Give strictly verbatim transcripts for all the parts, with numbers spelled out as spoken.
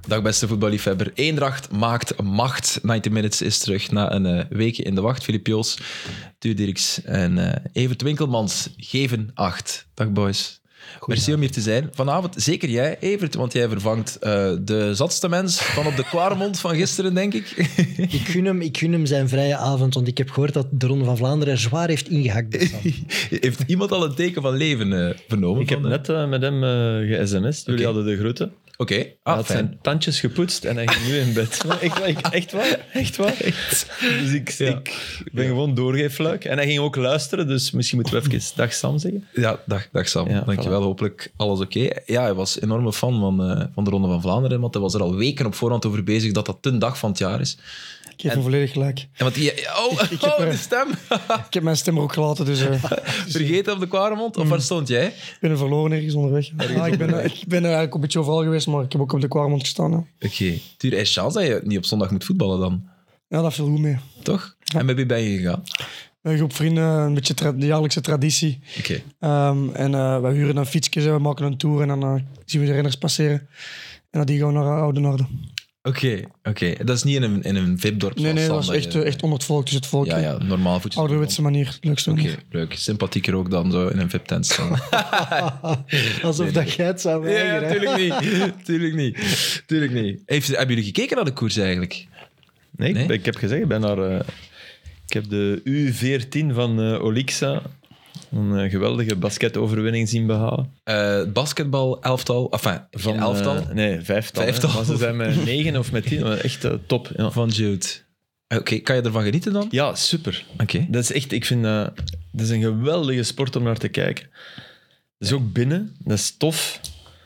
Dag beste voetballiefhebber. Eendracht maakt macht. negentig minutes is terug na een uh, weekje in de wacht. Filip Joos, Tuur Dirks en uh, Evert Winkelmans geven acht. Dag boys. Merci om hier te zijn. Vanavond zeker jij, Evert, want jij vervangt uh, de zatste mens van op de Kwaremond van gisteren, denk ik. ik, gun hem, ik gun hem zijn vrije avond, want ik heb gehoord dat de Ronde van Vlaanderen er zwaar heeft ingehakt. Heeft iemand al een teken van leven uh, vernomen? Ik heb de... net uh, met hem uh, ge-sms'd. Jullie okay. hadden de groeten. Oké. Okay. Ah, hij had fijn. zijn tandjes gepoetst en hij ging nu in bed. echt, echt, echt waar? Echt waar? Echt. Dus ik, ja. ik ben ja. gewoon doorgeefluik. En hij ging ook luisteren, dus misschien moeten we even dag Sam zeggen. Ja, dag, dag Sam. Ja, dankjewel. Voilà. Hopelijk alles oké. Okay. Ja, hij was een enorme fan van, uh, van de Ronde van Vlaanderen, want hij was er al weken op voorhand over bezig dat dat de dag van het jaar is. Ik heb hem volledig gelijk. En want die, oh, ik, ik oh, heb, de stem. ik heb mijn stem er ook gelaten. Dus, uh, Vergeten op de Kwaremond? Of mm. waar stond jij? Ik ben er verloren ergens onderweg. Ah, ik, ben, ik ben er eigenlijk een beetje overal geweest, maar ik heb ook op de Kwaremond gestaan. Oké. Okay. Tuur, is chance dat je niet op zondag moet voetballen dan? Ja, dat viel goed mee. Toch? Ja. En met wie ben je gegaan? Een groep vrienden, een beetje tra- de jaarlijkse traditie. Oké. Okay. Um, en uh, wij huren een fietsje, we maken een tour en dan uh, zien we de renners passeren. En dan die gaan we naar Oudenaarde. Oké, okay, oké. Okay. Dat is niet in een, in een V I P-dorp. Nee, nee, dat was echt, je... echt onder het volk. Dus het volk. Ja, ja, normaal voetjes. Ouderwetse manier. Leukste Oké, manier. Okay, leuk. Sympathieker ook dan zo in een V I P-tent staan. Alsof nee, dat nee. jij het zou weigeren. Ja, tuurlijk niet. tuurlijk niet. Tuurlijk niet. Heeft, hebben jullie gekeken naar de koers eigenlijk? Nee, nee? Ik, ik heb gezegd, ik ben naar... Uh, ik heb de U veertien van uh, Olixa... een uh, geweldige basketoverwinning zien behalen. Uh, basketbal, elftal, enfin, van elftal? Uh, nee, vijftal. vijftal. Maar ze zijn met negen of met tien, maar echt uh, top. Ja. Van Jude. Oké, okay, kan je ervan genieten dan? Ja, super. Oké. Okay. Dat is echt, ik vind uh, dat is een geweldige sport om naar te kijken. Dat is ook binnen, dat is tof.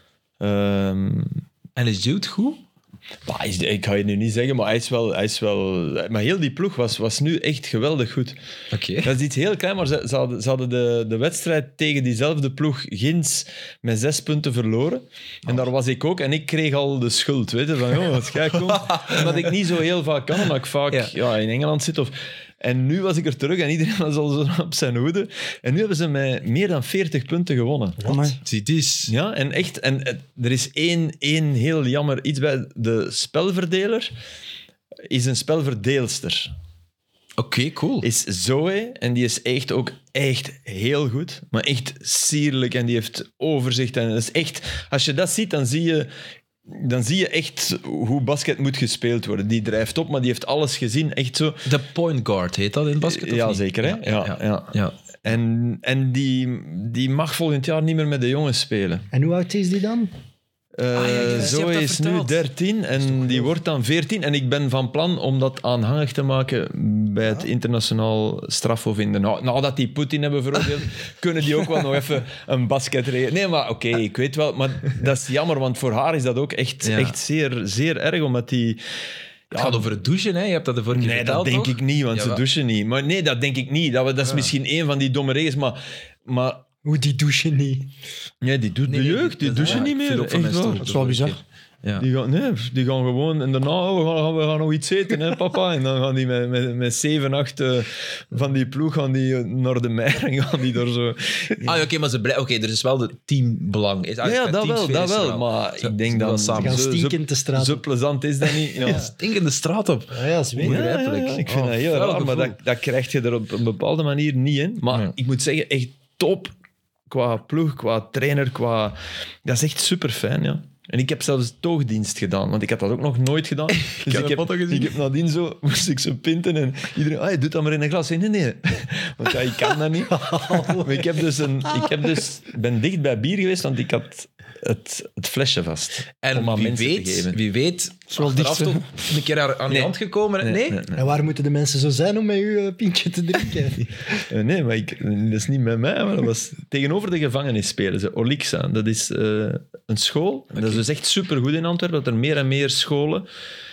Um, en is Jude goed? Bah, ik ga je nu niet zeggen, maar hij is wel... Hij is wel maar heel die ploeg was, was nu echt geweldig goed. Okay. Dat is iets heel klein, maar ze, ze hadden, ze hadden de, de wedstrijd tegen diezelfde ploeg ginds met zes punten verloren. En oh. daar was ik ook. En ik kreeg al de schuld, weet je. Van, joh, wat ga ik komen? Omdat ik niet zo heel vaak kan, omdat ik vaak ja. Ja, in Engeland zit. Of... En nu was ik er terug en iedereen was al zo op zijn hoede. En nu hebben ze met meer dan veertig punten gewonnen. Zie dis. Ja, en echt... En er is één, één heel jammer iets bij. De spelverdeler is een spelverdeelster. Oké, okay, cool. Is Zoe, en die is echt ook echt heel goed. Maar echt sierlijk en die heeft overzicht. En dat is echt... Als je dat ziet, dan zie je... Dan zie je echt hoe basket moet gespeeld worden. Die drijft op, maar die heeft alles gezien. Echt zo. De point guard heet dat in basket? Ja, niet? zeker. Hè? Ja, ja, ja, ja. ja. En, en die, die mag volgend jaar niet meer met de jongens spelen. En hoe oud is die dan? Uh, ah, ja, Zoe is verteld. Nu dertien en die wordt dan veertien. En ik ben van plan om dat aanhangig te maken bij het ja. internationaal strafhof in Den Haag. Nadat die Poetin hebben veroordeeld, kunnen die ook wel nog even een basket regelen. Nee, maar oké, okay, ik weet wel. Maar dat is jammer, want voor haar is dat ook echt, ja. echt zeer, zeer erg, omdat die... Ja, het gaat over het douchen, hè? Je hebt dat de vorige keer nee, verteld, dat denk toch? ik niet, want ja, ze wat? douchen niet. Maar nee, dat denk ik niet. Dat, dat is ja. misschien één van die domme regels, maar... maar Hoe die douchen niet? Nee, die doet nee, de jeugd, die douchen ja, niet meer. Echt wel. Dat is wel bizar. Ja. Die, gaan, nee, die gaan gewoon... En daarna, oh, we, gaan, we gaan nog iets eten, hè, papa. En dan gaan die met, met, met zeven, acht uh, van die ploeg gaan die naar de meer en gaan die daar zo... Ah, ja, oké, okay, maar ze blij, okay, er is wel de teambelang. Is, ja, ja dat wel, dat wel. Maar zo, ik denk dat... Ze gaan stinkend de straat op. Zo plezant is dat niet. Ja. Ja, stinkend de straat op. Ja, ja, is begrijpelijk. Ja, ja, ja. Ik vind oh, dat heel raar, maar dat, dat krijg je er op een bepaalde manier niet in. Maar ja. ik moet zeggen, echt top qua ploeg, qua trainer, qua... Dat is echt super fijn, ja. En ik heb zelfs toogdienst gedaan, want ik had dat ook nog nooit gedaan. Dus ik, ik, heb, ik heb nadien zo, moest ik zo pinten en iedereen, ah, je doet dat maar in een glas. Nee, nee, want ja, ik kan dat niet. Maar ik heb dus een, ik heb dus, ben dicht bij bier geweest, want ik had het, het flesje vast. En om aan wie mensen weet, te geven. Wie weet, achteraf toch een keer aan je nee. hand gekomen. Nee? Nee, nee, nee? En waar moeten de mensen zo zijn om met uw uh, pintje te drinken? Nee, maar ik, dat is niet met mij, maar dat was tegenover de gevangenis spelen ze. Olixa, dat is uh, een school. Okay. Dat is dus echt supergoed in Antwerpen, dat er meer en meer scholen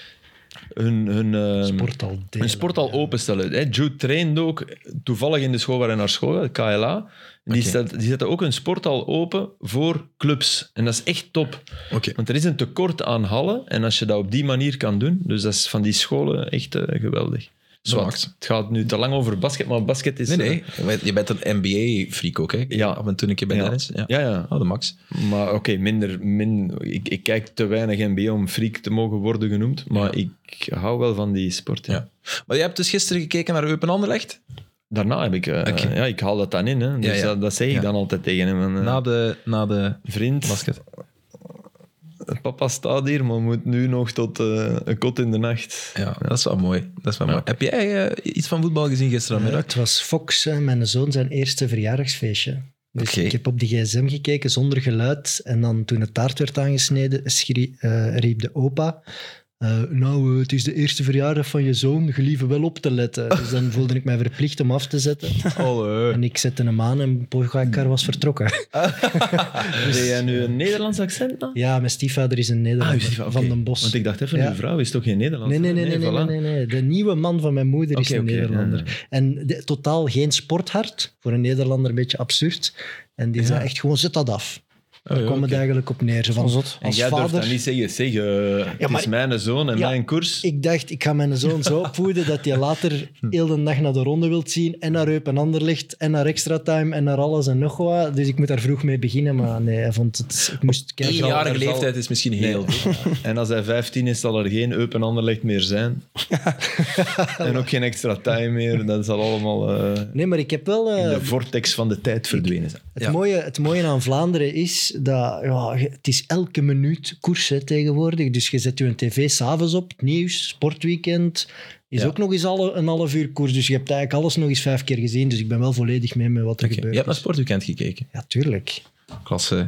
hun, hun, uh, sporthal, hun sporthal openstellen. Hè. Jude trainde ook toevallig in de school waar hij naar school gaat, K L A. Die, okay. stelt, die zetten ook een sporthal open voor clubs. En dat is echt top. Okay. Want er is een tekort aan hallen. En als je dat op die manier kan doen, dus dat is van die scholen echt uh, geweldig. Zwat. Max. Het gaat nu te lang over basket, maar basket is... Nee, nee. Je bent een N B A-freak ook, hè? Ja. Af en toe een keer bij Ja. Dennis. Ja. Ja, ja. Oh, de Max. Maar oké, okay, minder... Min, ik, ik kijk te weinig N B A om freak te mogen worden genoemd, maar Ja. ik hou wel van die sport. Ja. Ja. Maar je hebt dus gisteren gekeken naar Eupen Anderlecht? Daarna heb ik... Uh, Okay. Ja, ik haal dat dan in. Hè. Dus Ja, ja. Dat, dat zeg ik Ja. dan altijd tegen hem. En, uh, Na de, na de vriend, basket. papa staat hier, maar moet nu nog tot uh, een kot in de nacht. Ja, dat is wel mooi. Dat is wel Ja. mooi. Heb jij uh, iets van voetbal gezien gisterenmiddag? Uh, het was Fox, uh, mijn zoon, zijn eerste verjaardagsfeestje. Dus Oké. ik heb op de gsm gekeken zonder geluid. En dan toen het taart werd aangesneden, schrie, uh, riep de opa... Uh, nou, uh, het is de eerste verjaardag van je zoon, gelieve wel op te letten. Dus dan voelde ik mij verplicht om af te zetten. Oh, En ik zette hem aan en Pogacar was vertrokken. Deed jij nu een Nederlands accent dan? Ja, mijn stiefvader is een Nederlander, Ah, okay. van Den Bosch. Want ik dacht even, Ja. uw vrouw is toch geen Nederlands? Nee, nee, nee, nee, nee, voilà. nee, nee, nee. De nieuwe man van mijn moeder is Oké, een oké, Nederlander. ja, ja. En de- totaal geen sporthart. Voor een Nederlander een beetje absurd. En die Ja. zei echt gewoon, zet dat af. Daar ja, kwam het oké. eigenlijk op neer. Zo van, Zot. En als jij durft vader... dan niet zeggen, zeg, uh, het maar- is mijn zoon en Ja, mijn koers. Ik dacht, ik ga mijn zoon zo opvoeden dat hij later heel de dag naar de ronde wilt zien en naar Eupen Anderlecht en naar extra time en naar alles en nog wat. Dus ik moet daar vroeg mee beginnen, maar nee, hij vond het... Ik moest kijken. Eenjarige er zal- leeftijd is misschien Nee. heel veel. En als hij vijftien is, zal er geen Eupen Anderlecht meer zijn. En ook geen extra time meer. Dat zal allemaal uh, Nee, maar ik heb wel... eh, in de vortex van de tijd verdwenen zijn. Het, Ja. mooie, het mooie aan Vlaanderen is dat ja, je- het is elke minuut koers hè, tegenwoordig. Dus je zet je een tv s'avonds op, het nieuws, sportweekend. Is Ja. ook nog eens alle, een half uur koers. Dus je hebt eigenlijk alles nog eens vijf keer gezien. Dus ik ben wel volledig mee met wat er Oké, Je gebeurt. hebt naar Sportweekend gekeken. Ja, tuurlijk. Klasse.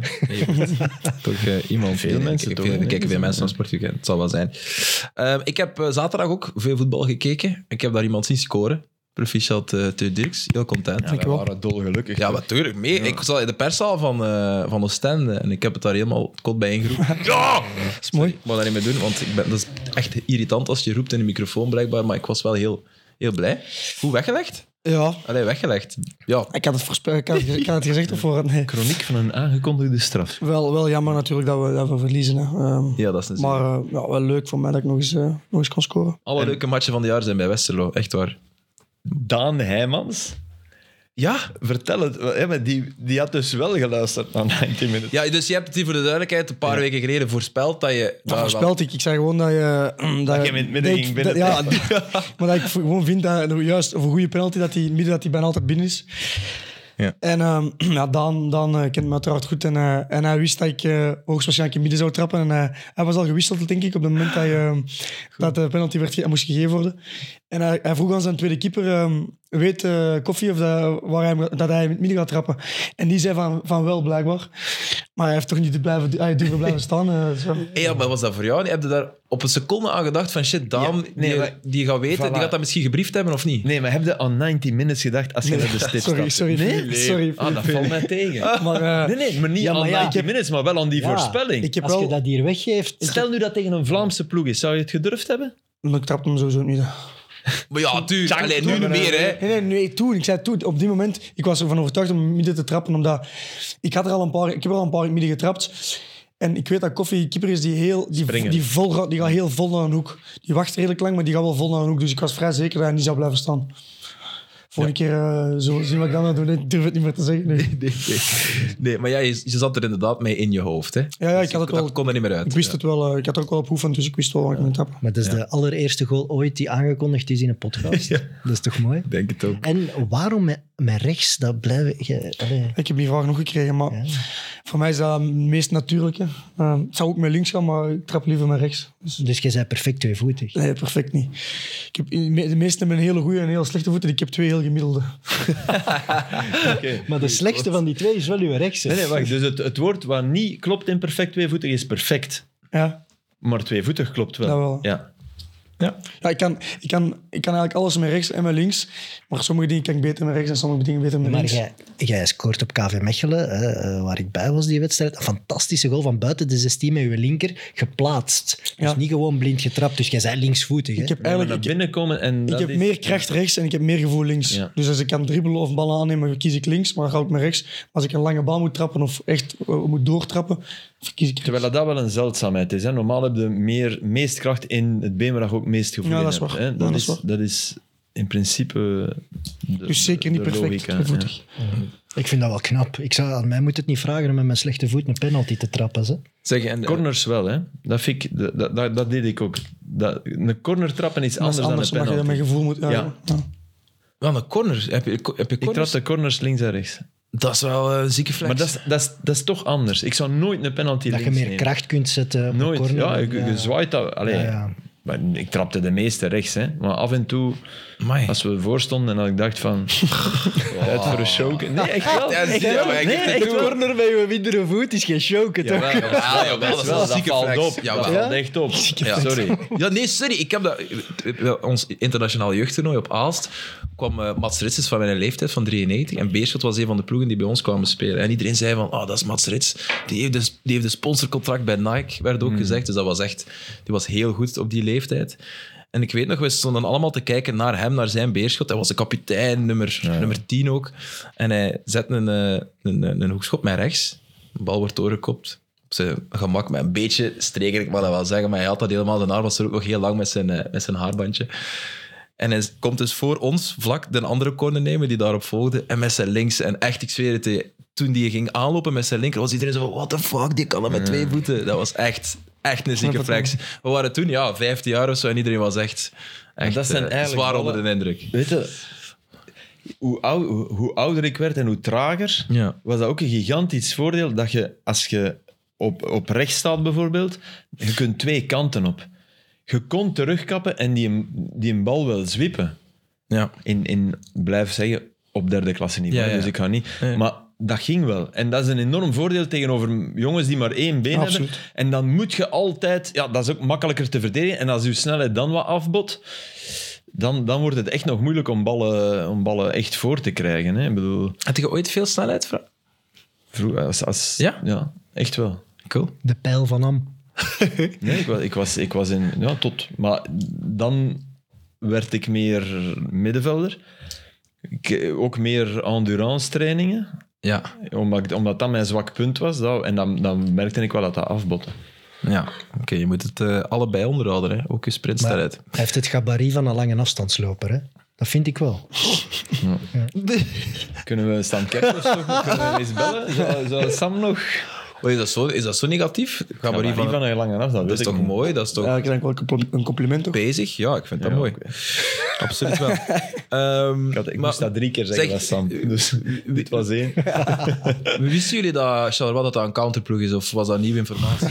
Toch uh, iemand. Veel mensen kijken, toch, veel, hè? kijken veel mensen naar Sportweekend. Het zal wel zijn. Uh, ik heb uh, zaterdag ook veel voetbal gekeken. Ik heb daar iemand zien scoren. Proficiat uh, Theo Dirks. Heel content. Ja, we waren dolgelukkig. Ja, natuurlijk. Mee. Ja. Ik zat in de perszaal van, uh, van Oostende en ik heb het daar helemaal kot bij ingeroepen. Ja! Dat is mooi. Ik mag dat niet meer doen, want ik ben, dat is echt irritant als je roept in de microfoon blijkbaar, maar ik was wel heel, heel blij. Hoe weggelegd? Ja, Allee, weggelegd. Ja. ik had het, voorspel, ik had, ik had het gezegd op voorhand. Nee. Chroniek van een aangekondigde straf. Wel, wel jammer natuurlijk dat we, dat we verliezen. Hè. Ehm, Ja, dat is een zin. maar uh, ja, wel leuk voor mij dat ik nog eens, uh, nog eens kon scoren. Alle En- leuke matchen van het jaar zijn bij Westerlo, echt waar. Daan Heijmans. Ja, vertel het. Ja, maar die, die had dus wel geluisterd naar negentig minuten. Ja, dus je hebt het hier voor de duidelijkheid een paar Ja. weken geleden voorspeld dat je... Dat wel- voorspelt ik. Ik zei gewoon dat je... Dat, Dat je je hem in het midden dat ik- ging binnen. dat- Ja, maar dat ik gewoon vind dat juist voor een goede penalty dat hij midden dat hij bijna altijd binnen is. Ja. En ehm, ja, Daan, Daan uh, kent me uiteraard goed en, uh, en hij wist dat ik uh, hoogstwaarschijnlijk in midden zou trappen. En uh, hij was al gewisseld, denk ik, op het moment dat, uh, dat de penalty werd, ge- moest gegeven worden. En hij, hij vroeg aan zijn tweede keeper, um, weet uh, Koffie of dat, waar hij, dat hij in het midden gaat trappen? En die zei van, van wel, blijkbaar. Maar hij heeft toch niet blijven, hij durven blijven staan. Uh, zo. Hey, ja, maar was dat voor jou? Heb je daar op een seconde aan gedacht van shit, Daan, Ja, nee, die, maar- die gaat weten, Voilà. die gaat dat misschien gebriefd hebben of niet? Nee, maar heb je aan negentig minutes gedacht als je naar de stip Sorry, stapt? sorry, Nee? Filip, sorry, Ah, dat Filip. valt mij tegen. Maar, uh, Nee, nee, maar niet Ja, maar aan ja, negentig ik heb- minutes, maar wel aan die Ja, voorspelling. ik heb Als wel... je dat hier weggeeft... Stel nu dat tegen een Vlaamse ploeg is, zou je het gedurfd hebben? Ik trap hem sowieso niet. Maar ja, tuurlijk. Dank Allee, je. nu niet Maar, meer, hè. Nee, nee, nee, toen. Ik zei toen, op die moment, ik was ervan overtuigd om midden te trappen, omdat ik had er al een paar, ik heb er al een paar in midden getrapt. En ik weet dat Koffie een keeper is die, heel, die, Springen. die, vol, gaat- die gaat heel vol naar een hoek. Die wacht redelijk lang, maar die gaat wel vol naar een hoek. Dus ik was vrij zeker dat hij niet zou blijven staan. Volgende keer uh, zo zien wat ik dan ga doen. Ik durf het niet meer te zeggen. Nee. Nee, nee. nee, maar ja, je, je zat er inderdaad mee in je hoofd, hè. Ja, ja, ik Dus had het dat wel. kon er niet meer uit. Ik wist Ja. het wel. Uh, ik had er ook wel op oefend, dus ik wist wel waar ik moet trappen. Maar dat is de allereerste goal ooit die aangekondigd is in een podcast. Ja. Dat is toch mooi? Ik denk het ook. En waarom met, met rechts? Dat blijven... Je, allee. Ik heb die vraag nog gekregen, maar Ja. voor mij is dat het meest natuurlijke. Uh, het zou ook met links gaan, maar ik trap liever met rechts. Dus, Dus jij bent perfect tweevoetig. nee, perfect niet. Ik heb, de meesten hebben een hele goede en een hele slechte voeten. Ik heb twee heel gemiddelde. Okay. Maar de slechtste van die twee is wel uw rechts. hè? Nee, nee, wacht. Dus het, het woord wat niet klopt in perfect tweevoetig is perfect. Ja, Maar tweevoetig klopt wel. Dat wel. Ja. ja. ja ik, kan, ik, kan, ik kan eigenlijk alles met rechts en met links. Maar sommige dingen kan ik beter met rechts en sommige dingen beter met Maar links. jij, jij scoort op K V Mechelen, hè, eh, waar ik bij was die wedstrijd. Een fantastische goal van buiten de zestien met je linker geplaatst. Dus Ja. niet gewoon blind getrapt. Dus jij bent linksvoetig. Hè? Ik heb Eigenlijk naar eigenlijk... Ik, binnen komen en ik dat heb is- meer kracht rechts en ik heb meer gevoel links. Ja. Dus als ik kan dribbelen of ballen aannemen, kies ik links. Maar dan ga ik met rechts. Als ik een lange bal moet trappen of echt uh, moet doortrappen, kies ik rechts. Terwijl dat wel een zeldzaamheid is. Hè. Normaal heb je meer, meest kracht in het been waar je ook meest gevoel Ja, in dat is hebt, waar. hè. Ja, Dat, dat is, is waar. dat is in principe... De, Dus zeker niet de perfect logica, gevoetig. ja. Ik vind dat wel knap. Ik zou, aan mij moet het niet vragen om met mijn slechte voet een penalty te trappen. Hè. Zeg, en, Corners wel, hè. Dat, vind ik, dat, dat, dat deed ik ook. Dat, een corner trappen is Dat is anders, anders, dan een omdat je penalty. met gevoel moet... Ja, Ja. ja. wel een corner. Heb je, heb je Ik trap corners? de corners links en rechts. Dat is wel een zieke flex. Maar dat is, dat, is, dat is toch anders. Ik zou nooit een penalty Dat je links meer nemen. kracht kunt zetten op Nooit. de corner. Ja, je, je zwaait dat... Allee, Ja, ja. Maar ik trapte de meeste rechts, hè. Maar af en toe, Amai. als we voorstonden en dat ik dacht van... Tijd voor een show. Nee, echt wel. Ja, Echt ja, wel. maar ik- Nee, ik- echt ik- wel. Corner bij je mindere voet is geen choken, toch? Jawel, jawel, Ja, jawel, dat is wel wel, een dat zieke valt flex. op. Jawel. Dat valt echt op. Ja. Sorry. Ja, nee, sorry. Ik heb dat... wel, Ons internationaal jeugdtoernooi op Aalst kwam uh, Mats Rits van mijn leeftijd, van drieënnegentig. En Beerschot was een van de ploegen die bij ons kwamen spelen. En iedereen zei van, oh, dat is Mats Rits. Die heeft, de, die heeft een sponsorcontract bij Nike, werd ook gezegd. Dus dat was echt... Die was heel goed op die leeftijd. En ik weet nog, we stonden allemaal te kijken naar hem, naar zijn Beerschot. Hij was de kapitein, nummer, Ja. nummer tien ook. En hij zet een, uh, een, een, een hoekschop met rechts. De bal wordt doorgekopt. Op zijn gemak, met een beetje streker, ik mag dat wel zeggen, maar hij had dat helemaal. De haar was er ook nog heel lang met zijn, uh, met zijn haarbandje. En hij komt dus voor ons vlak de andere corner nemen die daarop volgde. En met zijn links. En echt, ik zweer het, je, toen die ging aanlopen met zijn linker, was iedereen zo van, what the fuck, die kan dat met twee voeten. Dat was echt, echt een zieke flex. We waren toen, ja, vijftien jaar of zo, en iedereen was echt, echt dat zijn uh, eigenlijk zwaar ballen- onder de indruk. Weet je, hoe, ou- hoe, hoe ouder ik werd en hoe trager, Ja. was dat ook een gigantisch voordeel dat je, als je op, op rechts staat bijvoorbeeld, je kunt twee kanten op. Je kon terugkappen en die, die een bal wel zwippen. Ja. In, in, blijf zeggen, op derde klasse niveau. Ja, ja. Dus ik ga niet... Ja. Maar dat ging wel. En dat is een enorm voordeel tegenover jongens die maar één been Absoluut. hebben. En dan moet je altijd... Ja, dat is ook makkelijker te verdedigen. En als je snelheid dan wat afbot, dan, dan wordt het echt nog moeilijk om ballen, om ballen echt voor te krijgen. Hè. Ik bedoel, Had je ooit veel snelheid? Fra- vroeg, als, als, Ja? Ja, echt wel. Cool. De pijl van Am. Nee, ik was, ik was, ik was in... Ja, tot... Maar dan werd ik meer middenvelder. Ik, ook meer endurance trainingen. Ja. Omdat, ik- omdat dat mijn zwak punt was. Dat, en dan, dan merkte ik wel dat dat afbotte. Ja. Oké, je moet het uh, allebei onderhouden, hè. Ook je sprintsnelheid. Hij heeft het gabarit van een lange afstandsloper. Hè? Dat vind ik wel. Kunnen we Sam Kerkers toch kunnen we hem eens bellen? Zou, zou Sam nog... Oh, is, dat zo, is dat zo negatief? Ga maar Ja, van, van een lange afstand. dat weet is ik toch niet. mooi? Dat is toch Ja, ik denk wel een compl- een compliment toch? bezig? Ja, ik vind dat Ja, mooi. oké. Absoluut wel. Ehm, Ik, had, ik maar- moest dat drie keer zeggen, zeg, dat Sam. Dus dit was één. Wisten jullie dat Charleroi dat dat een counterploeg is? Of was dat nieuwe informatie?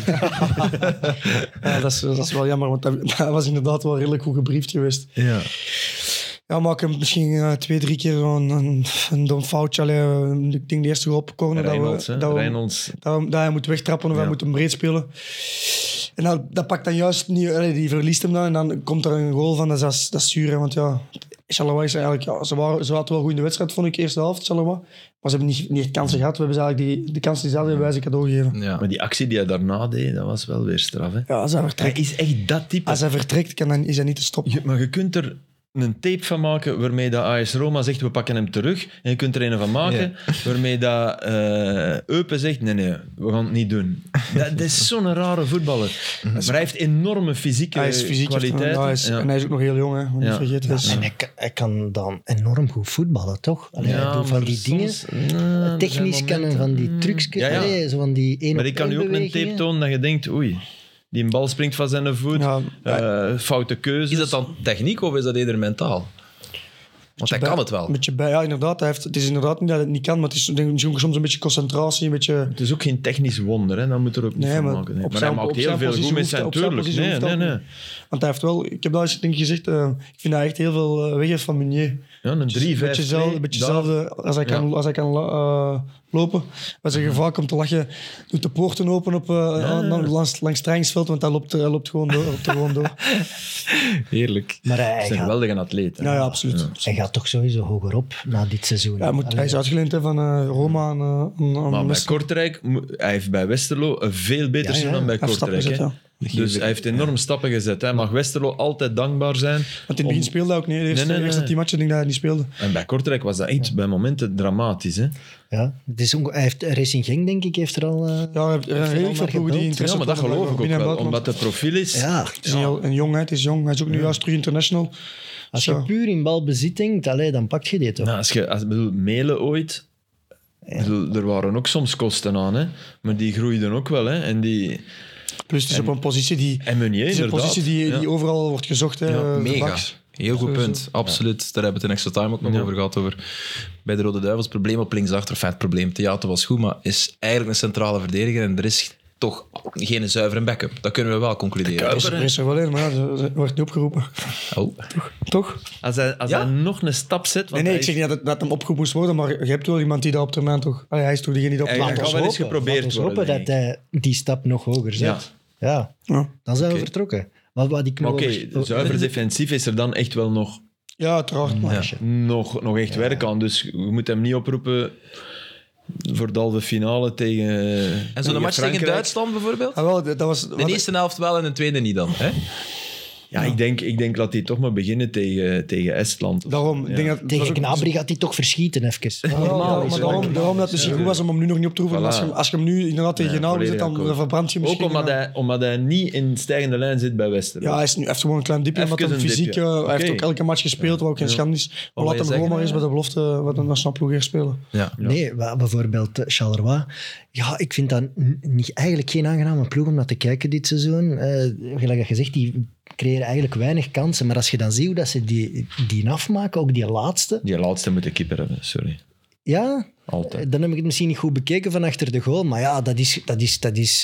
Ja, dat, is, dat is wel jammer, want dat, dat was inderdaad wel redelijk goed gebriefd geweest. ja. Ja, maar ik heb misschien uh, twee, drie keer een, een, een dom foutje. Allee, uh, ik denk de eerste op corner dat Reynolds, we, hè. dat, we, Reynolds. dat, we, dat hij moet wegtrappen of Ja. hij moet hem breed spelen. En dat, dat pakt dan juist niet... Allee, die verliest hem dan en dan komt er een goal van. Dat is, dat is zuur, hè, want ja... Charleroi is eigenlijk... Ja, ze, waren, ze hadden wel goed in de wedstrijd, vond ik, de eerste helft, Charleroi. Maar ze hebben niet, niet echt kansen gehad. We hebben ze eigenlijk die, de kansen die ze hadden, hebben wij ze cadeau gegeven. Ja. Maar die actie die hij daarna deed, dat was wel weer straf. Hè? Ja, als hij Hij vertrekt, is echt dat type. als hij vertrekt kan dan, is hij niet te stoppen. Je- maar je kunt er een tape van maken waarmee dat A S Roma zegt, we pakken hem terug. En je kunt er een van maken waarmee dat eh Eupen zegt, nee, nee, we gaan het niet doen. Dat, dat is zo'n rare voetballer. Maar hij heeft enorme fysieke Hij is fysiek kwaliteit. ja, hij is, En hij is ook nog heel jong, hè. Moet Ja. niet vergeten. Dus- En hij, kan- hij kan dan enorm goed voetballen, toch? Allee, hij doet van maar die soms- dingen. Ja, er Technisch zijn kan hij momenten- van die trucs. Ja, ja. Allee, zo van die één Maar op ik kan nu één ook een bewegingen. tape tonen dat je denkt, oei, die bal springt van zijn voet, Ja, eh, foute keuzes. Is dat dan techniek of is dat eerder mentaal? Want hij kan het wel. Een beetje bij, ja, inderdaad. Hij heeft, het is inderdaad niet dat het niet kan, maar het is denk ik, soms een beetje concentratie, een beetje... Het is ook geen technisch wonder, hè? dat moet er ook niet Nee, van maar maken. Nee. op Maar zijn- hij maakt op heel zijn veel positie goed met hoeft zijn hij- op zijn tuurlijk. positie Nee, hoeft nee, dat nee. Want hij heeft wel... Ik heb dat eens denk ik gezegd, uh, ik vind dat hij echt heel veel uh, weg heeft van Meunier. Ja, een drie Een vijf beetje zelf- een beetje hetzelfde als hij kan, als hij kan uh, lopen. We zeggen vaak om te lachen, doet de poorten open op, uh, ja. langs, langs Strijngsveld, want hij loopt, hij loopt gewoon door. Loopt er gewoon door. Heerlijk. Maar hij, Hij hij is een gaat, geweldige atleet. hè. Ja, ja, absoluut. hij gaat toch sowieso hoger op na dit seizoen. Ja, hij, moet, hij Allee, is uitgeleend hè, van uh, Roma aan, uh, aan, aan Maar bij Westerlo. Kortrijk, mo- hij heeft bij Westerlo een veel beter Ja, ja. seizoen dan bij Hij heeft stappen Kortrijk. gezet, hè. Dus hij heeft enorm stappen gezet. Hij mag Westerlo altijd dankbaar zijn. Want in het begin om- speelde hij ook niet. De eerste, Nee, nee, nee. eerste tien matchen denk ik dat hij niet speelde. En bij Kortrijk was dat echt bij momenten dramatisch. Hè? Ja, het is onge- hij heeft Racing Genk, denk ik, heeft er al... uh, Ja, hij heeft er al redelijk veel maar ploegen die gebeld. interesse Ja, maar dat hadden, geloof ik ook binnen en wel. buitenland. Omdat het profiel is. ja, Het is een, heel- een jong, hè. Het is jong. Hij is ook nu juist terug international. als Zo. je puur in balbezit denkt, allee, dan pak je dit toch. Nou, als je, als, bedoel, Melen ooit... Bedoel, er waren ook soms kosten aan, hè? Maar die groeiden ook wel. Hè? En, die, Plus het is op een positie die, en Meunier, het is een inderdaad. positie die, Ja. die overal wordt gezocht. Hè, Ja, eh, mega. Baks. Heel goed Sowieso. punt, absoluut. Daar hebben we het in extra time ook nog Ja. over gehad. Over bij de Rode Duivels, probleem op linksachter. Enfin, het probleem, Theater was goed, maar is eigenlijk een centrale verdediger en er is toch geen zuivere backup. Dat kunnen we wel concluderen. Er is, er is er wel in, maar ja, ze- ze wordt niet opgeroepen. Oh. Toch? Als, hij, als Ja? hij nog een stap zet... Nee, want nee, hij ik zeg is- niet dat, het, dat hem opgeroepen moest worden, maar je hebt wel iemand die dat op termijn toch... Allee, hij is toch degene die dat op Hij- termijn hij toch... gaat wel eens geprobeerd Laat ons worden, hopen denk dat hij die stap nog hoger zet. Ja. Ja, Ja. dan zijn we Oké. vertrokken. Maar wat ik nog Oké, over- zuiver defensief is er dan echt wel nog, Ja, uiteraard. Maar. Marge. nog, nog echt werk aan. Dus je moet hem niet oproepen voor de halve finale tegen En zo'n match tegen Duitsland bijvoorbeeld? Ah, wel, dat dat was... De eerste helft wel en de tweede niet dan. Hè? Ja, ik denk, ik denk dat hij toch maar beginnen tegen, tegen Estland. Daarom, ik denk dat... dat was Tegen ook- Gnabry gaat hij toch verschieten, even. Ja, Normaal ja, is maar het daarom, wel. daarom dat het misschien goed was om hem nu nog niet op te roepen. Voilà. Maar Als, je, als je hem nu inderdaad tegen Ja, Gnabry zet, volledig dan akkoord. verbrand je Ook misschien... omdat eh, hij, omdat hij niet in stijgende lijn zit bij Westerlo. Ja, hij, is nu, hij heeft gewoon een klein dipje, omdat Even hij een fysiek... dipje. eh, Hij heeft Oké. ook elke match gespeeld, wat ook geen Ja. schande is. Maar wil laat je hem gewoon zeggen, maar eens bij de belofte wat een nationale ploeg hier spelen. Ja. Nee, wa- bijvoorbeeld eh, Charleroi. Ja, ik vind dat n- niet, eigenlijk geen aangename ploeg om naar te kijken dit seizoen. Eh gelijk dat je zegt, die creëren eigenlijk weinig kansen. Maar als je dan ziet hoe dat ze die, die afmaken, ook die laatste. Die laatste moet de keeper hebben, sorry. Ja, Altijd. dan heb ik het misschien niet goed bekeken van achter de goal. Maar ja, dat is, dat is, dat is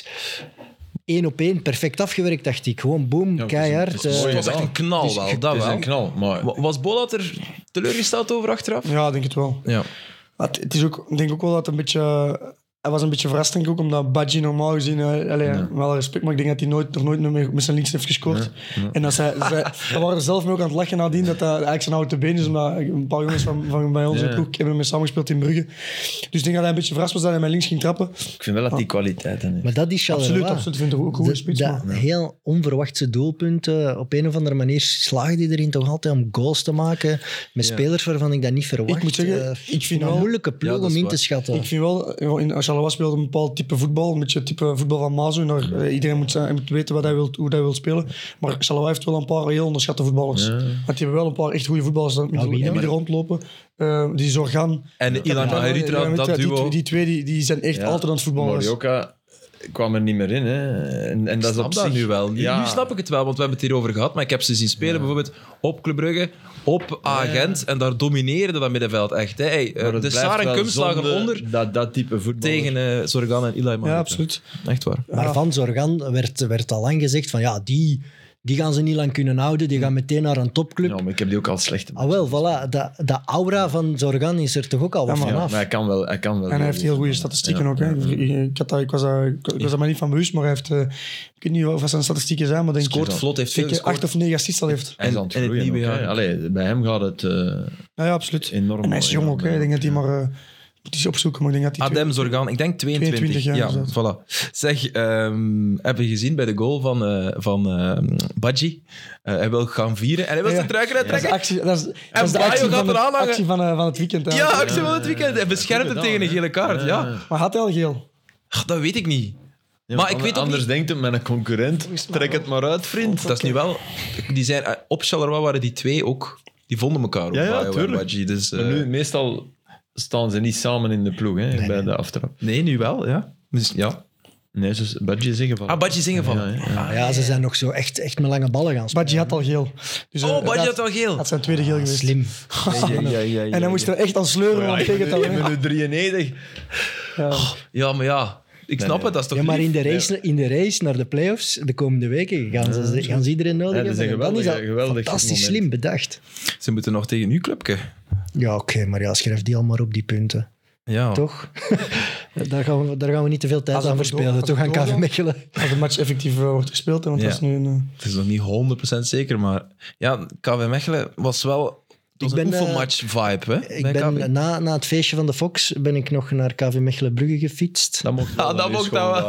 één op één perfect afgewerkt, dacht ik. Gewoon boom, het is een- keihard. het is eh, mooi Het was echt gedaan. een knal Dus wel, het dat Het is wel. een knal, maar... Wa- Was Bolat er teleurgesteld over achteraf? Ja, ik denk het wel. Ja. Maar het, het is ook, ik denk ook wel dat het een beetje... Hij was een beetje verrast, denk ik ook, omdat Badji normaal gezien... Uh, allee, Ja. Wel respect, maar ik denk dat hij nooit, nog nooit meer met zijn links heeft gescoord. Ja, ja. En dat zij, zij, we waren er zelf mee ook aan het lachen nadien dat dat eigenlijk zijn oude been is, omdat een paar jongens van, van bij onze Ja. ploeg hebben ermee samengespeeld in Brugge. Dus ik denk dat hij een beetje verrast was dat hij met links ging trappen. Ik vind wel dat die kwaliteiten heeft. Maar dat is Charleroi. Absoluut, absoluut. Ik vind het ook een goede Dat- spits. dat maar- heel onverwachte doelpunten. Op een of andere manier slaagde hij erin toch altijd om goals te maken met Ja. spelers waarvan ik dat niet verwacht. Ik moet zeggen, Eh, ik vind een wel- moeilijke ploeg Ja, dat om is in waar. te schatten. Ik vind wel, in Charleroi speelde een bepaald type voetbal, een beetje het type voetbal van Mazo. En daar, eh, iedereen moet, zijn, moet weten wat hij wil, hoe hij wil spelen. Maar Charleroi heeft wel een paar heel onderschatte voetballers. Ja. Want die hebben wel een paar echt goede voetballers die Ja, wie in dan? midden rondlopen. Eh, die Zorgan. En Ilan Ja, Mahiritra, ja, dat die, duo. die, die twee die, die zijn echt Ja. altijd aan het voetballen. Morioka kwam er niet meer in. Hè. En, en dat is snap op dat zich... nu wel. Nu, Ja. nu snap ik het wel, want we hebben het hierover gehad. Maar ik heb ze zien spelen, bijvoorbeeld op Club Brugge, op Agent. En daar domineerde dat middenveld echt. Hè. Hey, eh, Maar het de blijft Saar en wel Kums lagen zonde onder Dat, dat type voetbal. tegen eh Zorgan en Ilay Mahiritra. Ja, absoluut. Echt waar. Maar Ja. van Zorgan werd, werd al lang gezegd van ja, die, die gaan ze niet lang kunnen houden. Die gaan meteen naar een topclub. Ja, maar ik heb die ook al slecht. Ah wel, voilà. Dat, dat aura van Zorgan is er toch ook al wat Ja, maar- Ja, vanaf. maar hij kan wel. Hij kan wel En hij heeft heel goede statistieken Ja. ook. Hè. Ik, had dat, ik was daar ik was daar maar niet van bewust, maar hij heeft... eh, ik weet niet wat zijn statistieken zijn, maar denk Scoort ik... vlot, heeft veel zeker gescoord. acht of negen assists al heeft. Hij is En- aan het en het groeien nieuwe ook, hè. jaar. Allee, bij hem gaat het eh, Ja, ja, absoluut. enorm. En hij is jong ook. Hè. Ik denk dat hij maar... uh, moet eens opzoeken, maar ik denk dat hij... Adem Zorgan, ik denk tweeëntwintig. tweeëntwintig, ja, ja, inderdaad. voilà. Zeg, ehm heb je gezien bij de goal van, eh van ehm Badji? Eh, hij wil gaan vieren en hij wil Ja. zijn trui eruit Dat is de trekken. actie, dat is, dat is de Bayo actie, gaat van, de, eraan hangen. actie van, uh, van het weekend. hè. Ja, actie van het weekend. Hij beschermt hem Goed tegen een gedaan, gele kaart. hè. Ja. Maar had hij al geel? Ach, dat weet ik niet. Ja, Maar ik weet ook anders niet- denkt het met een concurrent. Trek het maar uit, vriend. Dat is nu wel... Die zijn, eh, op Charleroi waren die twee ook... Die vonden elkaar ook, Ja, ja, Bayo en tuurlijk. Badji. Dus, eh, Maar nu, meestal staan ze niet samen in de ploeg hè, bij de aftrap. nee, nu wel, ja. Dus, ja. Nee, dus Badji is ingevallen. Ah, Badji is ingevallen. Ja, ja. Ah, ja, ze zijn nog zo echt, echt met lange ballen gaan spelen. Badji had al geel. Dus, uh, Oh, Badji dat- had al geel. Dat zijn tweede geel geweest. Slim. Ja, ja, ja, ja, En dan moest er echt aan sleuren om ja, tegen te in houden. minuut drieënnegentig. Ja. Ja, maar ja. Ik snap nee. het, dat is toch Ja, maar lief? in de, race, in de race naar de playoffs de komende weken gaan ze, gaan ze iedereen nodig Ja, dat is hebben. een En dan geweldige- dat geweldig fantastisch moment. slim bedacht. Ze moeten nog tegen uw clubje. Ja, oké, maar ja, schrijf die al maar op die punten. Ja. Toch? daar, gaan we, daar gaan we niet te veel tijd Als aan het verspelen. door- Toch als aan het K V doorgaat. Mechelen. Als de match effectief uh, wordt gespeeld. Hè, want Ja. dat is nu een... uh, Het is nog niet honderd procent zeker, maar ja, K V Mechelen was wel was Ik een ben, uh, oefenmatch-vibe, hè? Ik ben, na, na het feestje van de Fox ben ik nog naar K V Mechelen Brugge gefietst. Dat mocht wel. Ah, dat mocht wel.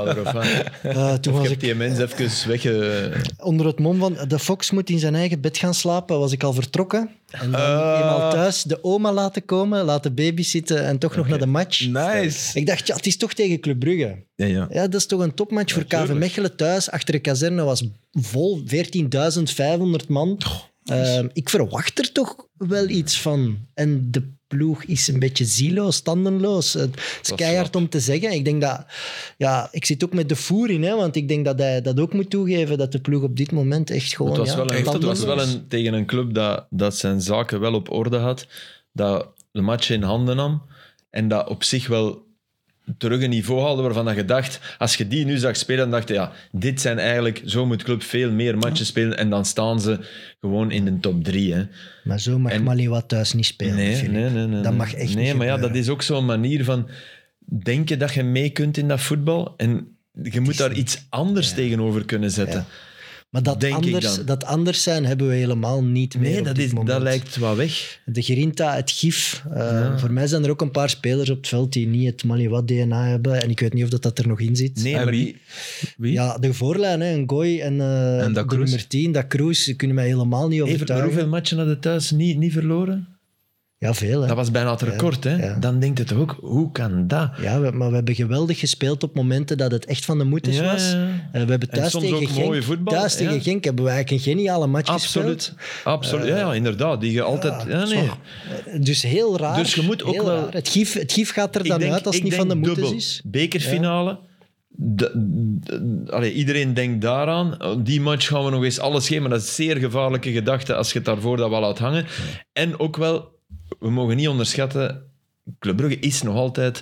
Uh, toen of was heb ik die mens even wegge... onder het mom van de Fox moet in zijn eigen bed gaan slapen, was ik al vertrokken. En dan Uh. eenmaal thuis de oma laten komen, laten babysitten en toch nog Okay. naar de match. Nice. Ik dacht, ja, het is toch tegen Club Brugge. Ja, ja. Ja, dat is toch een topmatch voor K V tuurlijk. Mechelen thuis. Achter de kazerne was vol, veertienduizend vijfhonderd man. Uh, ik verwacht er toch wel iets van. En de ploeg is een beetje zieloos, tandenloos. Het is keihard om te zeggen. Ik denk dat... Ja, ik zit ook met de voer in, hè, want ik denk dat hij dat ook moet toegeven, dat de ploeg op dit moment echt gewoon... Het was, ja, wel, een, het tandenloos. was wel een, tegen een club dat, dat zijn zaken wel op orde had, dat de match in handen nam en dat op zich wel terug een niveau haalde waarvan je dacht, als je die nu zag spelen, dan dacht je, ja, dit zijn eigenlijk, zo moet club veel meer matches spelen en dan staan ze gewoon in de top drie. Hè. Maar zo mag En- Maliwa thuis niet spelen. Nee, Filip. nee, nee, nee. Dat mag echt nee, niet maar ja, gebeuren. dat is ook zo'n manier van denken dat je mee kunt in dat voetbal en je moet daar iets anders tegenover kunnen zetten. Ja. Maar dat Denk ik anders, dan. dat anders zijn hebben we helemaal niet meer Nee, op dat, dit is, moment. dat lijkt wat weg. De grinta, het gif. Uh, Ja. Voor mij zijn er ook een paar spelers op het veld die niet het Maliwa-D N A hebben. En ik weet niet of dat, dat er nog in zit. Nee, En maar wie? die- Wie? Ja, de voorlijn, hè, een Goy en, uh, En Da de Cruz. nummer tien, dat Cruz, die kunnen mij helemaal niet Even, maar overtuigen. hoeveel matchen hadden thuis niet, niet verloren? Ja, veel. Hè. Dat was bijna het record, hè? ja. Dan denkt het ook, hoe kan dat? Ja, we- maar we hebben geweldig gespeeld op momenten dat het echt van de moeders Ja, was. ja. Uh, we hebben En thuis soms tegen ook Genk, mooie voetbal, thuis ja. tegen Genk hebben we eigenlijk een geniale match Absoluut. gespeeld. Absoluut. ja, ja, inderdaad. Die je altijd... Ja, nee. Zo. Dus heel raar. Dus je moet ook heel wel- raar. Het gif, het gif gaat er Ik dan denk- uit als ik het niet van de denk moeders dubbel. is. Bekerfinale. De, de- allee, iedereen denkt daaraan. Die match gaan we nog eens alles geven. Maar dat is een zeer gevaarlijke gedachte als je het daarvoor dat wel laat hangen. En ook wel, we mogen niet onderschatten, Club Brugge is nog altijd...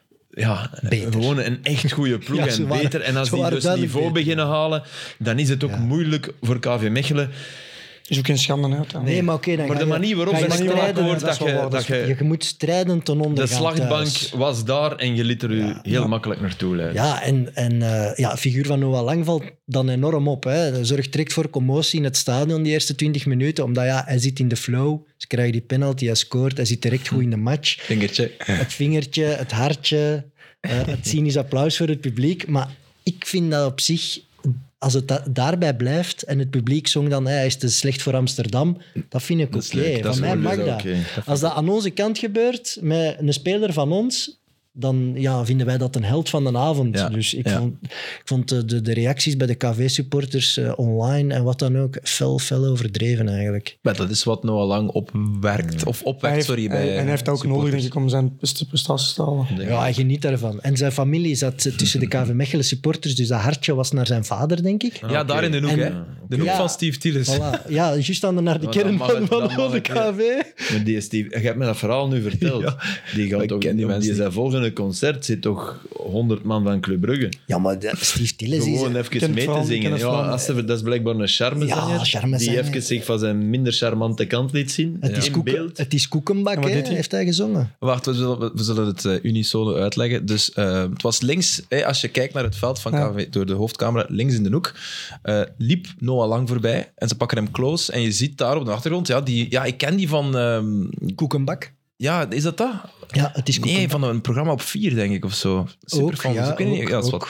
Ja, Beter. gewoon een echt goede ploeg Ja, ze en waren- beter. En als ze die waren dus duidelijk niveau beter, beginnen halen, dan is het ook Ja. moeilijk voor K V Mechelen. Is ook geen schande, hè? uiteindelijk. Nee, maar oké, dan Maar ga de je- manier waarop ga je dat strijden, akkoord dat is dat wel je... waar, Dat dat je Je, je moet strijden ten onder de gaan slachtbank thuis. was daar en je liet er u heel Ja. makkelijk naartoe leiden. Ja, en, en uh, ja, figuur van Noah Lang valt dan enorm op. Hè. Dat zorgt direct voor commotie in het stadion die eerste twintig minuten, omdat ja, hij zit in de flow. Ze krijgen die penalty, hij scoort, hij zit direct goed in de match. Vingertje. Het vingertje, het hartje, uh, het cynisch applaus voor het publiek. Maar ik vind dat op zich, als het da- daarbij blijft en het publiek zong dan, hij is te slecht voor Amsterdam, dat vind ik Dat is oké. leuk, dat Van is mij goed, mag dat is dat. oké. Als dat aan onze kant gebeurt, met een speler van ons, dan ja, vinden wij dat een held van de avond. Ja, Dus ik ja. vond, ik vond de, de, de reacties bij de K V-supporters uh, online en wat dan ook fel, fel overdreven eigenlijk. Maar dat is wat Noah Lang opwerkt. Of Hij opwekt, heeft, sorry. Bij hij- en hij heeft dat ook nodig, supporters. denk ik, om zijn beste prestaties te halen. Denk Ja, ik. hij geniet daarvan. En zijn familie zat tussen de K V Mechelen supporters, dus dat hartje was naar zijn vader, denk ik. Ja, daar in de hoek, En- hè. De hoek Ja. van Steve Thielens. Voilà. Ja, juist aan de naar de Maar dan kern mag van, het- van, dan van mag de het, K ja. V. Maar die Steve, je hebt me dat verhaal nu verteld. Ja. Die gaat Ik toch, ken die op mensen die niet. zijn volgende concert zit toch honderd man van Club Brugge. Ja, maar de- Steve Tillens is... Gewoon een- even ken het mee te verhaal, ik ken zingen. het Ja, verhaal. als ze, dat is blijkbaar een charmezanger Ja, charmezanger. die even zich van zijn minder charmante kant liet zien. Het, is in koeken, beeld. het is Koekenbak, En wat hè, deed hij? heeft hij gezongen. Wacht, we zullen, we zullen het uh, unisono uitleggen. Dus uh, het was links, hè, als je kijkt naar het veld van Ja. K V door de hoofdcamera, links in de hoek, uh, liep Noah Lang voorbij en ze pakken hem close en je ziet daar op de achtergrond, ja, die, ja ik ken die van... Um, Koekenbak. ja, is dat dat? Ja, het is Nee, Koekenbak. van een programma op vier, denk ik, of zo. Superfans, ja, ik weet niet. ook, Ja, dat is ook. wat.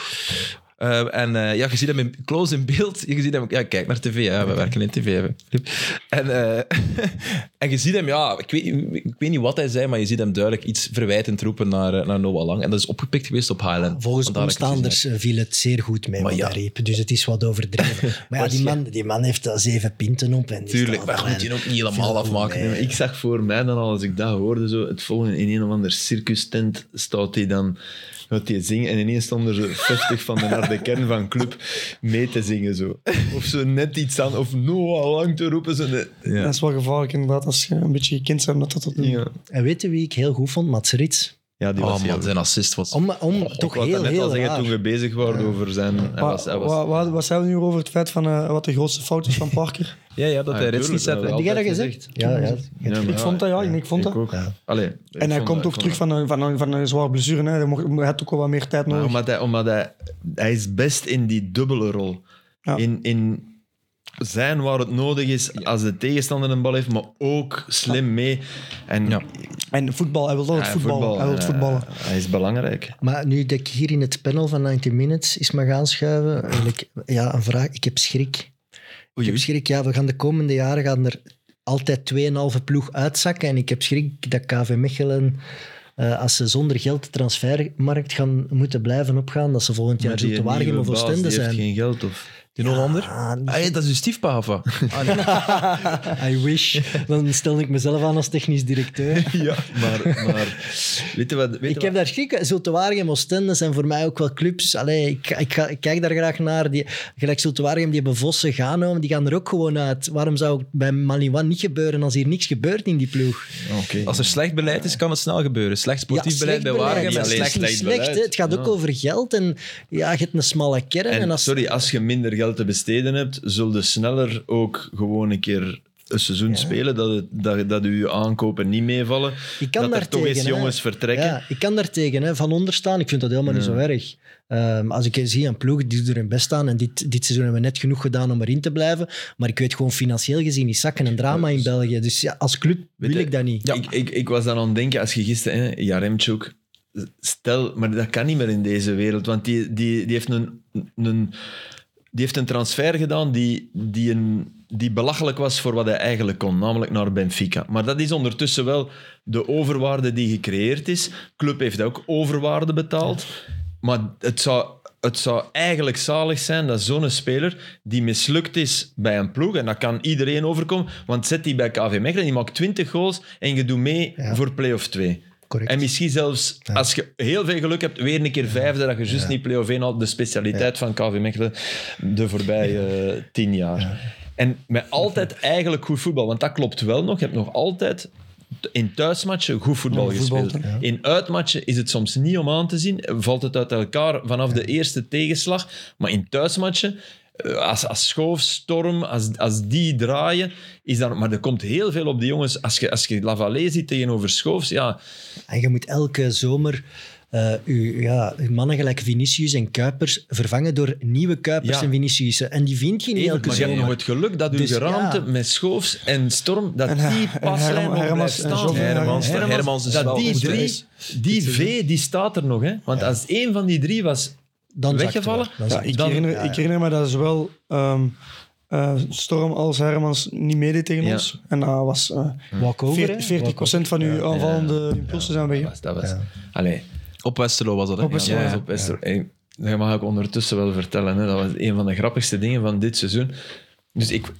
Uh, en uh, ja, je ziet hem in, close in beeld. Je ziet hem, ja, kijk naar tv, hè. We werken in tv. Hè. En, uh, en je ziet hem, ja, ik weet, ik weet niet wat hij zei, maar je ziet hem duidelijk iets verwijtend roepen naar, naar Noah Lang. En dat is opgepikt geweest op Highland. Volgens Vandaar dat ik het omstanders gezien eh, viel het zeer goed mee Maar wat ja. hij riep. Dus het is wat overdreven. Maar ja, die man, die man heeft daar zeven pinten op. En heb. die Tuurlijk, staat maar daar moet je en- ook niet helemaal veel goed afmaken. mee. Nee, maar ik zag voor mij dan al, als ik dat hoorde, zo, het volgende in een of ander circus-tent staat hij dan, gaat hij zingen en ineens stonden er zo vijftig van de naar de kern van club mee te zingen. Zo. Of zo net iets aan, of Noah Lang te roepen. Zo net. Ja. Dat is wel gevaarlijk, inderdaad, als je een beetje gekend bent dat dat te doen. Ja. En weet je wie ik heel goed vond? Mats Rits. Ja, die was Oh heel man, goed. zijn assist was... Om, om Ik toch wou heel, dat net heel al zeggen raar. toen we bezig waren over zijn... Hij Wat, was, hij was, wat, wat, wat zijn we nu over het feit van uh, wat de grootste fout is van Parker? Ja, ja, dat Ah, hij rits niet tuurlijk, zette. dat Heb jij dat altijd gezegd? Ja, ja. Ja, maar ik ja, vond dat, ja. Ik vond dat. ik ook. Ja. Allee, ik En hij vond komt dat- ook ik terug vond van een, van, een, van een zware blessure. Hè. Hij, mocht, hij had ook wel wat meer tijd Maar nodig. omdat hij, omdat hij, hij is best in die dubbele rol. Ja. In, in zijn waar het nodig is als de tegenstander een bal heeft, maar ook slim mee. En Ja. En voetbal, hij wil altijd ja, voetballen. voetbal, Hij wil eh, voetballen. hij is belangrijk. Maar nu dat ik hier in het panel van negentig minutes is mag aanschuiven, eigenlijk, ja, een vraag. Ik heb schrik. Ik heb schrik, ja, we gaan de komende jaren gaan er altijd tweeënhalve ploeg uitzakken. En ik heb schrik dat K V Mechelen, uh, als ze zonder geld de transfermarkt gaan moeten blijven opgaan, dat ze volgend jaar Zulte Waregem of Oostende zijn. Die heeft geen geld, of... Die Hollander? Ah, Ah, hey, dat is uw stiefpa, of wat? I wish. Dan stel ik mezelf aan als technisch directeur. Ja, maar, maar weet je wat... Weet je Ik wat? heb daar schrik. Zulte Waregem en Oostende zijn voor mij ook wel clubs. Allee, ik, ik, ga, ik kijk daar graag naar. Die, gelijk Zulte Waregem, die hebben Vossen, Gano, die gaan er ook gewoon uit. Waarom zou het bij Maliwan niet gebeuren als hier niks gebeurt in die ploeg? Oké. Als er slecht beleid is, kan het snel gebeuren. Slecht sportief Ja, beleid bij slecht Waregem beleid. en Niet alleen slecht... Het is slecht niet slecht, beleid. hè. Het gaat ook Ja. over geld. En ja, je hebt een smalle kern. En, En als, sorry, als je minder geld te besteden hebt, zul je sneller ook gewoon een keer een seizoen spelen, dat, het, dat, dat je aankopen niet meevallen. ik kan dat daar er toch tegen, eens hè. jongens vertrekken. Ja, ik kan daar tegen, hè, van onder staan. Ik vind dat helemaal niet zo erg. Um, als ik zie een ploeg die doet er hun best aan en dit, dit seizoen hebben we net genoeg gedaan om erin te blijven, maar ik weet gewoon financieel gezien is zakken een drama in België. Dus ja, als club wil je, ik dat niet. Ik, ik, ik was dan aan het denken, als je gisteren, hè, Jaremchuk, stel, maar dat kan niet meer in deze wereld, want die, die, die, heeft, een, een, die heeft een transfer gedaan die, die, een, die belachelijk was voor wat hij eigenlijk kon, namelijk naar Benfica. Maar dat is ondertussen wel de overwaarde die gecreëerd is. De club heeft ook overwaarde betaald. Maar het zou, het zou eigenlijk zalig zijn dat zo'n speler die mislukt is bij een ploeg, en dat kan iedereen overkomen, want zet die bij K V Mechelen, die maakt twintig goals en je doet mee Ja. voor play-off twee. Correct. En misschien zelfs, als je heel veel geluk hebt, weer een keer vijfde, dat je juist niet play-off één had, de specialiteit van K V Mechelen de voorbije uh, tien jaar. En met altijd eigenlijk goed voetbal, want dat klopt wel nog. Je hebt nog altijd in thuismatchen goed voetbal Ja, voetbal, gespeeld. ja. In uitmatchen is het soms niet om aan te zien. Valt het uit elkaar vanaf de eerste tegenslag. Maar in thuismatchen, eh, als, als Schoof, Storm, als, als die draaien, is daar... Maar er komt heel veel op die jongens. Als je, als je Lavallee ziet tegenover Schoofs, ja... En je moet elke zomer uh, uw, ja, uw mannen gelijk Vinicius en Kuipers vervangen door nieuwe Kuipers Ja. en Viniciussen. En die vind je niet Even, elke maar je hebt zomer. nog het geluk dat uw Dus, geraamte ja. met Schoofs en Storm, dat En, die en paslijn Herman- nog Hermans blijft en staan. Joffrey Hermans, Hermans, Hermans is dat wel die goed drie, geweest. die V, die staat er nog. Hè? Want als één van die drie was Dan zakt het weggevallen, wel. Dan Ja, zakt het ik, dan- herinner, ja, ja. ik herinner me dat zowel ehm, eh, Storm als Hermans niet meedeed tegen Ja. ons. En dat was eh, Walkover, hè? veertig procent van uw aanvallende impulsen zijn weg. dat was... Dat was Ja. Allee, Op Westerlo was dat, hè? Op Westerlo, ja, Ja, ja, ja. op Westerlo. Hey, dat mag ik ondertussen wel vertellen. Hè. Dat was een van de grappigste dingen van dit seizoen. Dus ik,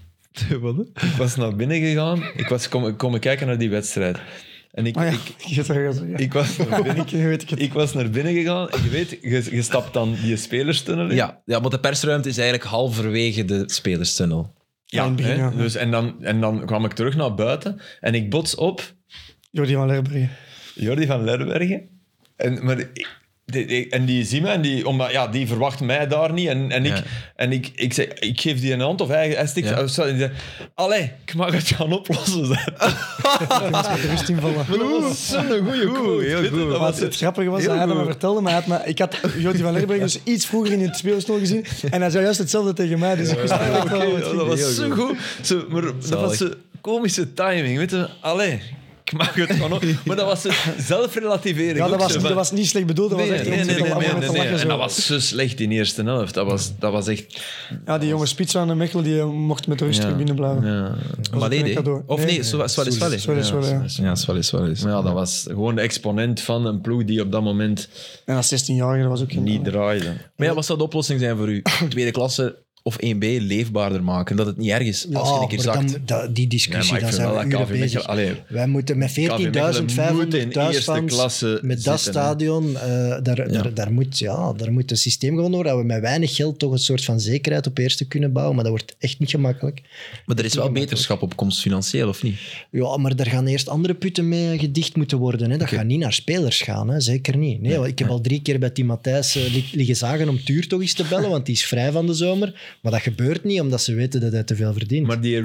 ik was naar binnen gegaan. Ik was komen, komen kijken naar die wedstrijd. En ik, Ah ja, ik, je hebt dat gezegd, ja. ik, was naar binnen, Ik weet ik het. ik was naar binnen gegaan. En je weet, je, je stapt dan die spelerstunnel in. Ja, ja, want de persruimte is eigenlijk halverwege de spelerstunnel. Ja, in het begin, hè. ja. Dus, en, dan, en dan kwam ik terug naar buiten. En ik bots op Jordi van Lerbergen. Jordi van Lerbergen. En, maar ik- die, die- en die ziet me, en die, omdat, ja, die verwacht mij daar niet. En, en, ik, Ja. en ik, ik, zeg, ik geef die een hand, of hij, hij stikt... Ja. of zo, en die zegt, allee, ik mag het gaan oplossen. Zeg. Ik was met de rust invallen. Maar dat was zo'n goeie quote. heel weet je, goed. dat Maar was het grappige was, heel hij had me goed. vertelde, maar hij had me, ik had Jordi van Lerbergen dus iets vroeger in het speelstol gezien en hij zei juist hetzelfde tegen mij. Dus ik wist eigenlijk wel Oké, wat het dat ging. was zo goed. Zo, maar dat was zo komische timing, weet je. Allee, ik mag het gewoon op. Maar dat was het zelfrelativering. Ja, dat ook was, zo dat van- was niet slecht bedoeld, dat was Nee, echt nee, om nee, te nee, lachen, nee, om nee, te nee. lachen En dat zo. was zo slecht in de eerste helft. Dat was, dat was echt... Ja, die jonge spits aan de Mechelen, die eh, mocht met rust Ja. terug binnen blijven. Ja. was Maar nee, een nee. cadeau. Of nee, Nee. Swale Swale. Swale, Swale, ja. Ja, Swale Swale. Maar ja, dat was gewoon de exponent van een ploeg die op dat moment En als zestienjarige, dat was ook geen... niet draaide. Maar ja, wat zou de oplossing zijn voor u? Tweede klasse of één B leefbaarder maken? Dat het niet erg is als je Ja, een keer maar zakt. dan, dat- die discussie, Nee, maar daar ik zijn vind we wel uren dat K V bezig. Mechelen- allee, Wij moeten met K V Mechelen moet veertienduizend in vijfhonderd eerste klasse thuisfans, met dat zitten, hè. stadion, eh, daar, daar, daar, moet, ja, daar moet een systeem gewoon worden, dat we met weinig geld toch een soort van zekerheid op eerste kunnen bouwen, maar dat wordt echt niet gemakkelijk. Maar er is wel beterschap op komst financieel, of niet? Ja, maar daar gaan eerst andere putten mee gedicht moeten worden. Hè. Dat gaat niet naar spelers gaan, hè. Zeker niet. Nee, want ik heb al drie keer bij Tim Matthijs eh, li- liggen zagen om Tuur toch eens te bellen, want die is vrij van de zomer. Maar dat gebeurt niet, omdat ze weten dat hij te veel verdient. Maar die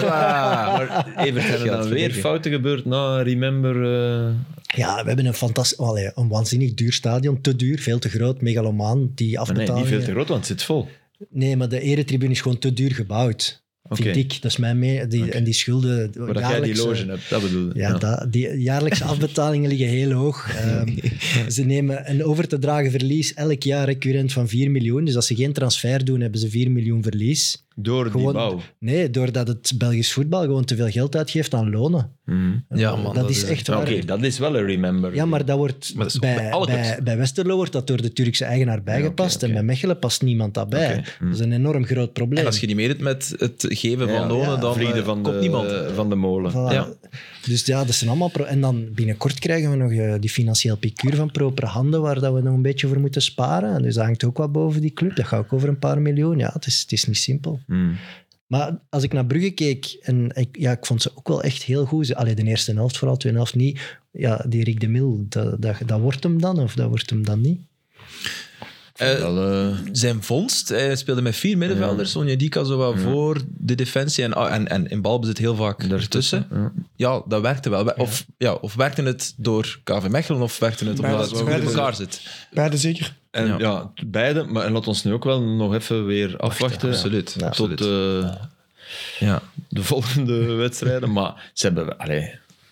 maar even zijn er dan weer verdikken. fouten gebeurd na Remember... eh, Ja, we hebben een fantastisch, allee, een waanzinnig duur stadion. Te duur, veel te groot, megalomaan. Die maar nee, afbetalingen... niet veel te groot, want het zit vol. Nee, maar de eretribune is gewoon te duur gebouwd. Oké. Vind ik. Dat is mijn mee. Die, Oké. En die schulden... Maar dat jij die jaarlijkse- loge hebt, dat bedoel je. Ja, Dat, die jaarlijkse afbetalingen liggen heel hoog. Um, ze nemen een over te dragen verlies elk jaar recurrent van vier miljoen. Dus als ze geen transfer doen, hebben ze vier miljoen verlies. Door die Gewoon- bouw. Nee, doordat het Belgisch voetbal gewoon te veel geld uitgeeft aan lonen. Mhm. Ja, man, dat, dat is is- echt Oké, waar. dat is wel een remember. Ja, maar dat wordt Maar dat is bij, bij alle clubs. bij, bij Westerlo wordt dat door de Turkse eigenaar bijgepast. oké, oké. En bij Mechelen past niemand dat bij. Oké, hm. Dat is een enorm groot probleem. En als je niet meedoet met het geven Ja, van lonen, ja. dan Vrienden eh, van komt de, niemand. van de molen. Voilà. Ja. Dus ja, dat zijn allemaal... Pro- en dan binnenkort krijgen we nog eh, die financieel picuur van Proper Handen, waar dat we nog een beetje voor moeten sparen. En dus dat hangt ook wat boven die club. Dat gaat ook over een paar miljoen. Ja, het is, het is niet simpel. Mm. Maar als ik naar Brugge keek, en ik, ja, ik vond ze ook wel echt heel goed. Ze- Allee, de eerste helft vooral, de tweede helft niet. Ja, die Rick de Mil, dat, dat, dat wordt hem dan of dat wordt hem dan niet? Eh, Wel, eh, Zijn vondst, hij speelde met vier middenvelders, Onyedika zo wel voor de defensie en, en, en in balbezit heel vaak ertussen. ja. Ja, dat werkte wel. Of, ja, of werkte het door K V Mechelen of werkte het omdat Beide- het zo goed in beide- elkaar zit? Beide zeker. En Ja. ja. beide. Maar en laat ons nu ook wel nog even weer afwachten. Absoluut. Ja. Tot absoluut. eh, Ja. de volgende wedstrijden. Maar ze hebben... Allee.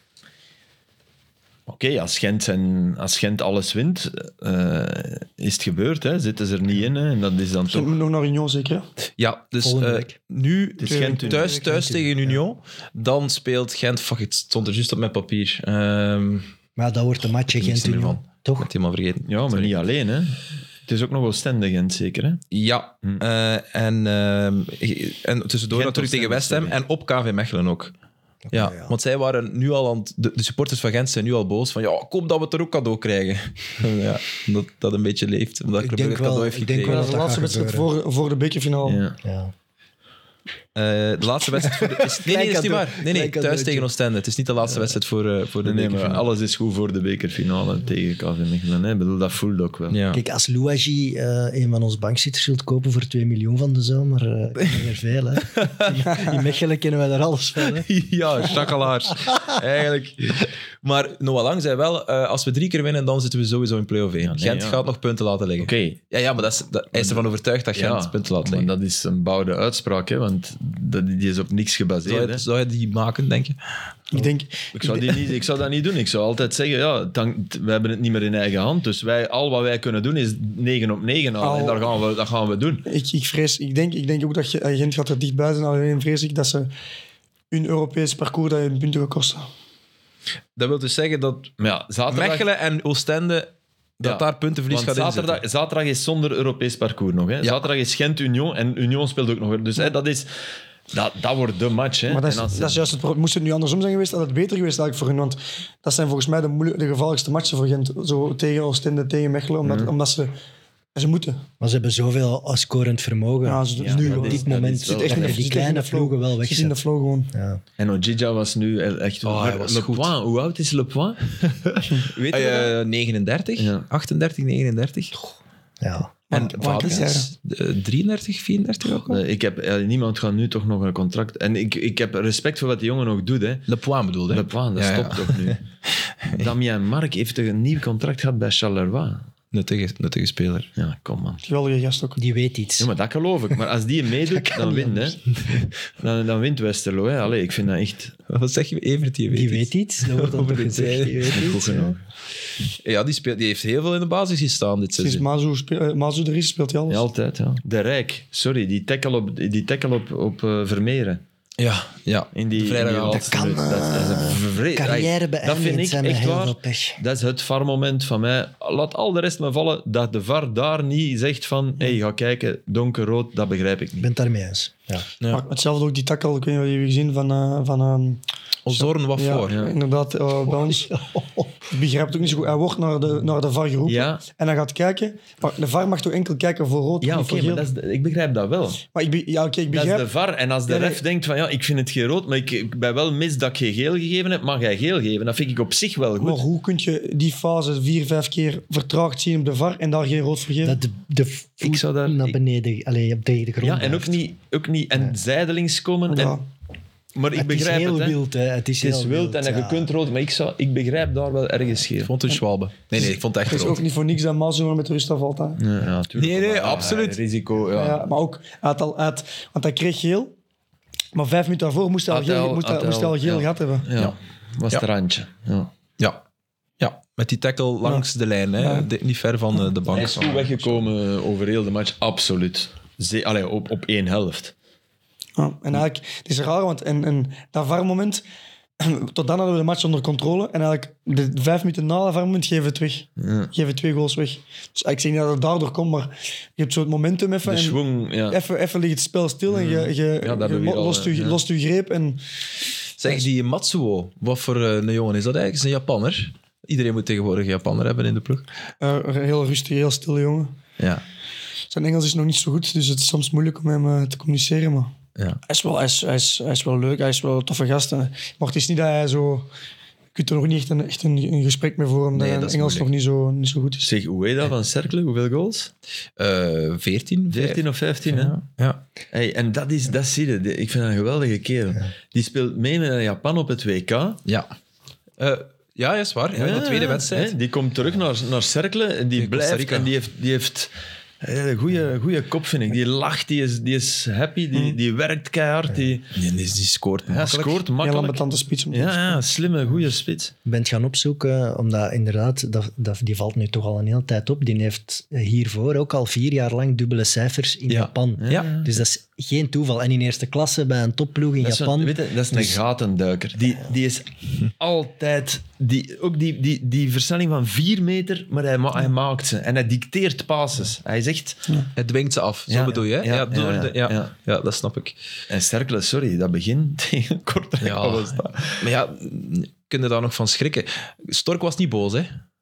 Oké, als, Gent zijn- als Gent alles wint, eh, is het gebeurd. Hè? Zitten ze er niet in. Hè? En dat is dan Ze toch... moet nog naar Union zeker. Ja. Ja, dus Volgende eh, week. nu is Gent thuis, Gent. thuis tegen Union. Dan speelt Gent... Fuck, het stond er juist op mijn papier. Ehm Maar dat wordt een matchje Ik weet niks Gent meer Union. van. Toch? Ik ben het helemaal vergeten. Ja, maar Sorry. niet alleen. Hè? Het is ook nog Oostende Gent, zeker. Hè? Ja, Hm. eh, en, ehm, en tussendoor Gent natuurlijk tegen of West Ham sorry. en op K V Mechelen ook. Ja, ja. want zij waren nu al aan het- de, de supporters van Gent zijn nu al boos van ja, ik hoop dat we het er ook cadeau krijgen. ja, dat dat een beetje leeft, omdat Ik ik denk het cadeau wel- heeft ik denk gekregen. Dat wel is de dat laatste gaat wedstrijd voor, voor de bekerfinale. Ja. Ja. Eh, de laatste wedstrijd voor de, is, nee, nee, dat is niet waar. Nee, nee, Klein thuis cadeautje. tegen Oostende. Het is niet de laatste wedstrijd voor, eh, voor de Nee, nee, maar bekerfinale. alles is goed voor de bekerfinale tegen K V Mechelen. Hè? Ik bedoel, dat voelt ook wel. Ja. Kijk, als Louagie eh, een van onze bankzitters wilt kopen voor twee miljoen van de zomer, uh, kennen er veel. Hè. In, in Mechelen kennen wij daar alles van. Hè. Ja, chakalaars. Eigenlijk. Maar Noah Lang zei wel, eh, als we drie keer winnen, dan zitten we sowieso in play-off één. Ja, nee, Gent ja. gaat nog punten laten liggen. Oké, Ja, ja, maar dat is, dat, hij is ervan overtuigd dat Gent ja, punten laat maar liggen. dat is een bouwde uitspraak, hè, want dat, die is op niks Zou gebaseerd. je, Hè. zou je die maken, denk je? Ik denk... Ik, zou die niet, ik zou dat niet doen. Ik zou altijd zeggen, ja, het hangt- we hebben het niet meer in eigen hand. Dus wij, al wat wij kunnen doen is negen op negen halen. Al- En daar gaan we, dat gaan we doen. Ik, ik, vrees, ik, denk, ik denk ook dat je, eh, Gent gaat er dichtbij zijn. Alleen vrees ik dat ze een Europees parcours dat je hun punten gaat kosten. Dat wil dus zeggen dat Maar ja, zaterdag... Mechelen en Oostende, dat Ja, daar puntenverlies want gaat zaterdag, inzetten. zaterdag is zonder Europees parcours nog. Hè. Zaterdag is Gent-Union en Union speelt ook nog weer. Dus hè, dat, is, dat, dat wordt de match. Hè. Maar dat is, En als- dat is juist het pro- moest het nu andersom zijn geweest, had het beter geweest eigenlijk voor hun. Want dat zijn volgens mij de, moeilijk- de gevaarlijkste matchen voor Gent. Zo tegen Oostende, tegen Mechelen. Omdat, Mhm. omdat ze... Ze moeten. Maar ze hebben zoveel scorend vermogen. Ja, ze- Dus nu nu, wel. op dat dit is- dat moment, is wel- dat Zit echt je in de- die zit echt in kleine de flow. vloegen wel Zit in de wegzet. flow gewoon. Ja. En Ojija was nu echt... Oh, hij was Le goed. Point, hoe oud is Le Point? Weet je dat? Eh, negenendertig, Ja. achtendertig, negenendertig. Ja. En Maar- maar ik Fabians, eh, drieëndertig, vierendertig ook al? Nee, ik heb, eh, niemand gaat nu toch nog een contract... En ik, ik heb respect voor wat die jongen nog doet. Hè. Le Point bedoelde. Le Point, dat Ja, ja. stopt toch nu. Damien Mark heeft toch een nieuw contract gehad bij Charleroi. Nuttige, nuttige speler. Ja, kom man. Geweldige gast ook. Die weet iets. Ja, maar dat geloof ik. Maar als die meedoet, dan niet wint, hè. Dan, dan wint Westerlo. Hè. Allee, ik vind dat echt... Wat zeg je, Evert? Die weet, Die iets. weet iets. Dat wordt dan Over toch de gezegd. tijd. Die weet Goed iets. genoeg. Ja, die, speelt, die heeft heel veel in de basis gestaan dit Sinds seizoen. Mazu, speel- eh, Mazu er is, speelt hij alles. Ja, altijd, ja. De Rijk. Sorry, die tackle op, die tackle op, op uh, Vermeeren. Ja, ja. In die, De in vrijdag die al. laatste Dat kan, minuut. Dat, dat is een vre- Carrière dat beëindigd vind ik zijn met echt heel waar. veel pech. Dat is het V A R-moment van mij. Laat al de rest maar vallen. Dat de V A R daar niet zegt van... Hé, hey, ga kijken, donkerrood, dat begrijp ik Ik niet. ben het daarmee eens. Ja. Ja. Maar hetzelfde ook die tackle, ik weet niet wat je hebt gezien van... eh, van ehm, Ozorn wat ja, voor. ja. inderdaad, eh, bij ons. Ik begrijp het ook niet zo goed. Hij wordt naar de, naar de V A R geroepen Ja, en hij gaat kijken. Maar de V A R mag toch enkel kijken voor rood, ja niet oké, voor geel? maar dat is de- ik begrijp dat wel. Maar ik, be- ja, oké, ik Dat is begrijp... de V A R. En als de Ja, nee. ref denkt van... Ja, ik vind het geen rood, maar ik, ik ben wel mis dat ik geen geel gegeven heb. Mag jij geel geven? Dat vind ik op zich wel Maar goed. hoe kun je die fase vier, vijf keer vertraagd zien op de V A R en daar geen rood voor geven? Dat de, de voet Ik zou daar- naar ik- beneden, allee, op tegen de grond Ja, en ook blijft. niet, ook niet en zijdelings komen. Ja. En, maar ik Het is begrijp heel het. Hè. wild, hè. Het is, Het is heel wild en ja. je kunt rood, maar ik, zou, ik begrijp daar wel ergens Ik geel. vond het een schwalbe. Nee, nee, ik vond het echt Het is rood. ook niet voor niks dat Mazu maar met de rust afvalt. Hè. Ja, ja, tuurlijk. Nee, nee, Maar, ja, absoluut. Risico, ja. Ja, maar ook, hij had al, hij had- want hij kreeg geel. Maar vijf minuten daarvoor moest hij al Had hij geel, al- moest hij, had hij moest hij al al- geel ja. gehad hebben. Ja, was Ja. het randje. Ja. Ja. Ja, met die tackle langs de lijn. Hè. Ja. De- niet ver van eh, de bank. Hij is goed weggekomen over heel de match, absoluut. Ze, allee, op, op één helft. Ja, en eigenlijk, het is raar, want in, in dat V A R-moment, tot dan hadden we de match onder controle. En eigenlijk de vijf minuten na dat V A R-moment geven we het weg. Ja. Geven we twee goals weg. Dus ik zeg niet dat het daardoor komt, maar je hebt zo het momentum even. De en schwung, ja. even, even ligt het spel stil en je, je, dat je hebben we hier al, lost, je, ja. lost je greep. En Zeg, die Matsuo, wat voor eh, een jongen is dat eigenlijk? Is een Japanner. Iedereen moet tegenwoordig een Japanner hebben in de ploeg. uh, een heel rustig, heel stil jongen. Ja. Zijn Engels is nog niet zo goed, dus het is soms moeilijk om hem uh, te communiceren. Maar Ja. hij, is wel, hij, is, hij, is, hij is wel leuk, hij is wel een toffe gast. En, maar het is niet dat hij zo... Je kunt er nog niet echt een, echt een, een gesprek mee voeren, omdat Nee, hij dat is Engels nog niet zo, niet zo goed is. Zeg, hoe heet dat van Cercle? Hoeveel goals? Uh, veertien? veertien of vijftien, hè? Ja. Ja. Hey, en dat is, dat zie je. Ik vind dat een geweldige kerel. Die speelt mee met Japan op het W K. Ja. Uh, ja, is waar. Ja, in de tweede wedstrijd. Hè, die komt terug naar, naar Cercle en die In Costa blijft. Rica. En die heeft, die heeft een goede, goede kop, vind ik. Die lacht, die is, die is happy, die, die werkt keihard. Die, Die, die, die scoort hij makkelijk. scoort Heel makkelijk. ambetante spits. om te Ja, spelen. ja, slimme, goede spits. Ik ben het gaan opzoeken, omdat inderdaad, dat, dat, die valt nu toch al een hele tijd op. Die heeft hiervoor ook al vier jaar lang dubbele cijfers in Ja. Japan. Ja. Dus dat is geen toeval. En in eerste klasse bij een topploeg in Dat is, Japan. een, weet je, dat is een Dus- gatenduiker. Die, die is altijd... Die, ook die, die, die versnelling van vier meter, maar hij, ma- hij maakt ze. En hij dicteert passes. Hij is echt... Hij dwingt ze af. Zo Ja. bedoel je, hè? Ja, Ja, door ja, de- ja, ja. ja, dat snap ik. En Cercle, sorry, dat begin tegen Kortrijk Ja. was dat. Maar ja, kun je daar nog van schrikken? Stork was niet boos, hè?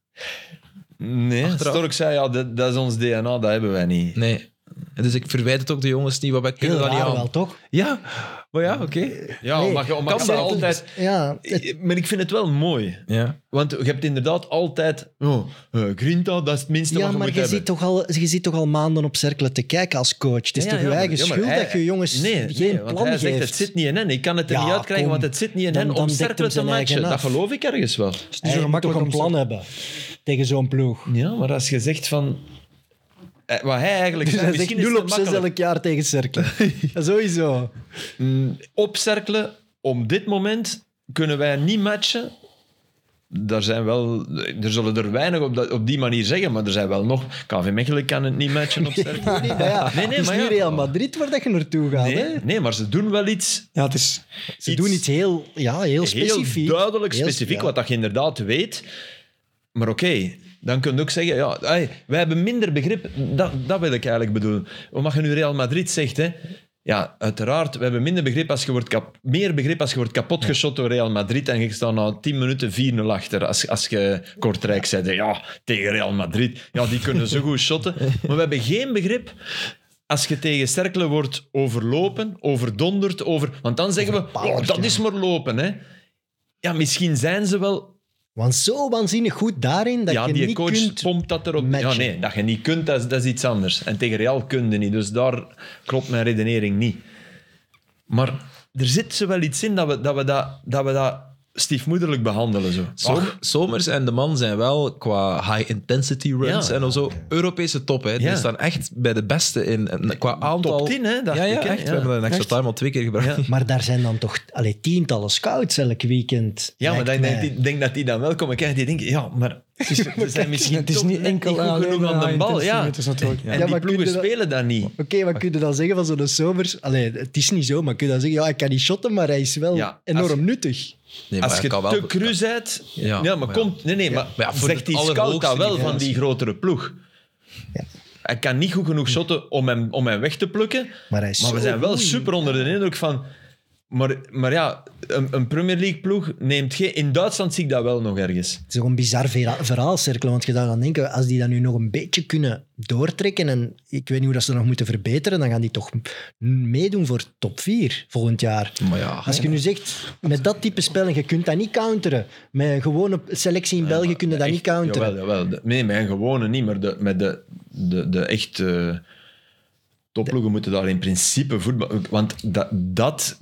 Nee, Achteraf. Stork zei, ja, dat, dat is ons D N A, dat hebben wij niet. Nee. En dus ik verwijt het ook de jongens niet, wat wij kunnen Heel dat niet raar aan. wel, toch? Ja, maar ja, oké. Ja, Nee, maar, je- maar kan je dat hebt altijd... Ja, het- Maar ik vind het wel mooi. Ja. Want je hebt inderdaad altijd... Oh, uh, Grinta, dat is het minste ja wat je maar moet je hebben. zit, toch al, je zit toch al maanden op Cercle te kijken als coach. Het is Ja, toch ja, je maar- eigen ja, maar schuld hij- dat je jongens nee, geen nee, want plan hij geeft. zegt, het zit niet in hen. Ik kan het er Ja, niet uitkrijgen, kom. want het zit niet in Dan- hen dan om dekt hem Cercle te zijn eigen matchen. af. Dat geloof ik ergens wel. Het is niet Hij zo moet toch gemakkelijk een om plan te- hebben tegen zo'n ploeg. Ja, maar als je zegt van... eh, Wat hij eigenlijk Dus zei, hij zegt misschien is nul het op te zes makkelijk. elk jaar tegen Cercle. Ja, sowieso. Mm, Opcerkelen, op dit moment kunnen wij niet matchen. Daar zijn wel, er zullen er weinig op, dat, op die manier zeggen, maar er zijn wel nog... K V Mechelen kan het niet matchen op Cercle. Nee, maar ja, Nee, nee, het is maar niet ja. Real Madrid waar dat je naartoe gaat. Nee, Hè? nee, maar ze doen wel iets... Ja, het is... Ze iets- doen iets heel, ja, heel specifiek. Heel duidelijk Heel- specifiek, ja. wat dat je inderdaad weet. Maar oké, dan kun je ook zeggen... Ja, hey, wij hebben minder begrip. Dat, dat wil ik eigenlijk bedoelen. Omdat je nu Real Madrid zegt... Hè, ja, uiteraard, we hebben minder begrip als je wordt kap, meer begrip als je wordt kapotgeschot door Real Madrid en je staat na tien minuten vier nul achter. Als, als je Kortrijk zegt, ja, tegen Real Madrid, ja, die kunnen zo goed shotten. Maar we hebben geen begrip als je tegen Cercle wordt overlopen, overdonderd, over... Want dan zeggen we, Overpowered, oh, dat ja. is maar lopen, hè. Ja, misschien zijn ze wel... Want zo waanzinnig goed daarin dat ja, je die niet coach kunt... pompt dat erop. Ja, matchen. nee, dat je niet kunt, dat is, dat is iets anders. En tegen Real kun je niet. Dus daar klopt mijn redenering niet. Maar er zit zo wel iets in dat we dat, we dat, dat, we dat stiefmoederlijk behandelen. Zo. Som- Ach, Somers en de man zijn wel qua high-intensity runs Ja. en zo Europese top. Hè. Die Ja. staan echt bij de beste in. En qua aantal... top tien, hè, dacht ja, ja, ik, hè. echt. Ja. We hebben een extra Echt. time al twee keer gebruikt. Ja. Maar daar zijn dan toch allee, tientallen scouts elk weekend. Ja, maar lijkt dan, mij. denk, ik denk dat die dan wel komen kijken. Die denken, ja, maar ze zijn misschien Het is toch niet net enkel niet goed alleen genoeg aan de high bal. intensity Ja. meters natuurlijk. En Ja, die maar ploegen kun je dat- spelen dat niet. Oké, wat kun je dan zeggen van zo'n Somers? Allee, het is niet zo, maar kun je dan zeggen, ja, ik kan niet shotten, maar hij is wel Ja, als enorm je- nuttig. Nee, maar Als hij je kan wel- te cru bent... Ja, Ja, maar, maar ja. komt... Nee, nee, maar, Maar ja, voor zegt het die scout allerhoogste dat wel niveau van die misschien. grotere ploeg. Ja. Hij kan niet goed genoeg shotten om hem, om hem weg te plukken. Maar hij is Maar we zo zijn wel goed. super onder de indruk van... Maar, maar ja, een, een Premier League ploeg neemt geen... In Duitsland zie ik dat wel nog ergens. Het is ook een bizar vera- verhaal, Cercle, want je daar aan denken, als die dat nu nog een beetje kunnen doortrekken, en ik weet niet hoe dat ze dat nog moeten verbeteren, dan gaan die toch meedoen voor top vier volgend jaar. Maar ja, Als je nu zegt, met dat type spellen, je kunt dat niet counteren. Met een gewone selectie in België kun je dat Echt, niet counteren. Jawel, jawel. De- Nee, met een gewone niet, maar de, met de, de, de echt eh, topploegen moeten daar in principe voetbal... Want dat, dat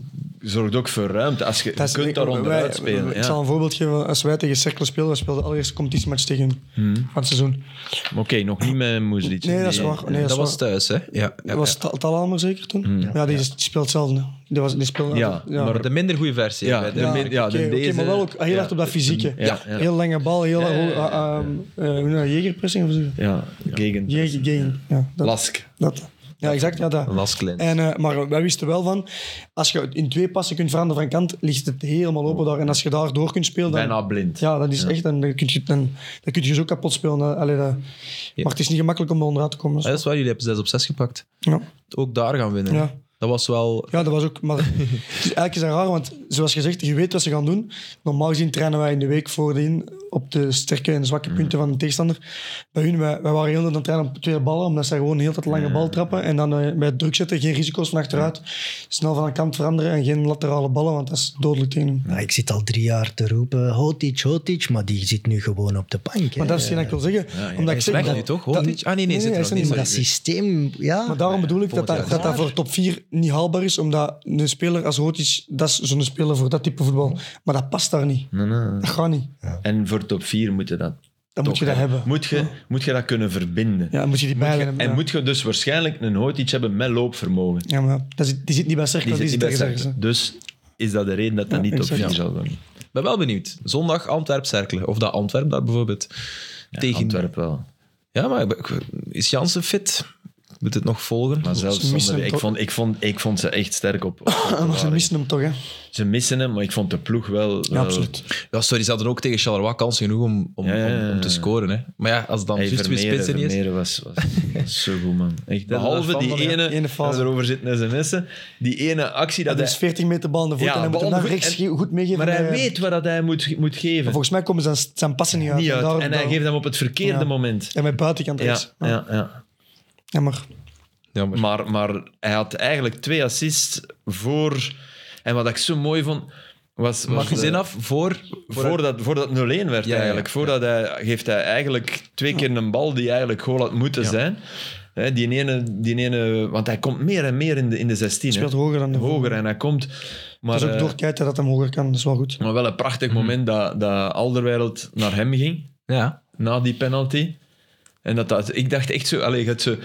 zorgt ook voor ruimte. Als je, Dat je is- kunt daar wij- onderuit spelen. Ik Ja. zal een voorbeeld geven. Als wij tegen Cercle spelen, we speelden de allereerste competitiematch tegen hun Hmm. van het seizoen. Oké, okay, nog niet met Moeslic. Nee, dat is Die- waar. Nee, dat dat is was waar. thuis, hè? Ja, ja, Dat was ja. Ta- Talalmer zeker toen? Ja, die, is- die speelt hetzelfde. Die, was, die speelde Ja, maar- De minder goede versie. Ja, hè, bij de- de Ja, min- ja, oké, de oké, deze- maar wel ook heel ja. hard op dat fysieke. Ja, ja. Heel lange bal, heel Ja, hoog. ja, ja. Uh, uh, uh, hoe noem je dat? Jegerpressing of zo? Ja, Gegen. Jeger, Gegen. Ja, dat, Lask. dat. Ja, exact. Ja, dat. Lasklens. En, uh, maar wij wisten wel van, als je in twee passen kunt veranderen van kant, ligt het helemaal open daar. En als je daar door kunt spelen, dan... Bijna blind. Ja, dat is echt... Dan, dan, kun je, dan, dan kun je zo kapot spelen. hè. Allee, dat, Ja. Maar het is niet gemakkelijk om er onderuit te komen. Ja, dat is waar, jullie hebben zes op zes gepakt. Ja. Ook daar gaan winnen. Ja. Dat was wel... Ja, dat was ook... Maar het is eigenlijk is dat raar, want zoals gezegd, je weet wat ze gaan doen. Normaal gezien trainen wij in de week voordien op de sterke en zwakke punten van de tegenstander. Bij hun, wij, wij waren heel aan het trainen op twee ballen, omdat ze gewoon de hele tijd lange bal trappen. En dan uh, bij het druk zetten, geen risico's van achteruit. Snel van een kant veranderen en geen laterale ballen, want dat is dodelijk tegen hem. Nou, ik zit al drie jaar te roepen, Hotic, Hotic, maar die zit nu gewoon op de bank. Hè. Maar dat is hetgeen dat ik wil zeggen. omdat Hij ik is zeg weg dat, nu, toch? dat- Hotic? Ah, nee, nee, nee, zit er hij nog is er niet. niet dat Sorry. systeem, ja. Maar daarom bedoel ik dat volgend dat, jaar. dat dat voor top vier niet haalbaar is, omdat een speler als Hotic, dat is zo'n speler voor dat type voetbal. Maar dat past daar niet. Nee, nee. Dat gaat niet. En voor top vier moet je dat Dan moet toch je dat hebben. Moet je, moet je dat kunnen verbinden. Ja, dan moet je die Moet je- beide hebben. en ja. moet je dus waarschijnlijk een Hotic hebben met loopvermogen. Ja, maar dat zit, die zit niet bij Cercle, Die die, zit zit niet bij ergens Cercle. ergens. Dus is dat de reden dat dat Ja, niet top exact. vier zal worden. Ik ben wel benieuwd. Zondag Antwerp-Cercle. Of dat Antwerp daar bijvoorbeeld Ja, tegen... Antwerp wel. Ja, maar ik- is Jansen fit? Moet het nog volgen? Maar zelfs Ze missen zonder, hem ik, toch? vond, ik, vond, ik vond ze echt sterk op. op Maar ze missen hem toch, hè? Ze missen hem, maar ik vond de ploeg wel... Ja, wel- absoluut. Ja, sorry, ze hadden ook tegen Charleroi kans genoeg om, om, Ja, ja, ja, om, om te ja. scoren. Hè. Maar ja, als het dan Hey, juist weer Vermeeren, spits er niet is... Vermeeren was, was, was zo goed, man. Echt, Dat is behalve fan die van, ja. ene, Ene fase. dat we erover zitten sms'en, die ene actie dat Dat is hij... veertig meter bal aan de voet Ja, en hij moet bal hem aan naar de voet rechts en- goed meegeven. Maar hij bij- weet wat dat hij moet, moet geven. Volgens mij komen zijn, zijn passen niet uit. Niet uit. daarom- En hij daarom- geeft hem op het verkeerde Ja. moment. En met buitenkant Ja, rechts. Ja. ja, ja. Ja, maar Ja, maar... Maar, maar hij had eigenlijk twee assists voor... En wat ik zo mooi vond, was... was Mag je de- zin af voor... voor Voordat, voordat het nul-één werd Ja, ja, eigenlijk. ja. Voordat hij... Geeft hij eigenlijk twee keer een bal die eigenlijk goal had moeten Ja. zijn. Hè, die ene, die ene... Want hij komt meer en meer in de, in de zestien. hij speelt hè. hoger dan de Hoger en hij komt... Maar, Het is ook eh, door Keita dat hem hoger kan. Dat is wel goed. maar wel een prachtig moment dat, dat Alderweireld naar hem ging. Ja. Na die penalty. En dat, dat ik dacht echt zo... Allee, het zo...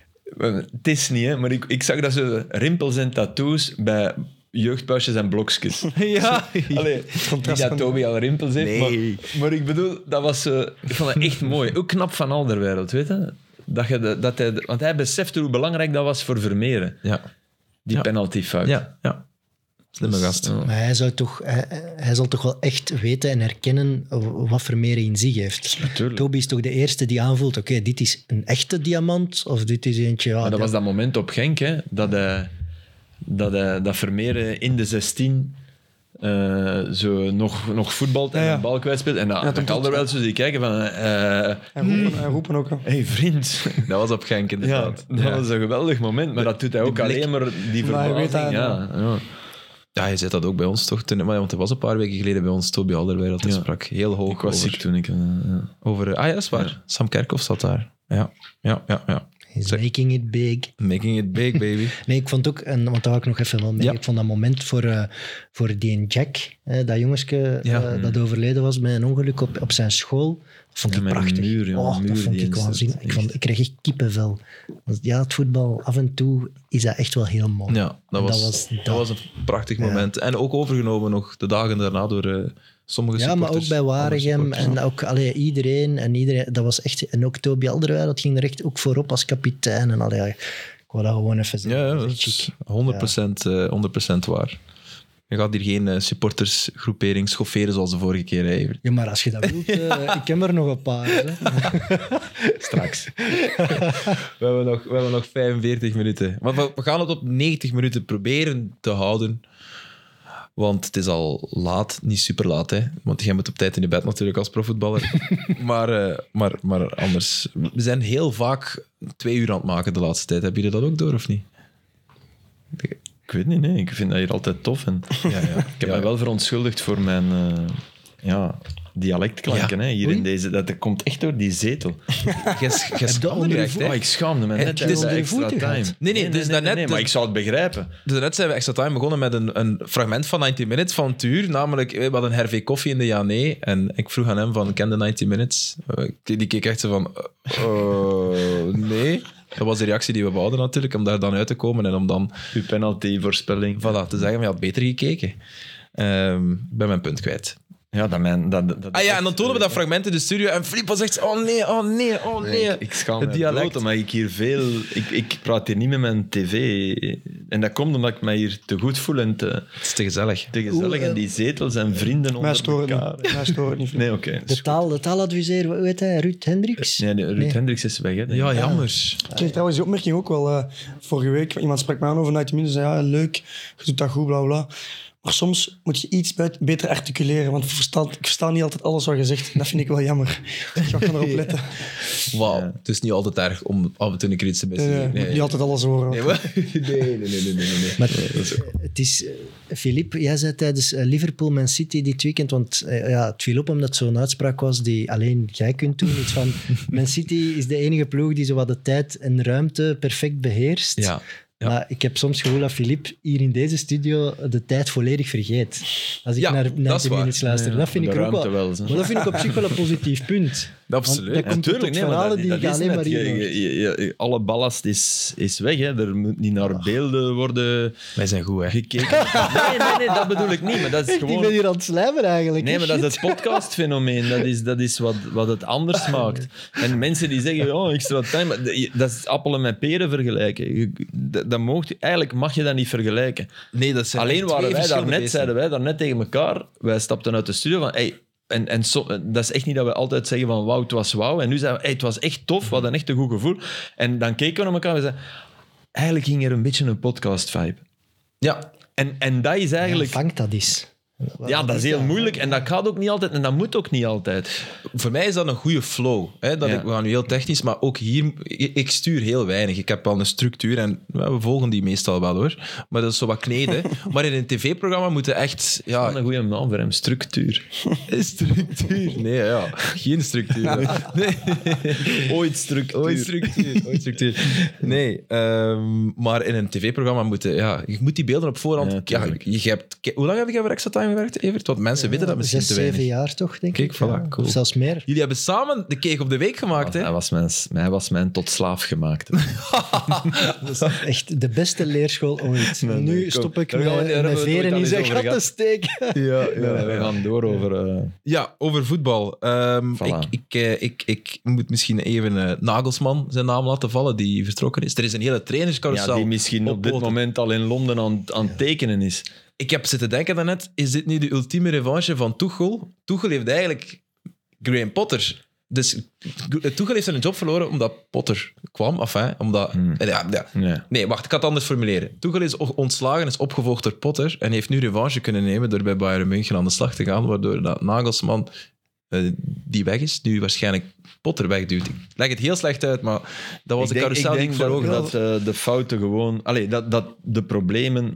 Het is niet, hè, maar ik, ik zag dat ze rimpels en tattoos bij jeugdpuisjes en blokjes. Ja. Allee, niet contrast dat van- Toby al rimpels heeft, Nee. maar, maar ik bedoel, dat was... eh, ik vond het echt mooi. Ook knap van Alderweireld, weet je? Dat je de- dat hij, want hij besefte hoe belangrijk dat was voor Vermeeren, Ja. die Ja. penaltyfout. Ja. Ja. Slimme gast. Ja. Maar hij, zou toch, hij, hij zal toch wel echt weten en herkennen wat Vermeeren in zich heeft. Natuurlijk. Toby is toch de eerste die aanvoelt, oké, dit is een echte diamant, of dit is eentje... Ja, Maar dat dat- was dat moment op Genk, hè, dat, hij, dat, hij, dat Vermeeren in de zestien eh, zo nog, nog voetbalt en Ja, ja. een bal kwijtspeelt. En dat dat ja, klopt. Alderweireld zo die kijken van... eh En roepen, en roepen ook. hè. hey, vriend. Dat was op Genk, Ja, inderdaad. dat Ja. was een geweldig moment. Maar dat doet hij ook blik. alleen maar die Maar hij weet verbazing. dat, Ja, ja. Ja, je zei dat ook bij ons toch? Toen, maar, want hij was een paar weken geleden bij ons, Toby Alderweireld. Hij Ja. sprak heel hoog Ik was over... ziek toen ik... eh, ja. over ah ja, dat is waar. Sam Kerkhoff zat daar. Ja, ja, ja. ja. He's Zeg. making it big. Making it big, baby. Nee, ik vond ook, en, want daar ga ik nog even wel mee, Ja. ik vond dat moment voor, eh, voor die Jack, eh, dat jongetje Ja. eh, dat overleden was bij een ongeluk op, op zijn school, dat vond Ja, ik met een prachtig. muur, ja, oh, een dat muur vond die ik inzet. waanzinnig. Ik, vond, ik kreeg echt kippenvel. Want ja, het voetbal, af en toe is dat echt wel heel mooi. Ja, dat En was, dat was dat dat. was een prachtig Ja. moment. En ook overgenomen nog de dagen daarna door eh, sommige Ja, maar supporters. ook bij Andere Waregem supporters. en ook allee, iedereen. En iedereen, dat was echt, en ook Toby Alderweireld ging er echt ook voorop als kapitein. En allee, ik wou dat gewoon even zeggen. Ja, ja, Dat dat is echt is chic. honderd procent, eh, honderd procent waar. Je gaat hier geen eh, supportersgroepering schofferen zoals de vorige keer. Hè. Ja, maar als je dat wilt, eh, ik heb er nog een paar. Hè. Straks. we, hebben nog, we hebben nog vijfenveertig minuten. Maar we, we gaan het op negentig minuten proberen te houden. Want het is al laat, niet super laat, hè? Want jij moet op tijd in je bed natuurlijk als profvoetballer. maar, eh, maar, maar anders. We zijn heel vaak twee uur aan het maken de laatste tijd. Hebben jullie dat ook door of niet? Ik weet niet, nee. Ik vind dat hier altijd tof. En Ja, ja. ik heb mij wel verontschuldigd voor mijn... eh, ja, dialectklanken hè, hier Oei. in deze. Dat, dat komt echt door die zetel. Jij schaamde je echt, hè? Oh, ik schaamde me net Het tijdens is de onder je extra voeten time. gehad. Nee, nee, dus daarnet- maar dus- ik zou het begrijpen. Dus net zijn we extra time begonnen met een, een fragment van negentig minutes van het uur. Namelijk, we hadden Hervé Koffie in de ja-nee. En ik vroeg aan hem van, ken de negentig minutes? Uh, die keek echt zo van, uh, nee. Dat was de reactie die we wouden natuurlijk, om daar dan uit te komen en om dan, Uw penalty-voorspelling. voilà, te zeggen, je had beter gekeken. Um, ik ben mijn punt kwijt. Ja, dat mijn... Dat, dat, Ah ja, en dan tonen we dat fragment in de studio en Filip was echt, oh nee, oh nee, oh nee. Nee, ik, ik schaam Het me dialect. dood, omdat ik hier veel... Ik, ik praat hier niet met mijn tv. En dat komt omdat ik mij hier te goed voel en te, Het is te gezellig. te gezellig. Oeh, eh, En die zetels en vrienden Mij onder stoort het elkaar. niet. Mij stoort het niet. Nee, oké. dat is De, taal, de taaladviseur, hoe heet hij? Ruud Hendricks? goed. Nee, nee, Ruud Nee. Hendricks is weg, hè. denk Ja, ik. jammer. Ik kreeg trouwens die opmerking ook wel uh, vorige week. Iemand sprak mij aan over negentig minuten en zei, ja, leuk, je doet dat goed, bla bla. Maar soms moet je iets buit- beter articuleren, want ik versta, ik versta niet altijd alles wat je zegt. Dat vind ik wel jammer. Dus ik ga erop letten. Wauw, Ja. het is niet altijd erg om af en toe een keer iets te missen. Nee, nee, niet altijd alles horen. Nee, maar- nee, nee, nee, nee, nee, nee. Maar het is... Filip, jij zei tijdens eh, Liverpool-Man City dit weekend, want eh, ja, het viel op omdat het zo'n uitspraak was die alleen jij kunt doen. Iets van, Man City is de enige ploeg die zo wat de tijd en ruimte perfect beheerst. Ja. Ja. Maar ik heb soms het gevoel dat Filip hier in deze studio de tijd volledig vergeet. Als ik Ja, naar dat is negentig waar. minutes luister. Ja, dat vind de ik er ook ruimte wel. wel, zo. Maar dat vind ik op zich wel een positief punt. Absoluut. Want dat komt tot nee, maar verhalen dat, die dat ik is alleen net, maar je- hier hoor. je- je- je- alle ballast is, is weg. Hè. Er moet niet naar beelden worden Wij zijn goed, hè. gekeken. Nee, nee, nee, dat bedoel ik niet. Maar dat is Ik ben gewoon... hier aan het slijmen eigenlijk. Nee, hè, maar dat is shit. het podcastfenomeen. Dat is, dat is wat, wat het anders maakt. En mensen die zeggen, oh, extra time, maar dat- dat is appelen met peren vergelijken. Je- Dat, dat mocht, eigenlijk mag je dat niet vergelijken. Nee, dat zijn Alleen echt waren twee wij verschillende daarnet, beesten. zeiden wij daarnet tegen elkaar, wij stapten uit de studio van, hey, en, en so, dat is echt niet dat we altijd zeggen van, wauw, het was wauw. En nu zeiden we, hey, het was echt tof, we hadden echt een goed gevoel. En dan keken we naar elkaar en we zeiden, eigenlijk ging er een beetje een podcast-vibe. Ja, En, en dat is Ja, eigenlijk... vangt dat is. Ja, dat is heel moeilijk en dat gaat ook niet altijd en dat moet ook niet altijd. voor mij is dat een goede flow. Hè? Dat Ja. ik, we gaan nu heel technisch, maar ook hier, ik, ik stuur heel weinig. Ik heb wel een structuur en ja, we volgen die meestal wel hoor. Maar dat is zo wat kneden. Maar in een tv-programma moeten echt... Ja, Ja, een goede naam voor hem, structuur. structuur. Nee, ja, geen structuur. Nee. Ooit structuur. Ooit structuur. Ooit structuur. Nee, ehm, maar in een tv-programma moeten... Ja, je moet die beelden op voorhand... Ja, Ja, tuurlijk. je hebt, hoe lang heb je voor Extra Time gewerkt, Evert? Want mensen weten dat misschien Zes, te weinig. zeven jaar toch, denk Kijk, ik. voilà, ja. cool. Of zelfs meer. Jullie hebben samen de cake op de week gemaakt, hè? Hij was mijn, hij was mijn tot slaaf gemaakt. Dat is echt de beste leerschool ooit. Nee, nee, nu kom. stop ik Daar gaan we- met, daar hebben met we het veren ooit al in eens zijn over gat te gehad. steken. Ja, Ja, we gaan door over... eh, Ja, over voetbal. Ehm, Voilà. ik, ik, eh, ik, ik moet misschien even eh, Nagelsman zijn naam laten vallen, die vertrokken is. Er is een hele ja, trainerscarousel. die misschien op dit poten. moment al in Londen aan, aan het tekenen is. Ik heb zitten denken daarnet, is dit nu de ultieme revanche van Tuchel? Tuchel heeft eigenlijk Graham Potter... Dus Tuchel heeft zijn job verloren omdat Potter kwam. Enfin, omdat... Hmm. Ja, ja. Nee. Nee, wacht, ik ga het anders formuleren. Tuchel is o- ontslagen, is opgevolgd door Potter en heeft nu revanche kunnen nemen door bij Bayern München aan de slag te gaan, waardoor dat Nagelsman, eh, die weg is, nu waarschijnlijk Potter wegduwt. Ik leg het heel slecht uit, maar dat was Ik de denk, carousel ik die denk ik voor dat, ogen had. dat eh, de fouten gewoon... Allee, dat, dat de problemen,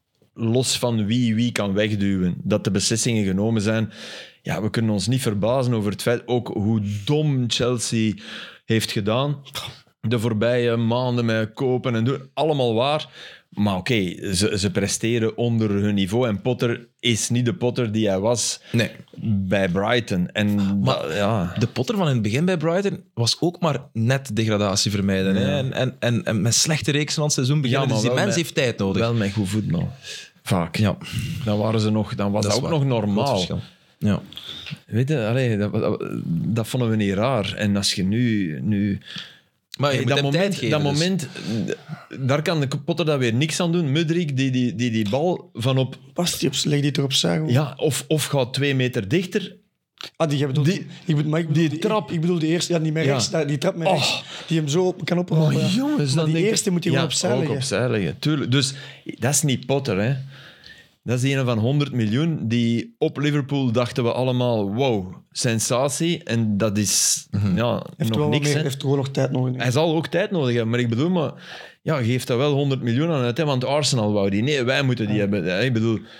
los van wie wie kan wegduwen, dat de beslissingen genomen zijn. Ja, we kunnen ons niet verbazen over het feit ook hoe dom Chelsea heeft gedaan. De voorbije maanden met kopen en doen. Allemaal waar. Maar oké, ze, ze presteren onder hun niveau. En Potter is niet de Potter die hij was Nee. bij Brighton. En Maar dat- ja... De Potter van in het begin bij Brighton was ook maar net degradatie vermijden. Ja. Hè? En, en, en, en met slechte reeksen aan het seizoen beginnen. Ja, maar dus die wel mens met- heeft tijd nodig. Wel met goed voetbal. Vaak. Ja, Dan, waren ze nog, dan was dat, is ook waar. nog Groot normaal. verschil. Ja. Weet je, allee, dat, dat, dat vonden we niet raar. En als je nu... nu Maar je Hey, moet dat hem moment, tijd geven. dat dus. moment, daar kan de Potter daar weer niks aan doen. Mudryk, die die, die die bal van op... Past die op, leg die erop zagen. Ja, of, of gaat twee meter dichter. Ah, die, jij bedoelt, Die- die, ik bedoel, maar ik bedoel, die die trap. Ik, ik bedoel die eerste, ja, niet meer Ja. rechts, die, die trap met Oh. rechts, die hem zo op, kan oprollen. ja. Maar die denk ik- eerste moet hij ja, gewoon opzij ook leggen. opzij leggen, tuurlijk. Dus dat is niet Potter, hè. Dat is die ene van honderd miljoen die op Liverpool dachten we allemaal, wow, sensatie. En dat is ja, Heeft wel nog wat niks, meer, hè. heeft gewoon nog tijd nodig. denk ik. Hij zal ook tijd nodig hebben, maar ik bedoel, maar, ja, geef daar wel honderd miljoen aan uit, hè, want Arsenal wou die. Nee, wij moeten die hebben. Ja, ik bedoel,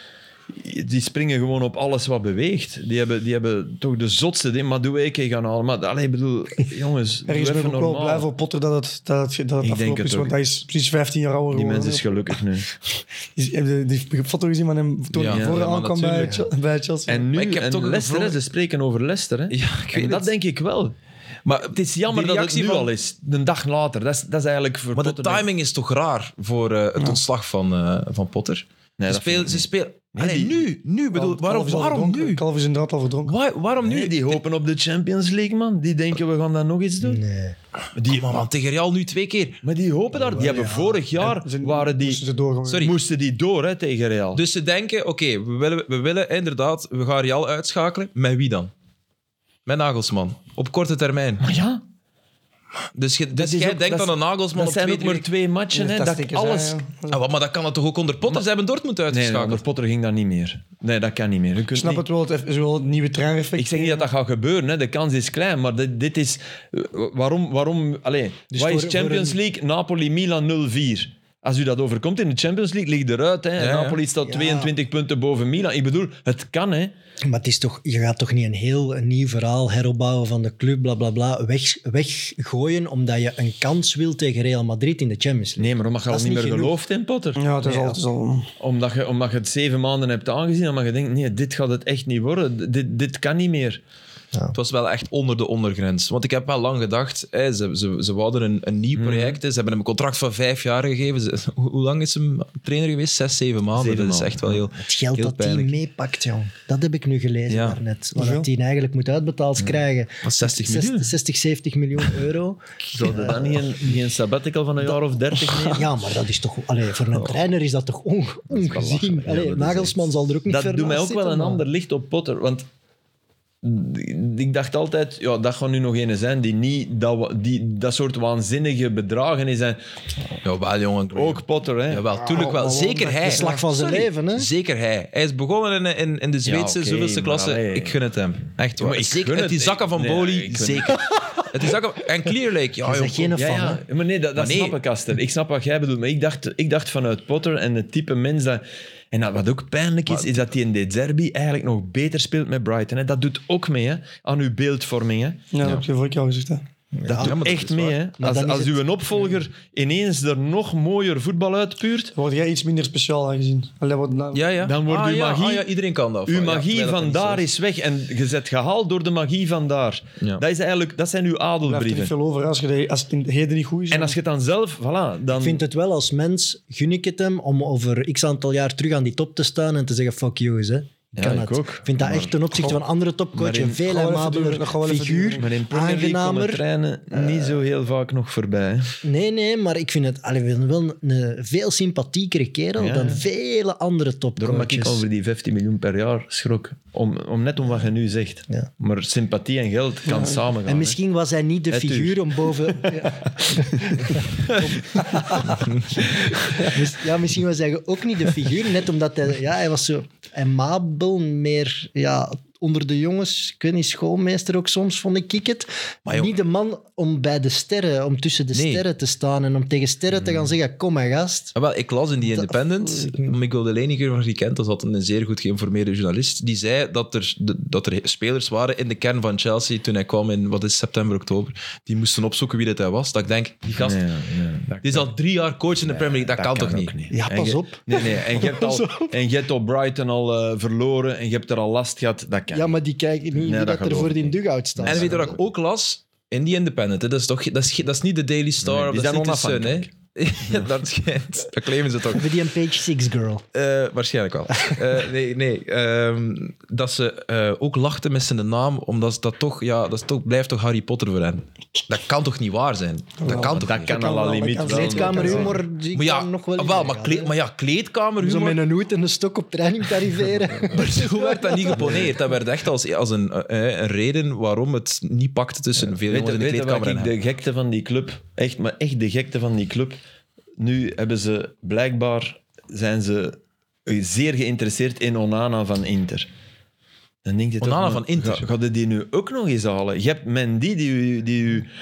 die springen gewoon op alles wat beweegt. Die hebben, die hebben toch de zotste ding. Maar doe ik gaan halen. Maar allee, ik bedoel, jongens, doe Ergens ben even ik ook wel normaal. blij voor Potter dat het, dat het, dat het Ik afgelopen denk het is. ook. Want hij is precies vijftien jaar ouder Die geworden. mens is gelukkig nu. Die, die, die, die foto gezien van hem toen Ja, hij ja, voor maar aankwam bij, natuurlijk. Chel- bij Chelsea. Maar En nu, ik heb en toch een Leicester, hè, gevlogen- ze spreken over Leicester. Hè. Ja, ik weet En dat het. denk ik wel. Maar Het is jammer die dat het reactie nu van- al is. Een dag later. Dat is, dat is eigenlijk voor Maar de Tottenham- timing is toch raar voor uh, het ontslag van, uh, van Potter? Nee, ze dat vind spelen... ik Ze niet. spelen Nee, Allee, die- nu, nu bedoel, Kalf waarom, is al waarom verdronken. nu? Kalf is inderdaad al verdronken. Waar, waarom nu? Nee, die hopen op de Champions League, man. Die denken, we gaan dat nog eens doen. Nee. Die, Maar man, tegen Real nu twee keer. maar die hopen daar. Die hebben vorig jaar, Ze- waren moesten die, ze doorgaan. Sorry. moesten die door hè, tegen Real. Dus ze denken, oké, we, willen, we willen inderdaad, we gaan Real uitschakelen. Met wie dan? Met Nagelsman. Op korte termijn. Maar ja, Dus, je, dus is jij ook- denkt dat aan is- een Nagelsman dat op zijn twee, ook maar drie... twee matchen. Hè, Dat dat stikken alles... zij, ja. Ah, wat, maar dat kan het toch ook onder Potter? Ze hebben Dortmund Nee, uitgeschakeld. onder Potter ging dat niet meer. Nee, dat kan niet meer. Je Ik kunt snap niet- het wel, het is wel het nieuwe treineffect. Ik zeg niet dat dat gaat gebeuren, hè. De kans is klein, maar dit, dit is... Waarom... waarom allez, Dus wat voor- is Champions voor League? Napoli-Milan nul vier. Als u dat overkomt in de Champions League, ligt eruit. Hè. Ja, ja. Napoli staat Ja. tweeëntwintig punten boven Milan. Ik bedoel, het kan, hè. Maar het is toch, je gaat toch niet een heel een nieuw verhaal heropbouwen van de club, bla bla bla, weg, weggooien omdat je een kans wil tegen Real Madrid in de Champions League. Nee, maar omdat je Dat al is niet niet meer genoeg. gelooft in Potter. Ja, het is Nee, al... Het is al Omdat je, omdat je het zeven maanden hebt aangezien, omdat je denkt, nee, dit gaat het echt niet worden. Dit, dit kan niet meer. Het was wel echt onder de ondergrens. Want ik heb wel lang gedacht, hè, ze, ze, ze wouden een, een nieuw project. Hè. Ze hebben hem een contract van vijf jaar gegeven. Ze, hoe, hoe lang is hem trainer geweest? Zes, zeven maanden. Zeven dat is maanden, echt wel heel, Het geld heel dat hij pijnlijk. meepakt, jong. Dat heb ik nu gelezen Ja. daarnet. Wat Hoeveel? dat hij eigenlijk moet uitbetaald krijgen. Van zestig miljoen. zestig, zeventig miljoen euro. Zou je dan niet een, niet een sabbatical van een jaar of dertig nemen? Ja, maar dat is toch... Allee, voor een trainer is dat toch on, ongezien. belachelijk. Ja, Allee, dat is Nagelsman echt- zal er ook niet Dat ver doet mij ook naast wel zitten, een maar- ander licht op Potter. Want ik dacht altijd, ja, dat gaat nu nog een zijn die niet dat, wa- die, dat soort waanzinnige bedragen is. En Jawel, jongen. ook Potter, hè. Jawel, tuurlijk wel. Zeker hij. De slag van zijn Sorry. leven, hè? Zeker hij. Hij is begonnen in, in, in de Zweedse Ja, oké, zoveelste maar klasse. allee. Ik gun het hem. Echt waar. maar ik zeker, gun het het. die zakken van Nee, Boli, ik gun- zeker. Het die zakken... En Clear Lake, ja, Je joh, bent geen Ja, fan, ja. hè? Maar nee, dat, dat Maar nee. snap ik, Aster. Ik snap wat jij bedoelt. Maar ik dacht, ik dacht vanuit Potter en het type mens dat... En dat, wat ook pijnlijk is, is dat hij in De Zerbi eigenlijk nog beter speelt met Brighton. Hè. Dat doet ook mee, hè, aan uw beeldvorming. Hè. Ja, dat heb je vorige keer al gezegd. Hè. Dat Ja, doet maar dat echt is mee. waar. Hè. Maar Als, dan is als het- uw opvolger ineens er nog mooier voetbal uitpuurt, Word jij iets minder speciaal aangezien. Allee, wat, nou, Ja, ja. Dan wordt ah, uw ja, magie- ah, ja, iedereen kan dat. uw Ja, magie terwijl dat van niet zo daar is weg. En je zit gehaald door de magie van daar. Ja. Dat, is eigenlijk, dat zijn uw er blijft er niet adelbrieven. veel over als, je de, als het in het heden niet goed is. En als je het dan zelf... Voilà, dan... Ik vind het wel als mens, gun ik het hem om over x aantal jaar terug aan die top te staan en te zeggen fuck you eens, hè. Ik Ja, kan ik het. ook. Ik vind dat Maar- echt ten opzichte van andere topcoaches Maar in- een veel Ga wel even amabeler duren, dat gaat wel even figuur, duren. Maar in Premier League komen aangenamer. treinen niet zo heel vaak nog voorbij. Hè. Nee, nee, maar ik vind het allee, ik vind het wel een veel sympathiekere kerel Ja, dan ja. vele andere Daarom maak ik topcoaches. over die vijftien miljoen per jaar schrok. Om, om net om wat je nu zegt. Ja. Maar sympathie en geld kan samen gaan. En misschien was hij niet de Het figuur om boven... Ja. Mis- ja, misschien was hij ook niet de figuur, net omdat hij... Ja, hij was zo amabel, meer... Ja, onder de jongens, ik weet niet, schoolmeester ook soms, vond ik het. Maar joh. niet de man om bij de sterren, om tussen de Nee. sterren te staan en om tegen sterren te gaan zeggen, kom maar gast. Ah, wel, ik las in die Dat- Independent, Miguel de Leiniger, van die kent, dat is altijd een zeer goed geïnformeerde journalist, die zei dat er, de- dat er spelers waren in de kern van Chelsea toen hij kwam in, wat is september, oktober, die moesten opzoeken wie dat hij was. Dat ik denk, die gast, Nee, nee, dat- die is al drie jaar coach in de Premier League, dat, kan toch ook niet? Ja, En pas je- op. Nee, nee. En je hebt, al, en je hebt op Brighton al eh, verloren en je hebt er al last gehad. Dat kan. Ja, maar die kijken niet wie dat dat er geloof voor ik die niet. dugout staat. En weet je wat ik ook las? In die Independent, hè, dat, is toch, dat, is, dat is niet de Daily Star, Nee, of die dat is zijn niet de Sun. Hè? onafhankelijk. Ja, dat schijnt. Dat claimen ze toch. Hebben die een page six girl? Eh, waarschijnlijk wel. Eh, nee, nee. ehm, dat ze eh, ook lachten met zijn naam, omdat ze dat toch, ja, dat is toch, blijft toch Harry Potter voor hen. Dat kan toch niet waar zijn? Dat kan toch dat niet? kan kan al wel, aan dat limiet kan wel. zeker. Kleedkamerhumor zie ik Maar ja, dan nog wel wel, in maar, gaan, kleed, hè. maar ja, Zo kleedkamerhumor... met een hoed en een stok op training te arriveren. Maar zo werd dat niet geponeerd. Dat werd echt als, als een, eh, een reden waarom het niet pakte tussen veel Weet jongens je, in de weet je wat kleedkamer en ik hem. de gekte van die club, echt, maar echt de gekte van die club, nu hebben ze blijkbaar, zijn ze zeer geïnteresseerd in Onana van Inter. Dan denk je toch, Onana maar van Inter? Ga, ga je die nu ook nog eens halen? Je hebt Mendy die u... Die u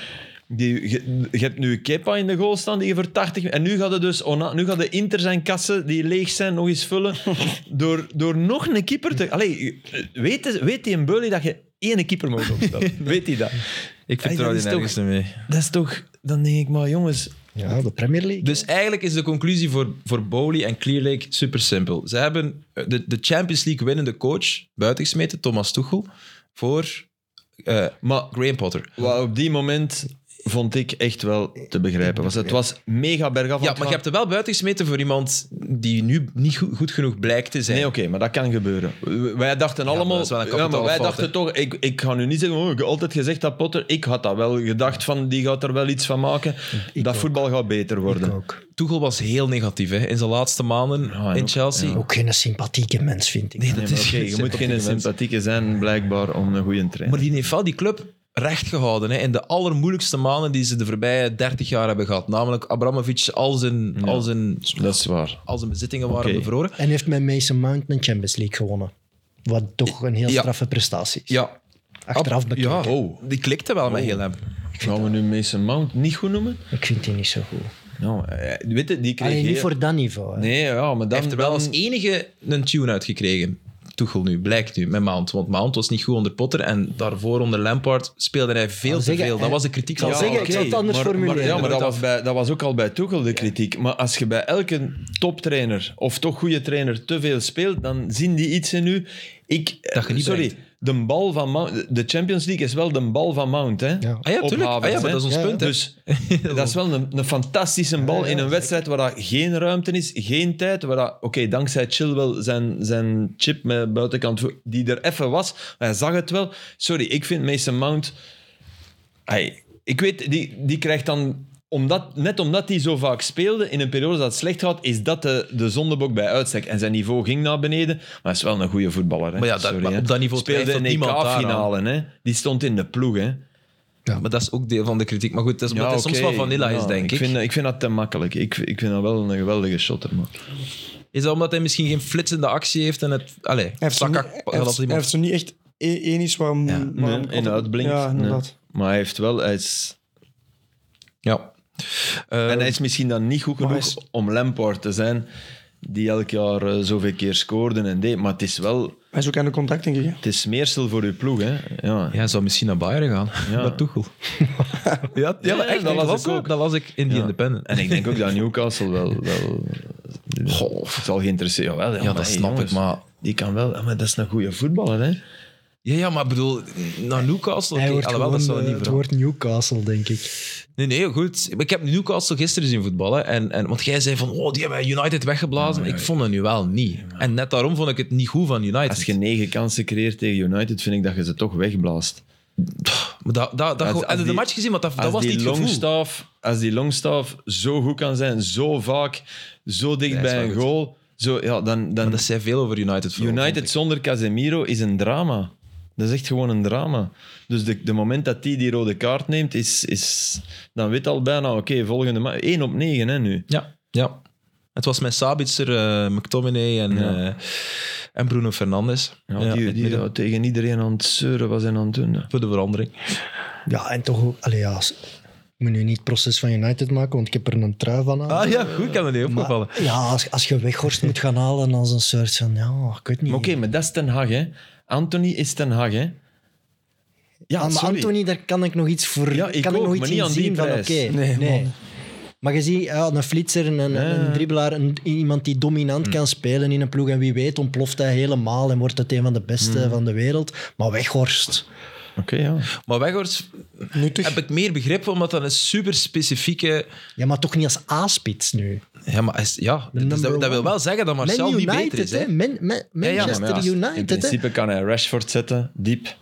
Die, je, je hebt nu Kepa in de goal staan die je voor tachtig... En nu gaat het dus Ona, nu gaat de Inter zijn kassen die leeg zijn nog eens vullen door, door nog een keeper te... Allee, weet, weet die een Burnley dat je één keeper mag opstellen? Weet hij dat? Ik vertrouw Ay, die dat is nergens toch- niet mee. Dat is toch... Dan denk ik maar, jongens... Ja, de Premier League. Dus eigenlijk is de conclusie voor, voor Bowley en Clear Lake super simpel. Ze hebben de, de Champions League winnende coach buitengesmeten, Thomas Tuchel, voor uh, Maar Graham Potter. wat op die moment vond ik echt wel te begrijpen. Was, het was mega bergaf. Ja, maar je hebt er wel buitengesmeten voor iemand die nu niet goed, goed genoeg blijkt te zijn. Nee, oké, okay, maar dat kan gebeuren. Wij dachten allemaal... maar dat is wel een ja, maar kapitale wij fout, dachten hè. toch... Ik, ik ga nu niet zeggen, oh, ik heb altijd gezegd dat Potter... Ik had dat wel gedacht, van die gaat er wel iets van maken. Ik dat ook. voetbal gaat beter worden. Ik ook. Tuchel was heel negatief hè, in zijn laatste maanden Ja, en in ook- Chelsea. ja. Ook geen sympathieke mens, vind ik. Nee, Nee, dat maar is oké, geen je moet geen sympathieke mens. sympathieke zijn, blijkbaar, om een goede trainer. Maar die heeft wel die club recht gehouden hè, in de allermoeilijkste maanden die ze de voorbije dertig jaar hebben gehad. Namelijk Abramovich, al zijn, Ja. al zijn, Dat is waar. al zijn bezittingen waren Oké. bevroren. En heeft met Mason Mount een Champions League gewonnen. Wat toch een heel Ja. straffe prestatie is. Ja, Achteraf bekeken. ja Oh. die klikte wel met heel hem. Gaan we nu Mason Mount niet goed noemen? Ik vind die niet zo goed. Nou, eh, weet je, die kreeg Alleen niet heel- voor dat niveau. Hè. Nee, ja, maar dan... Hij heeft er wel dan- als enige een tune uitgekregen. Tuchel nu, blijkt nu, met Mount. Want Mount was niet goed onder Potter en daarvoor onder Lampard speelde hij veel Al te zeggen, veel. Dat hij- was de kritiek van zal zeggen, Potter. ik zal het anders maar, formuleren. Maar, ja, maar dat Nooit was, bij, dat was ook al bij Tuchel de kritiek. Maar als je bij elke toptrainer of toch goede trainer te veel speelt, dan zien die iets in u. Ik, Dat je niet sorry, brengt. de bal van Mount, de Champions League is wel de bal van Mount. Hè? Ja. Ah ja, Op tuurlijk. Ah, ja, Havertz, maar dat is ons hè. Ja, punt. Hè. Dus dat is wel een, een fantastische bal Ja, ja, in een zeker. wedstrijd waar dat geen ruimte is, geen tijd. Waar dat, oké, dankzij Chilwell zijn, zijn chip met buitenkant, vo- die er even was, hij zag het wel. Sorry, ik vind Mason Mount... Ay, ik weet, die, die krijgt dan... Omdat, net omdat hij zo vaak speelde, in een periode dat het slecht gaat, is dat de, de zondebok bij uitstek. En zijn niveau ging naar beneden, maar hij is wel een goede voetballer. Hè. Maar ja, dat- Sorry, maar hè. op dat niveau speelde twijfelt een E niemand daaraan. K-finale, hè. Die stond in de ploeg, hè. Maar dat is ook deel van de kritiek. Maar goed, dat is, omdat hij soms oké. wel vanilla is, Ja, denk ik. Ik vind, ik vind dat te makkelijk. Ik, ik vind dat wel een geweldige shotter. Maar. Is dat omdat hij misschien geen flitsende actie heeft en het... Allee, Hij heeft, zo Saka niet, hij, gaat heeft, als hij iemand... heeft zo niet echt e- één iets waar hem, Ja. waar Nee, hem in altijd- uitblinkt. Ja, inderdaad. Nee. Maar hij heeft wel... Hij is, Ja. Eh, en hij is misschien dan niet goed maar genoeg hij is- om Lampard te zijn, die elk jaar eh, zoveel keer scoorde en deed. Maar het is wel... Hij is ook aan de contact, denk ik. Hè. Het is meersel voor uw ploeg, hè. Ja. ja, hij zou misschien naar Bayern gaan. Ja. Naar Tuchel. ja, ja, maar echt, dat las las ik dat. ook. Dat las ik in The Ja. Independent. En ik denk ook dat Newcastle wel... wel Goh. het zal geïnteresseerd... Jawel, ja, Ja, maar, dat hey, snap jongens, ik, maar... Die kan wel... Maar dat is een goede voetballer, hè. Ja, ja, maar ik bedoel, naar Newcastle... Hij oké, wordt alhoewel, dat gewoon zou eh, niet het veranderen. woord Newcastle, denk ik. Nee, nee, goed. Ik heb Newcastle gisteren zien voetballen. En, en, want jij zei van, oh, die hebben United weggeblazen. Ik vond het nu wel niet. En net daarom vond ik het niet goed van United. Als je negen kansen creëert tegen United, vind ik dat je ze toch wegblaast. Maar dat, dat, dat, Als- heb als je de die- match gezien? Want dat, dat Als was die niet het gevoel. longstaff, als die longstaff zo goed kan zijn, zo vaak, zo dicht Ja, is bij wel een goed. goal, zo, ja, dan, Maar dan dat zei veel over United. vooral, vond United ik. zonder Casemiro is een drama. Dat is echt gewoon een drama. Dus de, de moment dat die die rode kaart neemt, is, is, dan weet al bijna, oké, volgende match. één op negen hè, nu. Ja, ja. Het was met Sabitzer, eh, McTominay en, Ja. eh, en Bruno Fernandes. Ja, Ja, in die het die midden. ja, tegen iedereen aan het zeuren was en aan het doen. hè. Voor de verandering. Ja, en toch ook... Allee, ja, ik moet nu niet het proces van United maken, want ik heb er een trui van aan. Ah ja, goed, kan me niet opgevallen. Maar, ja, als, als je Weghorst moet gaan halen als een soort van... Ja, ik weet niet. Maar oké, maar dat is Ten Hag, hè. Anthony is Ten Hag, hè. Ja, Ah, maar sorry. Anthony, daar kan ik nog iets voor... Ja, ik kan ook, nog maar iets niet in aan die zien van, oké, prijs. Nee, nee. man. Maar je ziet, ja, een flitser, een, een, een dribbelaar, een, iemand die dominant kan spelen in een ploeg. En wie weet ontploft hij helemaal en wordt het een van de beste van de wereld. Maar Weghorst... Oké, ja. Maar Weghorst Nuttig. heb ik meer begrepen, omdat dat een super specifieke... Ja, maar toch niet als A-spits nu. Ja, maar hij is- ja, dus number dat, dat wil one. wel zeggen dat Marcel Man niet United, beter is. Hè? hè. Man, Man- ja, maar Manchester Maar ja, in United, hè. principe kan hij Rashford zetten, diep.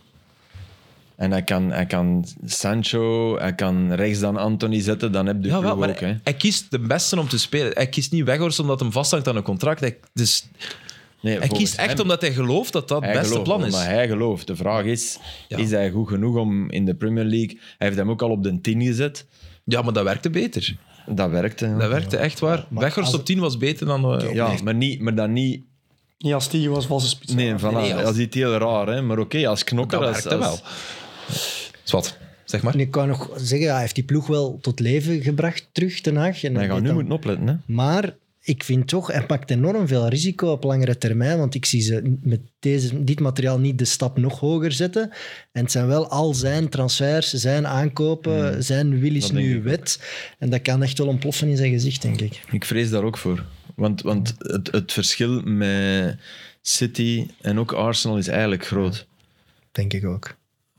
En hij kan, hij kan Sancho, hij kan rechts dan Anthony zetten, dan heb je de Ja, ploeg wel, maar ook. Hè. hij, hij kiest de beste om te spelen. Hij kiest niet Weghorst omdat hij vasthangt aan een contract. Hij, dus, Nee, hij volgens kiest echt hem- omdat hij gelooft dat dat het hij beste gelooft, plan is. Maar hij gelooft. De vraag is, Ja. is hij goed genoeg om in de Premier League... Hij heeft hem ook al op de tien gezet. Ja, maar dat werkte beter. Dat werkte. Ja, Dat werkte echt waar. Maar Weghorst als- op tien was beter dan... eh, ja maar, niet, maar dan niet... Niet als die was valse spits. Nee, voilà, nee, als- dat is niet heel raar. Hè. Maar oké, als knokker... dat als, werkte als- wel. Zwat. zeg maar. En ik kan nog zeggen, ja, hij heeft die ploeg wel tot leven gebracht terug, Ten Hag. En Maar je gaat deed nu dan- moeten opletten. Hè? Maar ik vind toch, hij pakt enorm veel risico op langere termijn, want ik zie ze met deze, dit materiaal niet de stap nog hoger zetten. En het zijn wel al zijn transfers, zijn aankopen, Hmm. zijn wil is Dat denk nu ik wet. En dat kan echt wel ontploffen in zijn gezicht, denk ik. Ik vrees daar ook voor. Want, want het, het verschil met City en ook Arsenal is eigenlijk groot. Denk ik ook.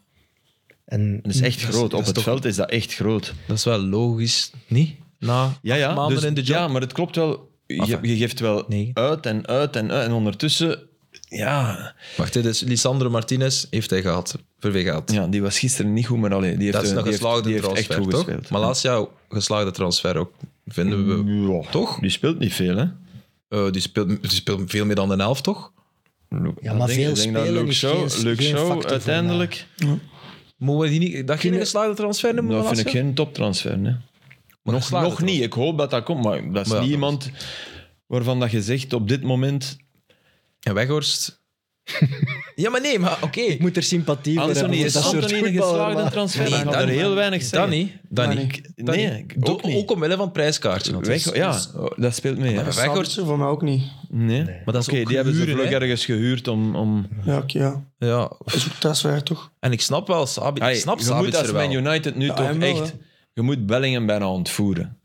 En Het is echt Dat is- groot. dat Op is het toch- veld is dat echt groot. Dat is wel logisch, niet? Na Ja, ja, acht maanden dus- in de job. ja, maar het klopt wel. Je, Enfin, je geeft wel nee. uit en uit en uit. En ondertussen, ja, Wacht, dit is Lisandro Martinez heeft hij gehad, voor wie gehad. ja, die was gisteren niet goed, maar allee, die heeft, Dat is eh, een die heeft, geslaagde die heeft echt transfer, goed toch? gespeeld. Malacia, geslaagde transfer ook, vinden we. Ja, Toch? Die speelt niet veel, hè? Eh, die, speelt, die speelt veel meer dan de elf, toch? Ja, maar ik denk, veel ik denk dat spelen Luke is Shaw, geen- Luke geen Shaw factor voor uiteindelijk, Moeten we die niet, dat geen Kunnen- geslaagde transfer noemen? dat vind ik Malacia? geen toptransfer. Nee. Nog, geslaagde nog niet. Ik hoop dat dat komt, maar dat is Maar ja, niet dat iemand waarvan dat je zegt op dit moment... En Weghorst. ja, maar nee, maar oké. Ik moet er sympathie voor Anthony hebben voor is dat soort Anthony een voetballer, geslaagde maar- transfer. Nee, Nee, ik dat ga er niet. heel weinig Dat zeggen. niet. Dat Dat niet. Ik- Dat nee, niet. ook Do- niet. Ook omwille van het prijskaartje. want dat is- Weg, ja, dat speelt mee. hè. Maar Weghorst- Sabitzer voor mij ook niet. Nee. Maar dat is Oké, ook die hebben ze gehuurd, vlug hè? ergens gehuurd om... om... Ja, oké, ja. Ja, Dat is ook transfer, toch? en ik snap wel, Sabi, Hey, ik snap je moet Sabitzer als wel. Man United nu Ja, toch hem wel, echt... hè. Je moet Bellingham bijna ontvoeren.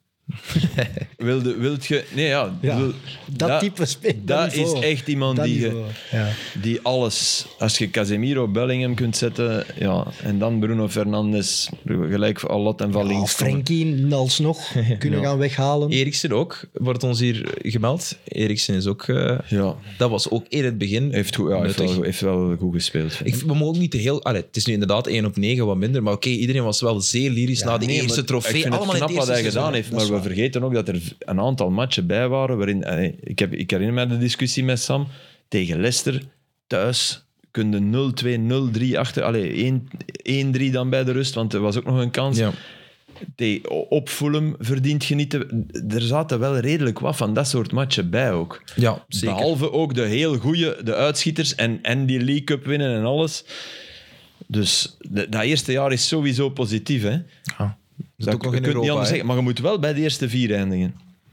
Wilde, wilt je... Nee, ja. Ja, wil- dat type speelt. Dat is echt iemand Dat die, je- niveau, ja. die alles... Als je Casemiro Bellingham kunt zetten, ja, en dan Bruno Fernandes, gelijk al lat en van Ja, links. Frenkie alsnog kunnen Ja. gaan weghalen. Eriksen ook, wordt ons hier gemeld. Eriksen is ook... eh, Ja, dat was ook in het begin heeft, goed, ja, heeft, nuttig. wel, heeft wel goed gespeeld. vind Ik, ik. we mogen ook niet te heel... Allee, het is nu inderdaad één op negen, wat minder. Maar oké, iedereen was wel zeer lyrisch na de Nee, eerste maar trofee. Ik vind het allemaal in knap het wat hij eerste gedaan seizoen. heeft, maar we vergeten ook dat er een aantal matchen bij waren waarin... allee, Ik, heb, ik herinner me de discussie met Sam. Tegen Leicester, thuis, kun je nul twee, nul drie achter... Allee, één één drie dan bij de rust, want er was ook nog een kans. Ja. Tegen- Op Fulham verdient genieten. Er zaten wel redelijk wat van dat soort matchen bij ook. Ja, zeker. Behalve ook de heel goede, de uitschieters en, en die League Cup winnen en alles. Dus de- dat eerste jaar is sowieso positief. Hè? Ja. Dat Dat ook nog je in kunt niet Europa. anders hè. zeggen, maar je moet wel bij de eerste vier eindigen.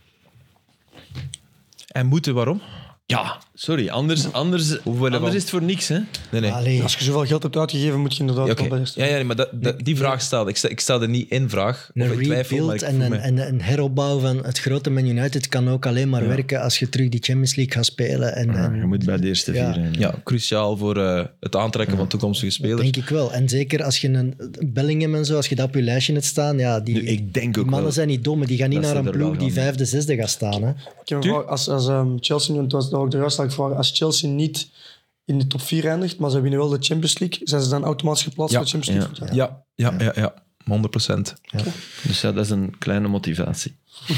En moeten, waarom? Ja, sorry. Anders, anders, Hoeveel anders van- is het voor niks. Hè? Nee, nee. Allee, Als je zoveel geld hebt uitgegeven, moet je inderdaad Ja, wel oké. bij eerste. ja, ja, maar dat, dat, die vraag stelde ik. Stel, ik stelde niet in vraag. Of een ik twijfel, maar rebuild ik en voel een, me- en een heropbouw van het grote Man United kan ook alleen maar werken als je terug die Champions League gaat spelen. En, Ja, en je moet bij de eerste Ja. vier eindigen. Ja, cruciaal voor eh, het aantrekken van toekomstige spelers. denk ik wel. En zeker als je een Bellingham en zo, als je dat op je lijstje hebt staan, ja, die, Nu, ik denk die ook mannen wel zijn niet dom, die gaan niet dat naar ze een er wel ploeg die gaan. vijfde, zesde gaat staan. Hè. Ik heb een vraag. Als, als um, Chelsea, nu, het was ook de juiste vraag, als Chelsea niet in de top vier eindigt, maar ze winnen wel de Champions League, zijn ze dan automatisch geplaatst Ja. voor de Champions League? Ja, ja, ja, ja. honderd procent. Dus ja, dat is een kleine motivatie.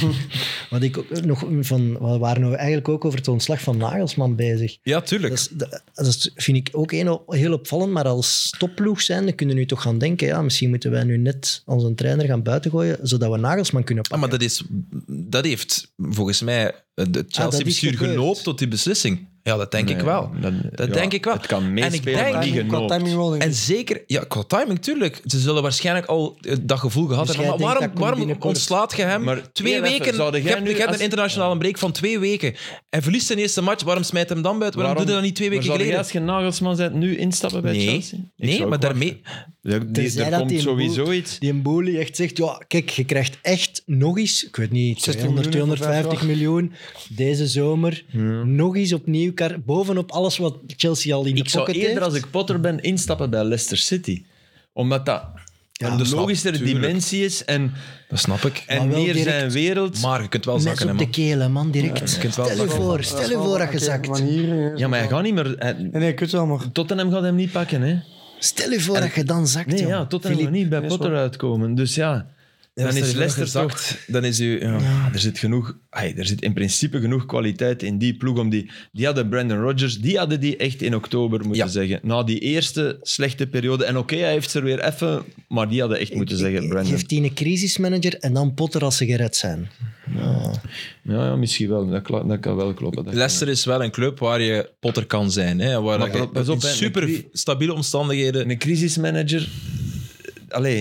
Wat ik ook nog van, we waren nou eigenlijk ook over het ontslag van Nagelsman bezig. Ja, tuurlijk. Dat, is, dat, dat vind ik ook heel, heel opvallend, maar als topploeg zijnde kunnen we nu toch gaan denken, ja, misschien moeten wij nu net onze trainer gaan buitengooien, zodat we Nagelsman kunnen Ah, pakken. maar dat, is, dat heeft volgens mij het Chelsea-bestuur gebeurd. genoopt tot die beslissing. Ja, dat denk ik Nee, wel. dat- Dat ja, denk ik wel. Het kan En ik meespelen, denk- maar niet Timing, qua genoopt. timing wel, denk ik. En zeker, ja, qua timing, tuurlijk. Ze zullen waarschijnlijk al eh, dat gevoel gehad Dus hebben. jij Maar denkt waarom, dat komt waarom binnenkort? ontslaat je hem Maar twee heel even, weken? zou jij Je hebt, nu je hebt als- een internationale break van twee weken. En verliest zijn eerste match. Waarom smijt hem dan buiten? Waarom, doe je dat niet twee weken maar zou geleden? jij als je Nagelsman bent nu instappen bij Nee, Chelsea? Ik nee zou maar ook daarmee... wachten. Ja, die- Tenzij er dat komt die sowieso boel- iets. Die een Boehly echt zegt, ja, kijk, je krijgt echt nog eens, ik weet niet, zestig tweehonderd, miljoen voor vijf tweehonderdvijftig miljoen deze zomer. Nog eens opnieuw, kar- bovenop alles wat Chelsea al in de Ik zou pocket eerder, heeft. als ik Potter ben, instappen bij Leicester City. Omdat dat Ja, een dat snap- logischere tuurlijk. dimensie is en, Dat snap ik. en Maar wel meer direct- zijn wereld. Maar je kunt wel Mes zakken, hè, op de man. kelen, man, direct. je kunt wel Stel je zakken. voor, stel je voor dat je zakt. Ja, maar hij gaat niet meer... hij- Nee, nee, ik weet wel, maar... Tottenham gaat hem niet pakken, hè? Stel je voor dat je dan zakt, Nee, joh. ja, Tottenham gaat Philippe, niet bij Nee, is Potter uitkomen. Dus ja, dan stel je is voor dat je Leicester toch... zakt, Dan is u... Ja. Ah, Er zit genoeg... Hey, er zit in principe genoeg kwaliteit in die ploeg. Om die, die hadden Brandon Rodgers, die hadden die echt in oktober moeten Ja. zeggen. Na die eerste slechte periode. En oké, hij heeft ze er weer even... Maar die hadden echt moeten zeggen, Brandon. Geeft die een crisismanager en dan Potter als ze gered zijn. Ja, ja, misschien wel. Dat, kla- dat kan wel kloppen. Dat Leicester is wel een club waar je Potter kan zijn. Hè? Waar Maar je pas op, in hè, super een cri- stabiele omstandigheden... Een crisismanager... Allee,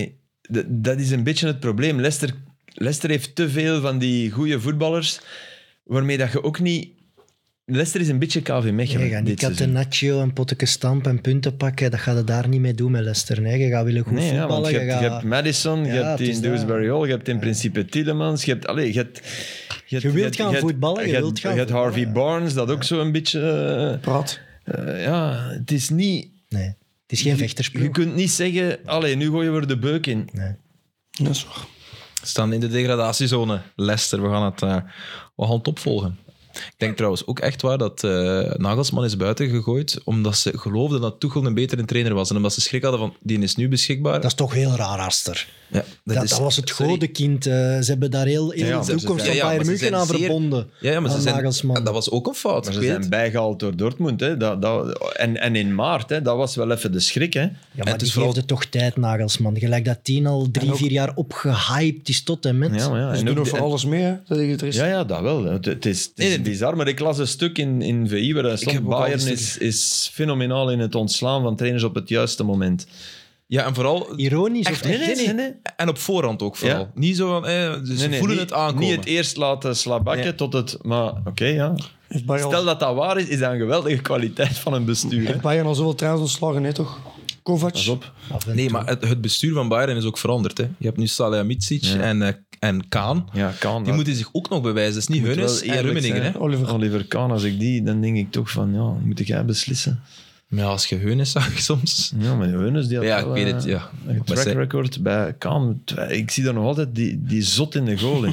d- dat is een beetje het probleem. Leicester, Leicester heeft te veel van die goede voetballers, waarmee dat je ook niet... Leicester is een beetje K V Mechelen. Je gaat niet dit seizoen. Catenaccio en pottekje stampen en punten pakken. Dat gaat het daar niet mee doen met Leicester. Nee, je gaat willen goed Nee, ja, voetballen. want je, je hebt, gaat... je hebt Madison, je Ja, hebt het die is Dewsbury dat. Hall, je hebt in principe Tielemans, je hebt... Allez, je, hebt, je, hebt- Je wilt hebt- gaan hebt- voetballen, je je hebt- wilt gaan Je hebt voetballen, Harvey ja. Barnes, dat ook zo een beetje... eh, Praat. eh, ja, het is niet... Nee, het is geen Je, vechtersploeg. je kunt niet zeggen, allee, nu gooien we er de beuk in. Nee. Dat is waar. staan in de degradatiezone. Leicester, we gaan het, uh, we gaan het opvolgen. Ik denk trouwens ook echt waar dat uh, Nagelsman is buiten gegooid omdat ze geloofden dat Tuchel een betere trainer was. En omdat ze schrik hadden van, die is nu beschikbaar. Dat is toch heel raar, Aster. Ja, dat, Dat, is, dat was het sorry. godekind. Uh, ze hebben daar heel, heel Ja, ja, de maar ze toekomst zijn- van ja, ja, Bayern maar ze München aan zijn zeer- verbonden. Ja, ja maar ze aan zijn, Nagelsman. dat was ook een fout. Maar ik ze weet zijn het. bijgehaald door Dortmund. Hè. Dat, dat, en, en in maart, hè, dat was wel even de schrik. Hè. Ja, maar het die is vooral- geeft het toch tijd, Nagelsman. Gelijk dat tien al drie, En ook- vier jaar opgehyped is tot en met. Ja, maar ja, Ze en doen ook ook de- voor alles mee, hè. Dat ik het er is. Ja, ja, dat wel. Het, het is, het is Nee, nee, bizar, maar ik las een stuk in, in V I waar er stond, heb ook al Bayern die is, is fenomenaal in het ontslaan van trainers op het juiste moment. Ja, en vooral... Ironisch Echt, of echt? nee, nee, nee. En op voorhand ook vooral. Ja. Niet zo van... Eh, dus Nee, ze nee, voelen niet, het aankomen. Niet het eerst laten slabakken Nee. tot het... Maar oké, ja. Heeft Bayern, Stel al, dat dat waar is, is dat een geweldige kwaliteit van een bestuur. Hè. heeft Bayern al zoveel trainers ontslagen, nee toch? Kovac. Pas op. Af en Nee, toe. maar het, het bestuur van Bayern is ook veranderd. Hè. Je hebt nu Salihamidzic Ja. en, uh, en Kaan. Ja, Kaan. Die moeten zich ook nog bewijzen. Dat is niet moet Heunes wel en eerlijk Rummeningen. zijn. Hè. Oliver. Oliver Kaan, als ik die, dan denk ik toch van, ja, moet jij beslissen. Maar ja, als je Heunes zag soms... Ja, maar Heunes, die had Ja, wel, ik weet eh, het. Ja. een Maar track zij- record bij Kaan. Ik zie daar nog altijd die, die zot in de goal in.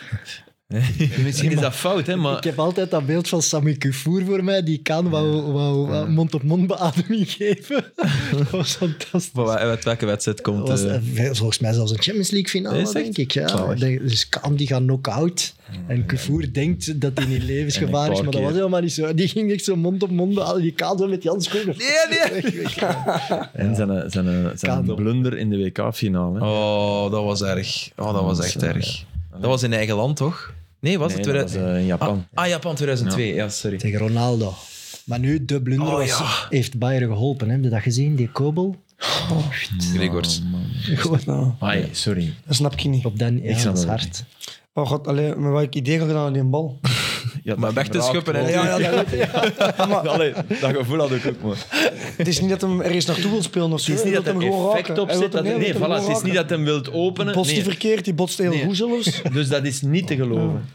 Misschien is dat fout, hè, maar... Ik heb altijd dat beeld van Sami Kufour voor mij. Die kan wou, wou, wou mond-op-mond beademing geven. Dat was fantastisch. Maar uit welke wedstrijd komt... Dat was eh, eh, volgens mij zelfs een Champions League finale, Is het echt? denk ik. Ja. Zalig. Ik denk- Dus Kan die gaat knock-out. En Kufour denkt dat hij niet levensgevaar En is, een maar paar dat was keer. helemaal niet zo. Die ging echt zo mond-op-mond beademen. Die Kaan zo met die handschoenen. Nee, nee. Weg, weg. En zijn, zijn, zijn Kaan. blunder in de W K-finale. Oh, dat was erg. Oh, dat was echt erg. Dat was in eigen land, toch? Nee, was Nee, het? dat was tweeduizend eh, in Japan. Ah, Japan tweeduizend twee. Ja, sorry. Tegen Ronaldo. Maar nu, de blunder Oh, was, ja. heeft Bayern geholpen. Heb je dat gezien? Die kobel? Gregors. Gewoon Nou, Ai, sorry. dat snap ik niet. op dan, ja, snap dat is het hard. Oh god, allee, met welk idee ga je dan aan die bal? Ja, Maar weg te geraakt schuppen, hè. wordt. Ja, ja, dat weet ik. Ja, maar Allee, dat gevoel had ik ook, maar. het is niet dat hem ergens naartoe wil spelen of zo. Het is niet Hij dat wil er hem gewoon effect raken. op Hij wil zit. Dat, hem- nee, hij wil hem voilà, het gewoon is niet raken. dat hem wilt openen. Botst Nee. die verkeerd, die botst heel Nee. goed zelfs. Dus dat is niet te geloven.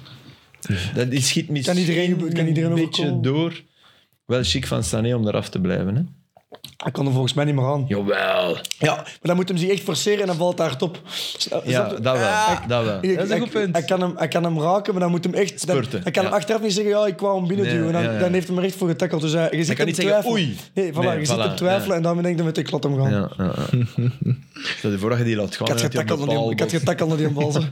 Dat is, schiet misschien Kan iedereen- het kan iedereen een beetje overkomen. door. Wel chic van Sané om eraf te blijven. Hè? Hij kan er volgens mij niet meer aan. Jawel. Ja, maar dan moet hem zich echt forceren en dan valt hij hard op. Snap Ja, je? dat wel. Ah. Dat wel. Ik- Dat is een goed hij- punt. Hij kan, hem, hij kan hem raken, maar dan moet hem echt... Dan, Spurten, hij kan ja. hem achteraf niet zeggen, ja, ik wou hem binnen Nee, duwen. Dan, ja, ja. dan heeft hij er echt voor getackeld. Dus hij, je ziet kan hem niet zeggen, twijfelen. oei. Nee, voilà, Nee, je ziet voilà, hem twijfelen ja. en dan denk je met ik laat hem gaan. Ja, ja, ja. Stel je voor dat je die laat gaan. Ik had en dat die op getackeld de naar die, paal ik had botst. getackeld naar die bal. zo.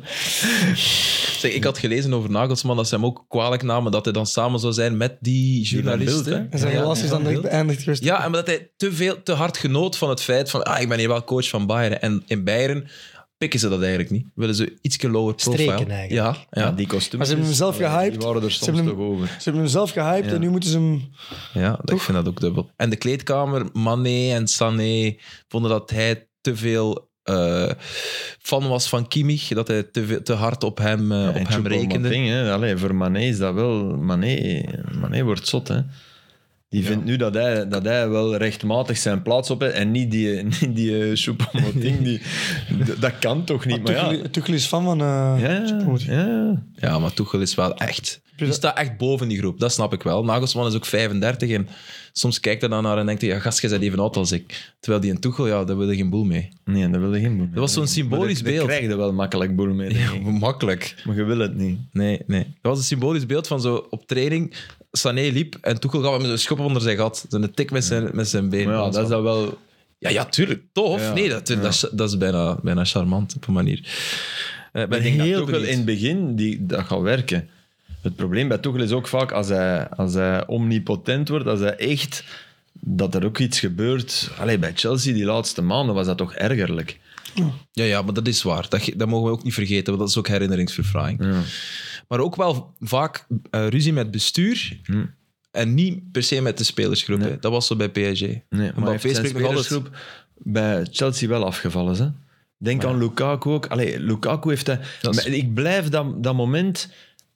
Zeg, ik had gelezen over Nagelsman dat ze hem ook kwalijk namen dat hij dan samen zou zijn met die journalist. Beeld, hè? hè. En zijn Ja, relatie is ja, dan echt Beeld. beëindigd geweest. Ja, en omdat hij te, veel, te hard genoot van het feit van ah, ik ben hier wel coach van Bayern. En in Bayern pikken ze dat eigenlijk niet. Willen ze iets lower profile. Streken eigenlijk. Ja, ja. Ja, die kostuums. Maar ze hebben hem zelf allee, gehyped. Die waren er Ze soms hebben toch hem- over. Ze hebben hem zelf gehyped Ja. en nu moeten ze hem... Ja, ik vind dat ook dubbel. En de kleedkamer, Mané en Sané vonden dat hij te veel eh, fan was van Kimmich, dat hij te, veel, te hard op hem, eh, op En hem rekende. Choupo-Moting, hè. Allee, voor Mané is dat wel... Mané, Mané wordt zot, hè. Die Ja. vindt nu dat hij, dat hij wel rechtmatig zijn plaats op heeft en niet die, niet die uh, Choupo-Moting. Die, d- dat kan toch niet, maar ja. Tuchel, Tuchel is fan van... eh Ja, Choupo-Moting. ja. Ja, maar Tuchel is wel echt... Die staat echt boven die groep, dat snap ik wel. Nagelsman is ook vijfendertig en soms kijkt hij dan naar en denkt hij, ja, gast, jij bent even oud als ik. Terwijl die in Tuchel, ja, daar wil je geen boel mee. Nee, daar wil je geen boel mee. Dat was zo'n symbolisch Maar daar- beeld. Daar krijg je wel makkelijk boel mee, denk Ja, ik. makkelijk. Maar je wil het niet. Nee, nee. Dat was een symbolisch beeld van zo op training. Sané liep en Tuchel gaf hem met een schop onder zijn gat. Zo'n tik met zijn, met zijn been. Maar ja, dat is dat wel... Ja, ja, tuurlijk. Tof. Ja, nee, dat, ja. dat, is, dat is bijna, bijna charmant op een manier. Eh, Ik ben Ik denk dat heel Tuchel benieuwd. in het begin die, dat gaat werken. Het probleem bij Tuchel is ook vaak als hij, als hij omnipotent wordt, als hij echt... Dat er ook iets gebeurt. Allee, bij Chelsea die laatste maanden was dat toch ergerlijk. Ja, ja, maar dat is waar. Dat, ge- dat mogen we ook niet vergeten, want dat is ook herinneringsverfraaiing. Ja. Maar ook wel vaak eh, ruzie met bestuur Hm. en niet per se met de spelersgroep. Nee. hè. Dat was zo bij P S G. Nee, maar hij Mbappé heeft zijn spreekt nog altijd... spelersgroep bij Chelsea wel afgevallen. Hè? Denk Ja. aan Lukaku ook. Allee, Lukaku heeft dat... Dat is- Maar ik blijf dat, dat moment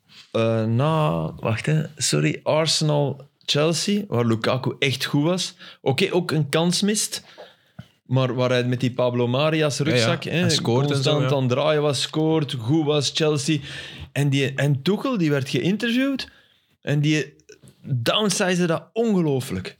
uh, na... Wacht, hè. Sorry. Arsenal-Chelsea, waar Lukaku echt goed was. Oké, okay, ook een kans mist. Maar waar hij met die Pablo Maria's rugzak... Ja, ja. Hè, Hij scoort en constant zo, ja. aan het draaien was, scoort, goed was, Chelsea. En, die, en Tuchel, die werd geïnterviewd. En die downsized dat ongelooflijk.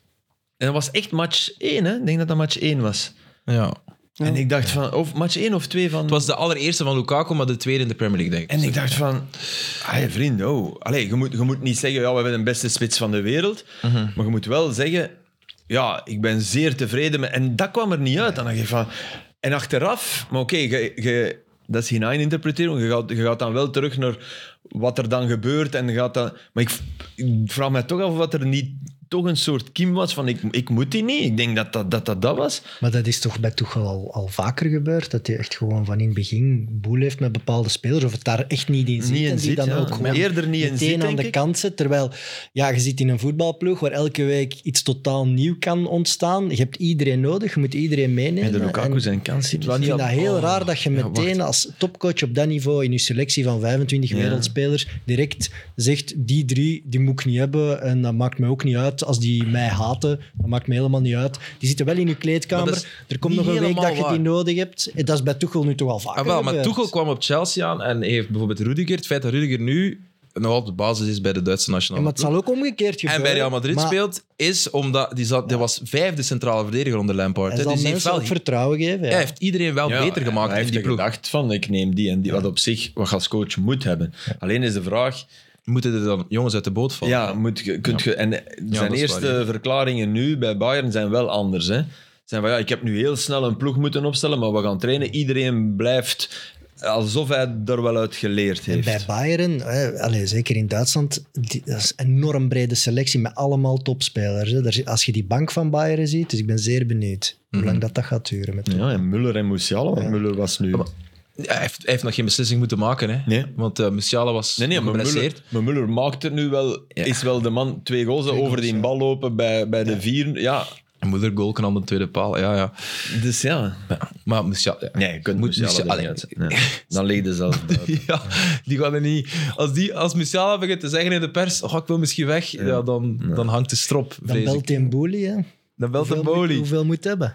En dat was echt match één, hè. Ik denk dat dat match één was. Ja. Ja. En ik dacht van... Of match één of twee van... Het was de allereerste van Lukaku, maar de tweede in de Premier League, denk ik. En ik dacht van... Hey, vriend, oh. Allee, je, moet, je moet niet zeggen... Ja, we hebben de beste spits van de wereld. Mhm. Maar je moet wel zeggen... Ja, ik ben zeer tevreden met... En dat kwam er niet uit. Dan dacht je van... En achteraf... Maar oké, je, je, dat is geen interpretering. Je gaat, je gaat dan wel terug naar wat er dan gebeurt. En je gaat dan... Maar ik, ik vraag me toch af of wat er niet... toch een soort kiem was van ik, ik moet die niet. Ik denk dat dat, dat, dat, dat was. Maar dat is toch bij Tuchel al, al vaker gebeurd, dat hij echt gewoon van in het begin boel heeft met bepaalde spelers, of het daar echt niet in zit. Niet in en die zit, dan ja. ook gewoon Eerder niet in meteen zit, aan denk de ik. kant zet. Terwijl, ja, je zit in een voetbalploeg waar elke week iets totaal nieuw kan ontstaan. Je hebt iedereen nodig, je moet iedereen meenemen. En de Lukaku En zijn kans ziet. ik vind dat heel Oh. raar dat je Ja, meteen wacht. als topcoach op dat niveau in je selectie van vijfentwintig Ja. wereldspelers direct zegt, die drie, die moet ik niet hebben en dat maakt me ook niet uit. Als die mij haten, dat maakt me helemaal niet uit. Die zitten wel in je kleedkamer. Maar dat is Er komt niet nog een week helemaal dat je waar. die nodig hebt. En dat is bij Tuchel nu toch al vaker Ah, wel, maar gebeurd. Tuchel kwam op Chelsea aan en heeft bijvoorbeeld Rudiger... Het feit dat Rudiger nu nog altijd de basis is bij de Duitse Ja, nationale maar het ploeg. zal ook omgekeerd gebeuren. En bij Real Madrid Maar speelt, is omdat... Die, zat, die was vijfde centrale verdediger onder Lampard. Hij hè. zal Dus hij mensen heeft, ook wel, vertrouwen geven. Ja. hij heeft iedereen wel Ja, beter ja, gemaakt hij in heeft die de ploeg. gedacht van ik neem die en die, wat op zich wat je als coach moet hebben. Alleen is de vraag, Moeten er dan jongens uit de boot vallen? ja, moet, je- kunt je, en zijn dat is eerste waar, ja. verklaringen nu bij Bayern zijn wel anders. Hè. Zijn van ja, ik heb nu heel snel een ploeg moeten opstellen, maar we gaan trainen. Iedereen blijft alsof hij er wel uit geleerd En heeft. bij Bayern, hè, allez, zeker in Duitsland, die, dat is een enorm brede selectie met allemaal topspelers. Hè. Daar, zit- als je die bank van Bayern ziet, dus ik ben zeer benieuwd hoe lang dat, dat gaat duren. Met Ja, en Müller en Musiala, want Müller was nu... Ja, hij, heeft, hij heeft nog geen beslissing moeten maken. Hè? Nee. Want uh, Musiala was Nee, nee, nog maar Müller, geblesseerd. maar Müller maakt het nu wel, Ja. is wel de man, twee goals Twee over goals, die ja. bal lopen bij, bij de vier. Ja, En Müller goal kan aan de tweede paal. Ja, ja. dus ja. ja. Maar Musiala... Ja. Nee, je kunt Moet Musiala Musiala- er niet Allee. uit. Nee. Dan ligt er zelf buiten. Ja, die gaan er niet... Als, die, als Musiala begint te zeggen in de pers, oh, ik wil misschien weg, ja. dan, dan hangt de strop, Dan vrees belt ik. hij een boelie. Hè. Dan belt de Hoeveel moet- bolie. Hoeveel moet hebben?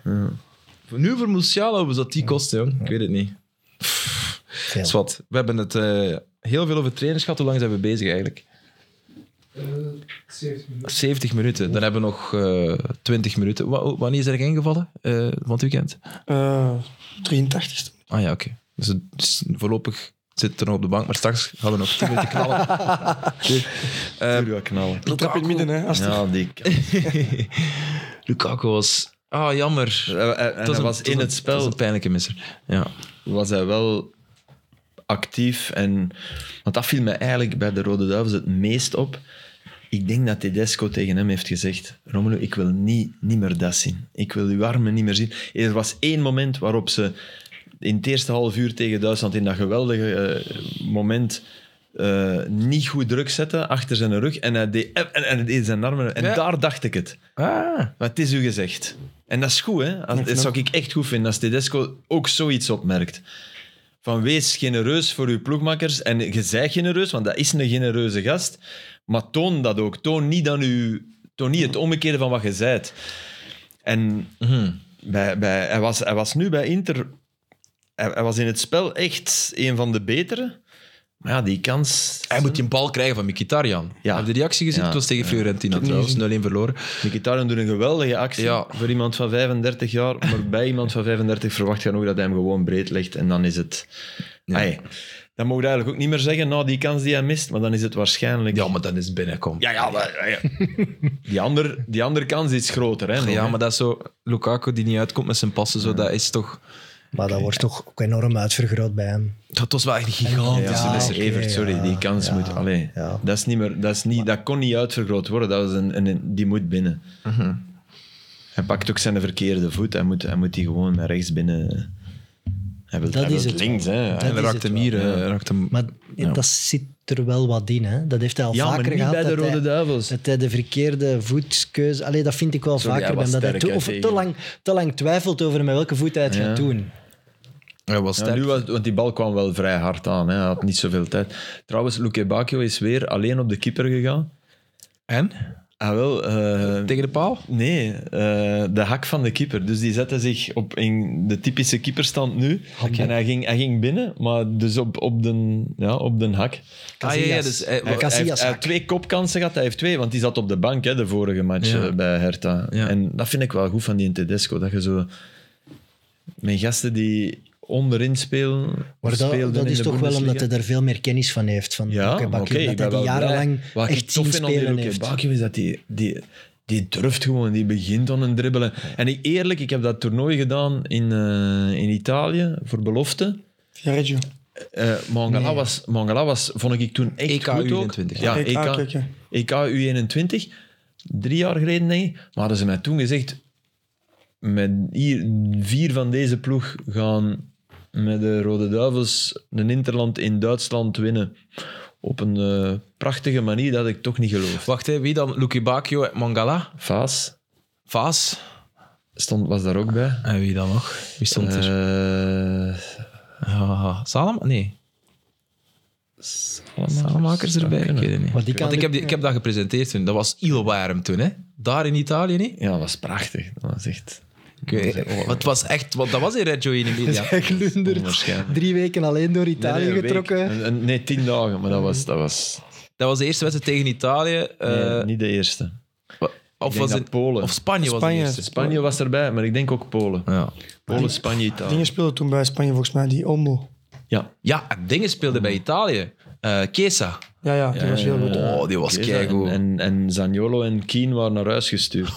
Nu voor Musiala, hoe dat die kost, jong? Ik weet het niet. Veel. Zwat, we hebben het uh, heel veel over trainers gehad. Hoe lang zijn we bezig eigenlijk? Uh, zeventig minuten. zeventig minuten. Dan hebben we nog uh, twintig minuten. Wa- wanneer is er ingevallen uh, van het weekend? Uh, drieëntachtig. Ah ja, oké. Okay. Dus, het- dus voorlopig zit het er nog op de bank, maar straks gaan we nog tien minuten knallen. Uh, ja, knallen. Ik trap in het midden, hè. Als het- Ja, die... Lukaku was... Ah, jammer. En, en Dat hij was in het Dat spel... is een pijnlijke misser. Ja. was hij wel actief. En, want dat viel me eigenlijk bij de Rode Duivels het meest op. Ik denk dat Tedesco tegen hem heeft gezegd: Romelu, ik wil niet, niet meer dat zien. Ik wil uw armen niet meer zien. Er was één moment waarop ze in het eerste half uur tegen Duitsland in dat geweldige eh, moment eh, niet goed druk zetten achter zijn rug. En hij deed, en, en hij deed zijn armen... En Ja. daar dacht ik het. Ah. Maar het is u gezegd. En dat is goed, hè? Als, dat zou ik echt goed vinden als Tedesco ook zoiets opmerkt. Van wees genereus voor uw ploegmakkers. En je zij genereus, want dat is een genereuze gast. Maar toon dat ook. Toon niet, dan uw, toon niet het omgekeerde van wat je zijt. En Mm-hmm. bij, bij, hij, was, hij was nu bij Inter... Hij, hij was in het spel echt een van de betere. Maar ja, die kans... Hij moet die een bal krijgen van Mkhitaryan. Ja. Heb je de reactie gezien? Ja. Het was tegen Ja. Fiorentina trouwens. nul-een verloren. Mkhitaryan doet een geweldige actie Ja. voor iemand van vijfendertig jaar. Maar bij iemand van vijfendertig verwacht je nog dat hij hem gewoon breed legt. En dan is het... Ja. Ai, dan mogen we eigenlijk ook niet meer zeggen, nou, die kans die hij mist. Maar dan is het waarschijnlijk... Ja, maar dan is het binnenkom. ja, ja, maar, ja. Die, ander, die andere kans is groter. Hè, nog, Ja, hè. maar dat is zo... Lukaku die niet uitkomt met zijn passen, zo, dat is toch... Maar dat wordt toch ook enorm uitvergroot bij hem. Dat was wel echt een gigantische Ja, misser. oké, Evert, sorry, ja. die kans Ja, moet... Allee, ja. dat, is niet meer, dat, is niet, dat kon niet uitvergroot worden. Dat was een, een, die moet binnen. Mhm. Hij pakt ook zijn verkeerde voet. Hij moet, hij moet die gewoon met rechts binnen... Hij wil, Dat hij is wil het links, wel. hè. Dat En is raakt het hem wel. hier. Ja. eh, raakt hem... Maar Ja. dat zit er wel wat in. Hè? Dat heeft hij al Ja, maar vaker niet gehad. bij de dat Rode hij, Duivels. dat hij de verkeerde voetkeuze... Allee, dat vind ik wel Sorry, hij vaker. was bij hem, dat hij sterk, te, hè, of te tegen- lang, te lang twijfelt over met welke voet hij het Ja. gaat doen. Hij was Ja, sterk. nu was, want die bal kwam wel vrij hard aan. Hè. Hij had niet zoveel tijd. Trouwens, Luque Bacchio is weer alleen op de keeper gegaan. En? Ah, wel... eh, Tegen de paal? Nee, eh, de hak van de keeper. Dus die zette zich op in de typische keeperstand nu. En hij ging, hij ging binnen, maar dus op, op, de, ja, op de hak. Ah, ja, ja, dus, hij- Hij, hij, heeft, Casillas hij hak. heeft twee kopkansen gehad. Hij heeft twee, want die zat op de bank hè, de vorige match Ja. eh, bij Hertha. Ja. En dat vind ik wel goed van die Tedesco. Dat je zo... Met gasten die onderin spelen... Maar dat, speelden dat in is de toch wel omdat Bundesliga. hij er veel meer kennis van heeft. Van Ja, Luque maar Bacchio, oké, ik dat ben hij wel die jarenlang blij. Wat ik echt tof zien vind aan die spelen Luque heeft. Bacchio is dat die, die, die durft gewoon, die begint aan een dribbelen. En ik, eerlijk, ik heb dat toernooi gedaan in, eh, in Italië voor belofte. Ja, Reggio. Eh Mangala, Nee. was, Mangala was, vond ik toen echt E K goed U ook. eenentwintig. Ja, E K, E K, kijk, ja. E K U eenentwintig. Drie jaar geleden, denk ik. Maar hadden ze mij toen gezegd, met hier, vier van deze ploeg gaan met de Rode Duivels een Interland in Duitsland winnen. Op een eh, prachtige manier, dat had ik toch niet geloofd. Wacht, hè, wie dan? Luque Bacchio en Mangala? Vaas Vaas? stond, was daar ook bij. En wie dan nog? Wie stond er? Eh Ah, Salem? Nee. Salemakers erbij? Ik weet het niet. Maar die kan Want ik heb, ook- die, ik heb dat gepresenteerd toen. Dat was Ilwarm toen, hè? Daar in Italië, niet? Ja, dat was prachtig. Dat was echt Ik weet- oh, het was echt... Want dat was in Reggio in Emilia. Hij glundert onwaarschijnlijk. drie weken alleen door Italië Nee, nee, een week. getrokken. Een- een- nee, tien dagen, maar dat was... Dat was Dat was de eerste wedstrijd tegen Italië. eh, nee, niet de eerste. of, Ik denk was dat het, Polen. of Spanje, was Spanje. de eerste. Spanje was erbij, maar ik denk ook Polen. Ja. Polen, Spanje, Italië. Dingen speelden toen bij Spanje volgens mij, die Olmo. Ja. Ja, en dingen speelde bij Italië. Eh Chiesa. Ja, ja, die was heel goed. Oh, die was Oké, keigoed. En, en, en Zaniolo en Keane waren naar huis gestuurd.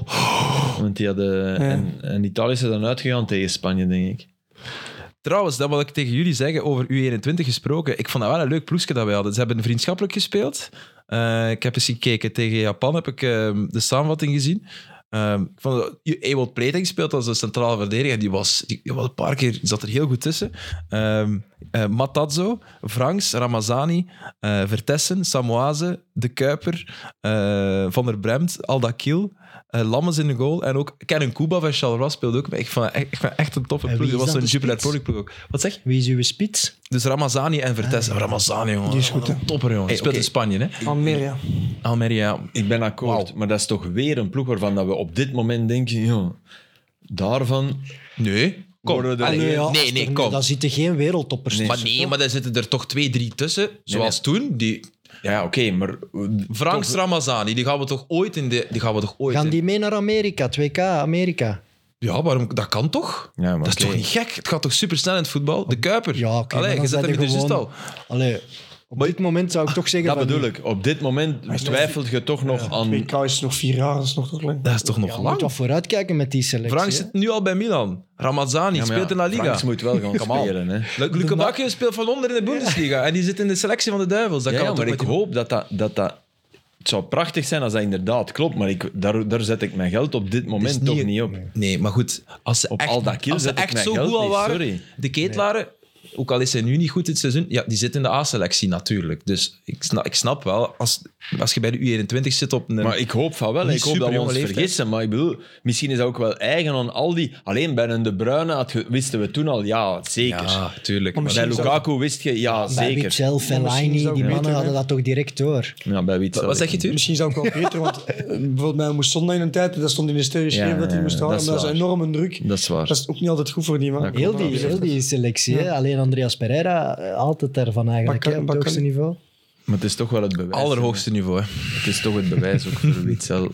Want die hadden... En, en Italië is er dan uitgegaan tegen Spanje, denk ik. Trouwens, dat wil ik tegen jullie zeggen over U eenentwintig gesproken. Ik vond dat wel een leuk ploegje dat wij hadden. Ze hebben vriendschappelijk gespeeld. Eh, ik heb eens gekeken. Tegen Japan heb ik eh, de samenvatting gezien. Eh, ik vond dat Ewald Pleting speelt als een centrale verdediger. Die was, die, die was een paar keer die zat er heel goed tussen. Uh, uh, Matazzo, Franks, Ramazani, uh, Vertessen, Samoise, De Kuiper, uh, Van der Bremt, Aldakil, uh, Lammes in de goal. En ook Kennen Kuba van Charleroi speelde ook. Ik vond, echt, ik vond echt een toffe En ploeg. wie Dat is was dan zo'n de Jupiler spits? Pro League ploeg ook. Wat zeg je? Wie is uw spits? Dus Ramazani en Vertessen. Ramazani, jongen. Die is goed, hè? Een topper, jongen. Die Hey, speelt oké. in Spanje, hè? Almeria. Almeria. Ik ben akkoord, Wauw. maar dat is toch weer een ploeg waarvan dat we op dit moment denken... Ja, daarvan... Nee. Kom. Worden er- Allee, Nee, ja, nee, nee, er- kom. Daar zitten geen wereldtoppers Nee. Maar tussen, nee, toch? maar daar zitten er toch twee, drie tussen. Zoals toen. Die Ja, ja, oké, maar... Franks toch- Ramazani, die gaan we toch ooit in de... Die gaan we toch ooit Gaan in- die mee naar Amerika? twee K, Amerika? Ja, waarom? Dat kan toch? Ja, maar Dat is oké. toch niet gek? Het gaat toch supersnel in het voetbal? De Kuiper. Ja, oké. Allee, maar je dan zet hem zijn in de er juist gewoon- al. Allee, op dit moment zou ik toch zeggen... Dat van bedoel niet. ik. Op dit moment twijfelt je toch nog aan... W K is nog vier jaar, dat is nog toch lang. Dat is toch nog Ja, je lang? moet wat vooruitkijken met die selectie. Franks hè. zit nu al bij Milan. Ramazani Ja, maar speelt ja, in La Liga. Franks moet wel gaan Come on. spelen, hè. Lu- Luke Bacchio speelt van onder in de Bundesliga. En die zit in de selectie van de Duivels. Dat Ja, kan ja, toch maar ik met die- hoop dat dat, dat dat... Het zou prachtig zijn als dat inderdaad klopt, maar ik, daar, daar zet ik mijn geld op dit moment niet- toch niet op. Nee, maar goed. Als ze Op echt, Aldakil als ze zet ik echt mijn zo geld goed al niet, waren... sorry. De Ketelaren, ook al is hij nu niet goed dit seizoen, ja, die zit in de A-selectie natuurlijk. Dus ik snap, ik snap wel, als, als je bij de U eenentwintig zit op een... Maar ik hoop van wel. Niet Ik hoop dat we superjonge ons leeftijd. vergissen. Maar ik bedoel, misschien is dat ook wel eigen aan al die... Alleen bij een De Bruyne had ge- wisten we toen al, ja, zeker. Ja, tuurlijk. Maar Maar Bij misschien Lukaku wist je, ja, Bij zeker. Witzel, misschien is Fellaini, dat die ook mannen beter, hadden hè? dat toch direct door. Ja, bij Witzel. wat zeg je, Tuur? Misschien zou ik wel beter, want eh, bijvoorbeeld bij Moesonda in een tijd, dat stond in de sterren geschreven Ja, dat hij ja, moest ja, houden, dat maar is dat is waar. een enorme druk. Dat is waar. Dat is ook niet altijd goed voor die man. Dat Heel klopt. die, heel die selectie. Hè? Alleen Andreas Pereira, eh, altijd daarvan eigenlijk, Bakker- hè, op het Bakker- hoogste niveau. Maar het is toch wel het bewijs. Allerhoogste niveau, hè. hè. Het is toch het bewijs ook voor Witzel.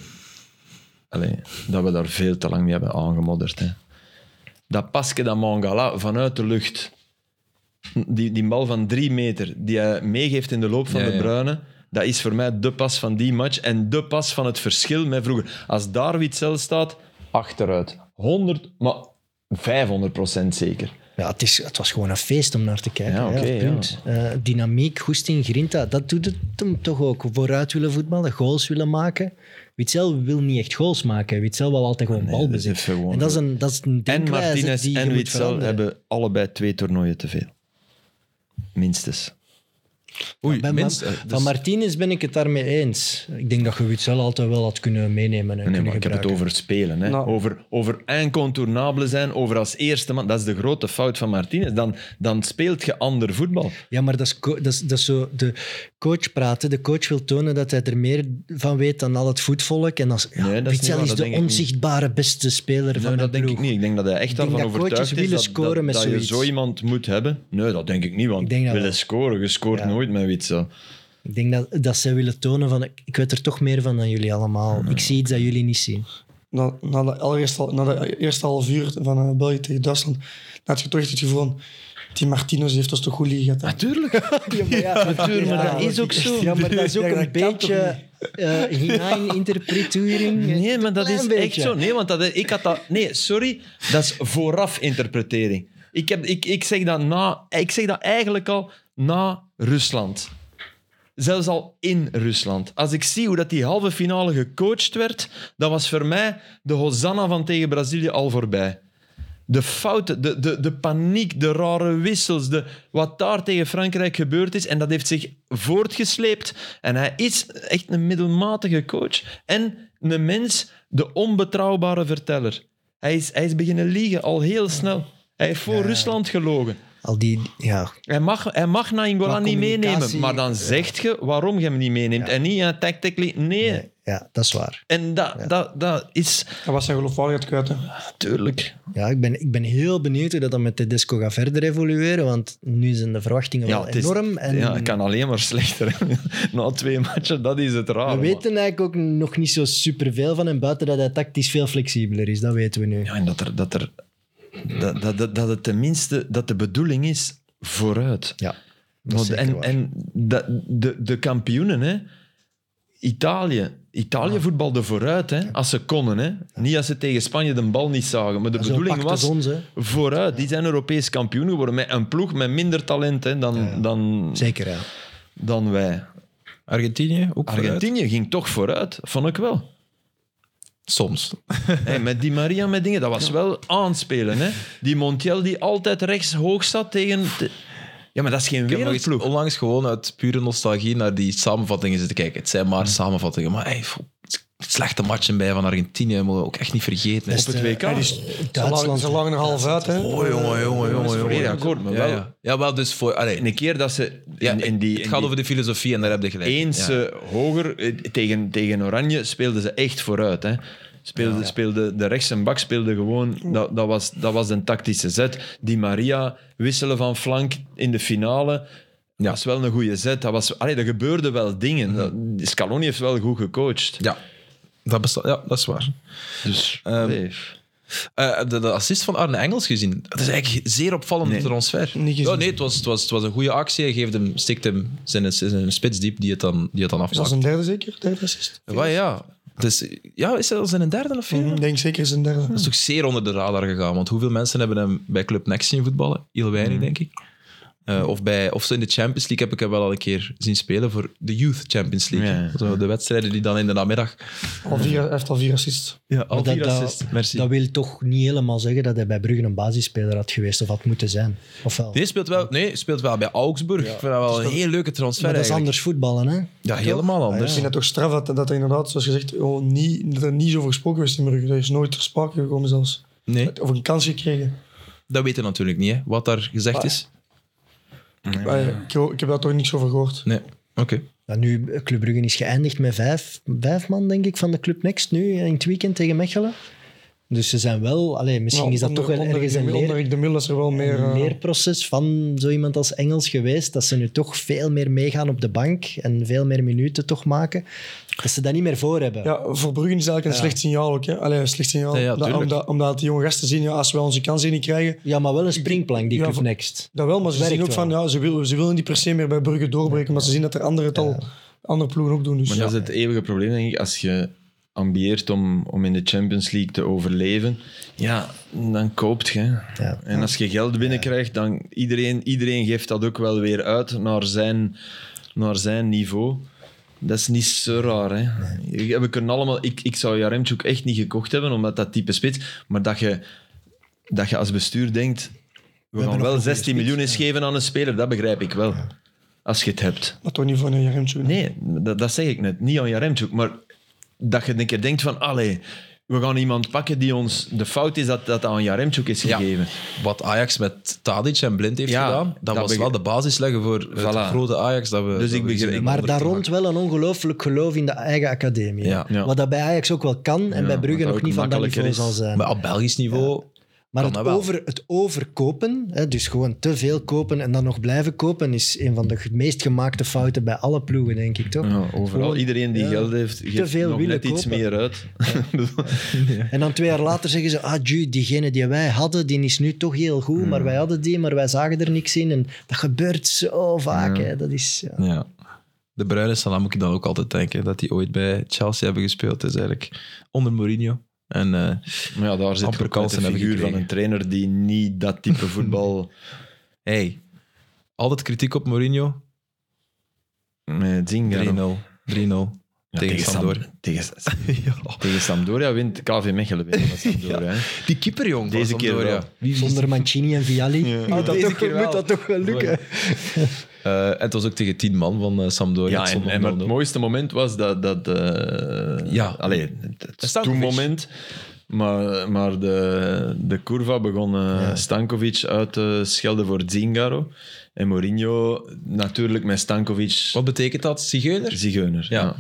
Allee, dat we daar veel te lang mee hebben aangemodderd. Hè. Dat pasje dat Mangala vanuit de lucht, die, die bal van drie meter, die hij meegeeft in de loop van Ja, de ja. Bruyne, dat is voor mij de pas van die match en de pas van het verschil met vroeger. Als daar Witzel staat, achteruit. honderd, maar vijfhonderd procent zeker. Ja, het, is, het was gewoon een feest om naar te kijken. Ja, hè, oké, punt. Eh, dynamiek, goesting, grinta, dat doet het hem toch ook. Vooruit willen voetballen, goals willen maken. Witzel wil niet echt goals maken. Witzel wil altijd gewoon Nee, balbezit. dat is gewoon En dat is zo. een, dat is een En denkwijze Martinez die je en moet Witzel veranderen. hebben allebei twee toernooien te veel. Minstens. Oei, Bij minst, Ma- eh, dus- Van Martinez ben ik het daarmee eens. Ik denk dat je Witsel altijd wel had kunnen meenemen en Nee, kunnen maar ik heb het gebruiken. over spelen. Hè. Nou. Over, over incontournabele zijn, over als eerste man. Dat is de grote fout van Martinez. Dan, dan speelt je ander voetbal. Ja, maar dat is, co- dat, is, dat is zo de coach praten. De coach wil tonen dat hij er meer van weet dan al het voetvolk. En als, ja, Nee, dat is niet Witsel waar, is dat de denk ik niet. onzichtbare beste speler Nee, van de dat denk ploeg. ik niet. Ik denk dat hij echt Ik daarvan denk dat coaches overtuigd is willen dat, scoren dat, met dat je zoiets. zo iemand moet hebben. Nee, dat denk ik niet, want Ik denk dat willen wel. scoren, je scoort Ja. nooit met Witsel. Ik denk dat, dat zij willen tonen van ik, ik weet er toch meer van dan jullie allemaal. Ik zie iets dat jullie niet zien. Na, na, de allereerste, na de eerste half uur van uh, België tegen Duitsland, dan had je toch echt het gevoel van, die Martinez heeft ons toch goed liggen gehad. hè? Natuurlijk. Ja, maar, ja, Natuurlijk, maar dat is ook zo. Ja, maar dat is ook Ja, dat een kan toch beetje uh, hineininterpretering. Nee, maar dat Klein is beetje. echt zo. Nee, want dat, ik had dat... Nee, sorry. Dat is vooraf interpretering. Ik, heb, ik, ik, zeg dat na, ik zeg dat eigenlijk al na Rusland. Zelfs al in Rusland. Als ik zie hoe dat die halve finale gecoacht werd, dat was voor mij de Hosanna van tegen Brazilië al voorbij. De fouten, de, de, de paniek, de rare wissels, de, wat daar tegen Frankrijk gebeurd is. En dat heeft zich voortgesleept. En hij is echt een middelmatige coach. En een mens, de onbetrouwbare verteller. Hij is, hij is beginnen liegen al heel snel. Hij heeft voor Ja. Rusland gelogen. Al die, ja, Hij mag, hij mag Nainggolan Qua niet meenemen, communicatie, maar dan ja. zegt je waarom je hem niet meeneemt. Ja. En niet ja, tactically. Nee. nee, ja, dat is waar. En dat, Ja. dat, dat is... Dat was zijn geloofwaardigheid kwijt. hè. Tuurlijk. Ja, ik ben, ik ben heel benieuwd hoe dat dan met Tedesco gaat verder evolueren, want nu zijn de verwachtingen wel het is- enorm. En Ja, het kan alleen maar slechter. hè. Na twee matchen, dat is het raar. we weten eigenlijk ook nog niet zo superveel van hem, buiten dat hij tactisch veel flexibeler is. Dat weten we nu. Ja, en dat, er, dat, er, dat, dat, dat, dat het tenminste dat de bedoeling is vooruit. Ja, dat is Want, zeker en waar. en dat, de, de kampioenen, hè, Italië. Italië voetbalde vooruit, hè, als ze konden. Hè. Niet als ze tegen Spanje de bal niet zagen. Maar de Zo bedoeling pakt het was ons, hè. vooruit. Die zijn Europees kampioen geworden met een ploeg met minder talent hè, dan, Ja. dan, Zeker, ja. dan wij. Argentinië ook vooruit. Argentinië ging toch vooruit, vond ik wel. Soms. Hey, met Di Maria, met dingen, dat was wel aanspelen. Hè. Die Montiel die altijd rechts hoog zat tegen... te- Ja, maar dat is geen Ik heb nog eens wereldploeg. onlangs gewoon uit pure nostalgie naar die samenvattingen zitten kijken. Het zijn maar samenvattingen, maar hey, pff, slechte matchen bij van Argentinië moeten we ook echt niet vergeten. hè. Op het W K. Ja, die is- Ze Duitsland. lagen- ze lagen er half uit. Hè. Oh, jongen, jongen, jongen. volledig jongen. akkoord, maar ja, wel- ja. ja, wel, dus voor... Allee, Een keer dat ze ja, in, in die, het in gaat die over de filosofie en daar heb je gelijk. eens Ja. eh, hoger eh, tegen, tegen Oranje speelden ze echt vooruit. Hè. Speelde, speelde, de rechts en bak speelde gewoon... Dat, dat, was, dat was een tactische zet. Di Maria wisselen van flank in de finale... Dat was wel een goede zet. Dat was, allee, er gebeurden wel dingen. Dat- Scaloni heeft wel goed gecoacht. Ja, dat, bestaat, ja, dat is waar. Dus, Ehm, allee. Eh, de, de assist van Arne Engels gezien. Dat is eigenlijk zeer opvallend Nee. transfer. Niet gezien. Ja, nee, het was, het, was, het was een goede actie. Hij geeft hem, stikt hem zijn, zijn spits diep die het dan, die het dan Is dat afmaakt. zijn derde zeker? Derde assist? Ja, ja. Dus, ja, is dat al zijn derde of vierde? Mhm, Ik denk zeker zijn derde. Dat is toch zeer onder de radar gegaan. Want hoeveel mensen hebben hem bij Club Next zien voetballen? Heel weinig, denk ik. Uh, of, bij, of zo in de Champions League heb ik hem wel al een keer zien spelen voor de Youth Champions League. Ja. Zo, de wedstrijden die dan in de namiddag... Al vier, hij heeft al vier assists. Ja, al Maar dat, vier dat, assists. Merci. dat wil toch niet helemaal zeggen dat hij bij Brugge een basisspeler had geweest of had moeten zijn. Of wel? Nee, speelt wel, nee, speelt wel bij Augsburg. Ik vind dat wel een heel leuke transfer Maar dat is eigenlijk. anders voetballen, hè? Ja, helemaal Ah, anders. Ik vind het toch straf dat, dat er inderdaad, zoals gezegd, oh, niet, dat er niet zo over gesproken is in Brugge. Dat is nooit ter sprake gekomen zelfs. Nee, Of een kans gekregen. dat weten we natuurlijk niet, hè, wat daar gezegd is. Maar, eh, ik, ik heb daar toch niks over gehoord. Nee, oké. Ja, nu, Club Brugge is geëindigd met vijf, vijf man, denk ik, van de Club Next nu in het weekend tegen Mechelen. Dus ze zijn wel... Allee, misschien Ja, is dat onder- toch wel onder ergens de een, Mil- leer, Onder de Mil is er wel meer... een eh, leerproces van zo iemand als Engels geweest, dat ze nu toch veel meer meegaan op de bank en veel meer minuten toch maken. Dat ze dat niet meer voor hebben. Ja, voor Brugge is het eigenlijk een Ja. slecht signaal ook. Hè? Allee, een slecht signaal. Ja, ja, Dat- tuurlijk. omdat, omdat die jonge gasten zien, ja, als we onze kansen niet krijgen, Ja, maar wel een springplank, die Ja, Club voor- Next. dat wel. Maar ze Werkt zien ook van, wel. ja, ze, willen, ze willen niet per se meer bij Brugge doorbreken, maar ze zien dat er anderen het al, andere ploegen ook doen. Dus. Maar dat is het eeuwige probleem, denk ik. Als je ambieert om, om in de Champions League te overleven, ja, dan koopt je. Ja. En als je geld binnenkrijgt, dan iedereen, iedereen geeft dat ook wel weer uit naar zijn, naar zijn niveau. Dat is niet zo raar. Hè? Nee. We kunnen allemaal, ik, ik zou Jaremchuk echt niet gekocht hebben, omdat dat type spits. Maar dat je, dat je als bestuur denkt, we, hebben gaan nog wel een goede zestien miljoen eens spits, geven aan een speler, dat begrijp ik wel. als je het hebt. Maar toch niet voor een Jaremchuk. Nee, dat, dat zeg ik net. Niet aan Jaremchuk, maar dat je een keer denkt van, allee, we gaan iemand pakken die ons... De fout is dat dat aan Jaremchuk is Ja. gegeven. Wat Ajax met Tadic en Blind heeft Ja, gedaan, dat, dat was begrijp- wel de basis leggen voor het Voilà. grote Ajax dat we Dus dat ik we begrijp- gezien hebben ik- Maar onder daar Ten rond wel een ongelooflijk geloof in de eigen academie. hè. Ja. Ja. Wat dat bij Ajax ook wel kan en Ja, bij Brugge wat nog ook niet van dat makkelijker niveau zal is. zijn. Maar op Belgisch niveau... Maar kan het, dat wel. over, het overkopen, hè, dus gewoon te veel kopen en dan nog blijven kopen, is een van de meest gemaakte fouten bij alle ploegen, denk ik, toch? Ja, overal. Gewoon, Iedereen die ja, geld heeft, geeft veel nog willen net iets kopen. meer uit. En dan twee jaar later zeggen ze, ah, ju, diegene die wij hadden, die is nu toch heel goed, Hmm. maar wij hadden die, maar wij zagen er niks in. En dat gebeurt zo vaak. Ja. Hè. Dat is, ja. Ja. De Bruyne Salah moet ik dan ook altijd denken, dat die ooit bij Chelsea hebben gespeeld. Dat is eigenlijk onder Mourinho. En eh, Maar ja, daar zit Amper ook wel kansen de hebben figuur van gekregen. een trainer die niet dat type voetbal... hey, altijd kritiek op Mourinho. Met Zingaro. drie nul. drie nul. Ja, tegen Sam- Sampdoria. Tegen, tegen Sampdoria wint K V Mechelen weer van Sampdoria. hè. Die keeper, jong, van Deze keer Sampdoria. wel. Wie is- Zonder Mancini en Vialli Ja. moet, Oh, dat deze toch, keer wel. moet dat toch wel lukken. Eh, en het was ook tegen tien man van uh, Sampdoria. Ja, Het en, stond en nog het nul nul. mooiste moment was dat... dat uh, Ja. Allee, het, het Stankovic. moment. Maar, maar de, de curva begon uh, Ja. Stankovic uit te schelden voor Zingaro. En Mourinho natuurlijk met Stankovic... Wat betekent dat? Zigeuner? Zigeuner, ja. Ja.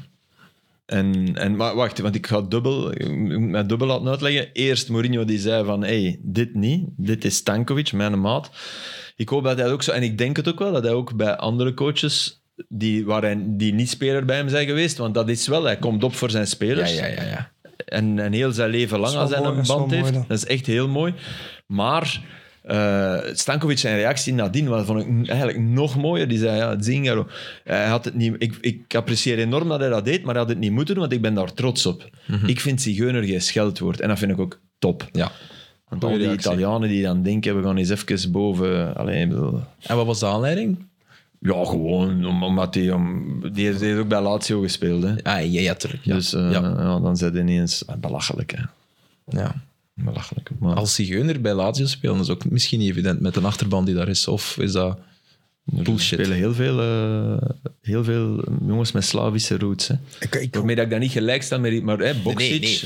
En, en maar wacht, want ik ga dubbel, ik moet mij dubbel laten uitleggen. Eerst Mourinho die zei van, hey, dit niet, dit is Stankovic, mijn maat. Ik hoop dat hij ook zo, en ik denk het ook wel, dat hij ook bij andere coaches die, waar hij, die niet speler bij hem zijn geweest, want dat is wel, hij komt op voor zijn Ja, spelers. ja, ja. ja. En, en heel zijn leven lang Dat als is hij wel een mooi, dat is band wel heeft. mooi, Dat is echt heel mooi. Maar uh, Stankovic zijn reactie nadien was, vond ik eigenlijk nog mooier. Die zei, ja, Zingaro, hij had het niet, ik, ik apprecieer enorm dat hij dat deed, maar hij had het niet moeten doen, want ik ben daar trots op. Mhm. Ik vind zigeuner geen scheldwoord. En dat vind ik ook top. Ja. Want al Goeie die reactie. Italianen die dan denken, we gaan eens even boven... Allee, ik bedoel, En wat was de aanleiding? ja, gewoon, om- omdat hij... Om, die heeft die heeft ook bij Lazio gespeeld. Hè. Ah, ja, ja, terug. Ja. Dus uh, ja. ja, dan zei hij ineens... ah, belachelijk, hè. Ja. Belachelijk. Maar, Als Zigeuner bij Lazio spelen, is ook misschien niet evident met een achterban die daar is. Of is dat Er bullshit? spelen heel veel, uh, heel veel jongens met Slavische roots. Hè. Ik, ik, Waarmee dat ik dat niet gelijk sta, maar, maar hè, Boksic, Nee,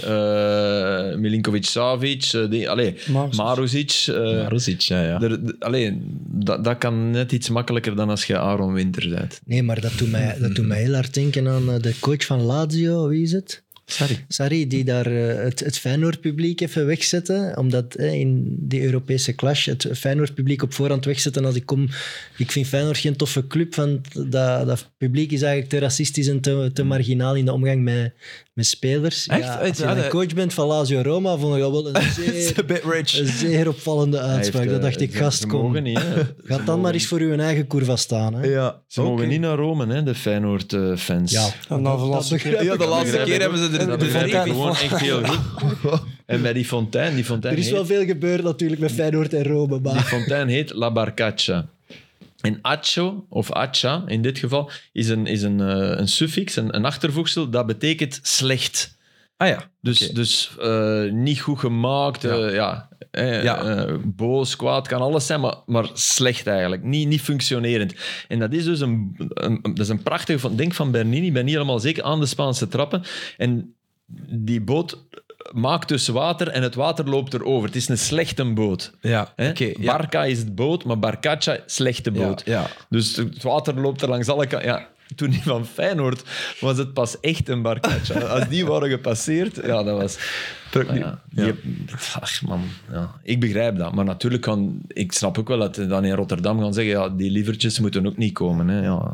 eh, Milinkovic-Savic, uh, die, allee, Maruzic. Maruzic. uh, Ja, Rosic, ja, ja. er- de- allee, dat, dat kan net iets makkelijker dan als je Aaron Winter bent. nee, maar dat doet, mij, dat doet mij heel hard denken aan eh, de coach van Lazio, wie is het? Sorry. Sarri, die daar eh, het, het Feyenoord-publiek even wegzette, omdat eh, in die Europese clash het Feyenoord-publiek op voorhand wegzetten als ik kom. Ik vind Feyenoord geen toffe club, want dat, dat publiek is eigenlijk te racistisch en te, te marginaal in de omgang met, met spelers. Echt? Ja, als je Ja, dan de- coach bent van Lazio Roma, vond ik dat wel een zeer, a bit rich. een zeer opvallende uitspraak. Dat dacht ik, gast, kom. Mogen niet, hè. Ga dan maar eens voor uw eigen curva staan. Hè. Ja, Ze mogen niet naar Rome, hè, de Feyenoord-fans. Ja, En dan de laatste begrijp keer- Ja, de laatste begrijp keer ik hebben ze er Dat de begrijp ik Fontaine. gewoon echt heel goed. En bij die fontein, die fontein Er is heet, wel veel gebeurd natuurlijk met Feyenoord en Rome, die maar... fontein heet La Barcaccia. En accio, of accia in dit geval, is een, is een, eh, een suffix, een, een achtervoegsel, dat betekent slecht. Ah ja. Dus, Oké. dus eh, niet goed gemaakt, Ja. eh, ja. eh, Ja. eh, boos, kwaad, kan alles zijn, maar, maar slecht eigenlijk. Niet, niet functionerend. En dat is dus een, een, dat is een prachtige... van- Denk van Bernini, ik ben niet helemaal zeker, aan de Spaanse trappen. En die boot maakt dus water en het water loopt erover. Het is een slechte boot. Ja, Hè? oké. ja. Barca is het boot, maar Barcaccia, slechte boot. Ja, ja. Dus het water loopt er langs alle kanten. Ja, toen die van Feyenoord was het pas echt een Barcaccia. Als die waren gepasseerd, ja, dat was... Maar ja, die- Ja. ach man, ja. Ik begrijp dat. Maar natuurlijk kan... Ik snap ook wel dat ze dan in Rotterdam gaan zeggen, ja, die lievertjes moeten ook niet komen. Hè. Ja.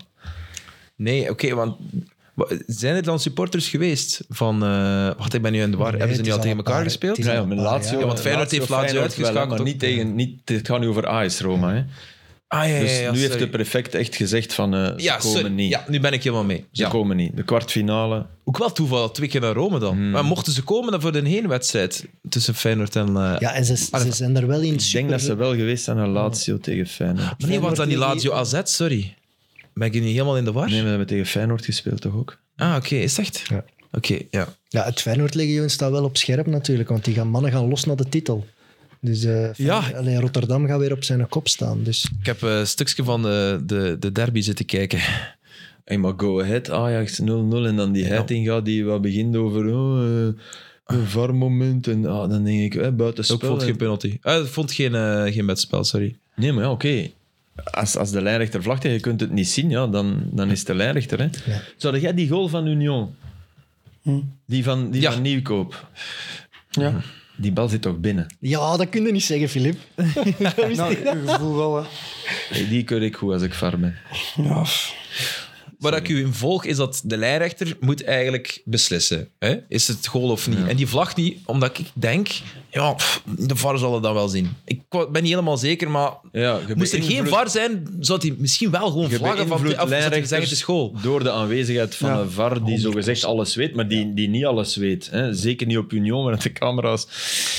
Nee, oké, want wa- zijn er dan supporters geweest van... eh wacht, ik ben nu in de war. Nee, Hebben ze het nu is al al tegen een elkaar paar- gespeeld? het is Ja, al met een paar Lazio, jaar. Ja, want Feyenoord heeft Lazio Feyenoord wel, uitgeschakeld maar niet ook. tegen... Niet, het gaat nu over A S Roma. Hè. Ah, ja, ja, Dus ja, nu heeft sorry. de prefect echt gezegd van, eh, ze Ja, komen sorry. niet. Ja, nu ben ik helemaal mee. Ze Ja. komen niet. De kwartfinale... Ook wel toeval dat twee keer naar Rome dan. Hmm. Maar mochten ze komen dan voor de heenwedstrijd tussen Feyenoord en... eh Ja, en ze, ze zijn er wel in Ik denk dat ze wel geweest zijn naar Lazio tegen Feyenoord. Maar nee, was dat niet Feyenoord Lazio A Z? Sorry. Ben ik nu niet helemaal in de war? Nee, we hebben tegen Feyenoord gespeeld toch ook? Ah, oké. Is het echt? Ja. Oké, ja. Ja, het Feyenoord-legioen staat wel op scherp natuurlijk, want die gaan, mannen gaan los naar de titel. Dus uh, Ja. van, allee, Rotterdam gaat weer op zijn kop staan. Dus. Ik heb een stukje van de, de, de derby zitten kijken. Hey, maar go ahead, Ajax nul nul en dan die heiting gaat die wat begint over oh, uh, een V A R-moment en ah, dan denk ik, eh, buitenspel. Ik vond en... geen penalty. Ah, ik vond geen, uh, geen wedspel, sorry. Nee, maar ja, oké. Okay. Als, als de lijnrechter vlagt en je kunt het niet zien, ja, dan, dan is de lijnrechter. Hè. Ja. Zou jij die goal van Union, Hm. die van, die Ja. van Nieuwkoop, Ja. die bal zit toch binnen? Ja, dat kun je niet zeggen, Filip. Nou, je gevoel wel, hè. Hey, die keur ik goed als ik V A R ben. Ja. Waar ik u in volg, is dat de lijnrechter moet eigenlijk beslissen. Hè? Is het goal of niet? Ja. En die vlagt niet, omdat ik denk... Ja, pff, de V A R zal het dan wel zien. Ik ben niet helemaal zeker, maar... Ja, Moest er geen V A R zijn, zou hij misschien wel gewoon Je vlaggen van... beïnvloedt Of zou hij zeggen, het lijnrechters is goal. door de aanwezigheid van Ja. een V A R die zogezegd alles weet, maar die, die niet alles weet. Hè. Zeker niet op Union, waar de camera's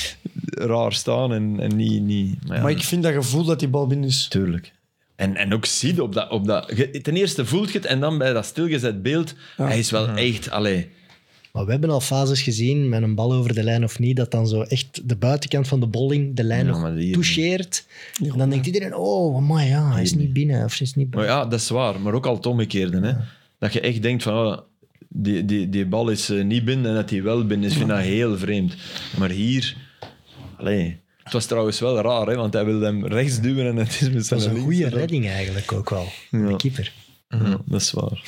raar staan en, en niet... niet maar ja, Maar ik vind dat gevoel dat die bal binnen is. Tuurlijk. En, en ook zie je op dat, op dat... je- Ten eerste voelt je het en dan bij dat stilgezet beeld, Ja. hij is wel echt... Allee, Maar we hebben al fases gezien, met een bal over de lijn of niet, dat dan zo echt de buitenkant van de bolling de lijn Ja, nog maar hier toucheert. En dan denkt iedereen, oh, maar ja, hij is niet binnen. Of hij is niet maar binnen. ja, dat is waar. Maar ook al het omgekeerde. Hè. Dat je echt denkt van... Oh, die, die, die bal is uh, niet binnen en dat hij wel binnen is. Ik vind dat heel vreemd. Maar hier... Allee... Het was trouwens wel raar, hè, want hij wilde hem rechts duwen en het is met zijn Dat is een links goede gedaan. redding eigenlijk ook wel. Ja. De keeper. Ja, dat is waar.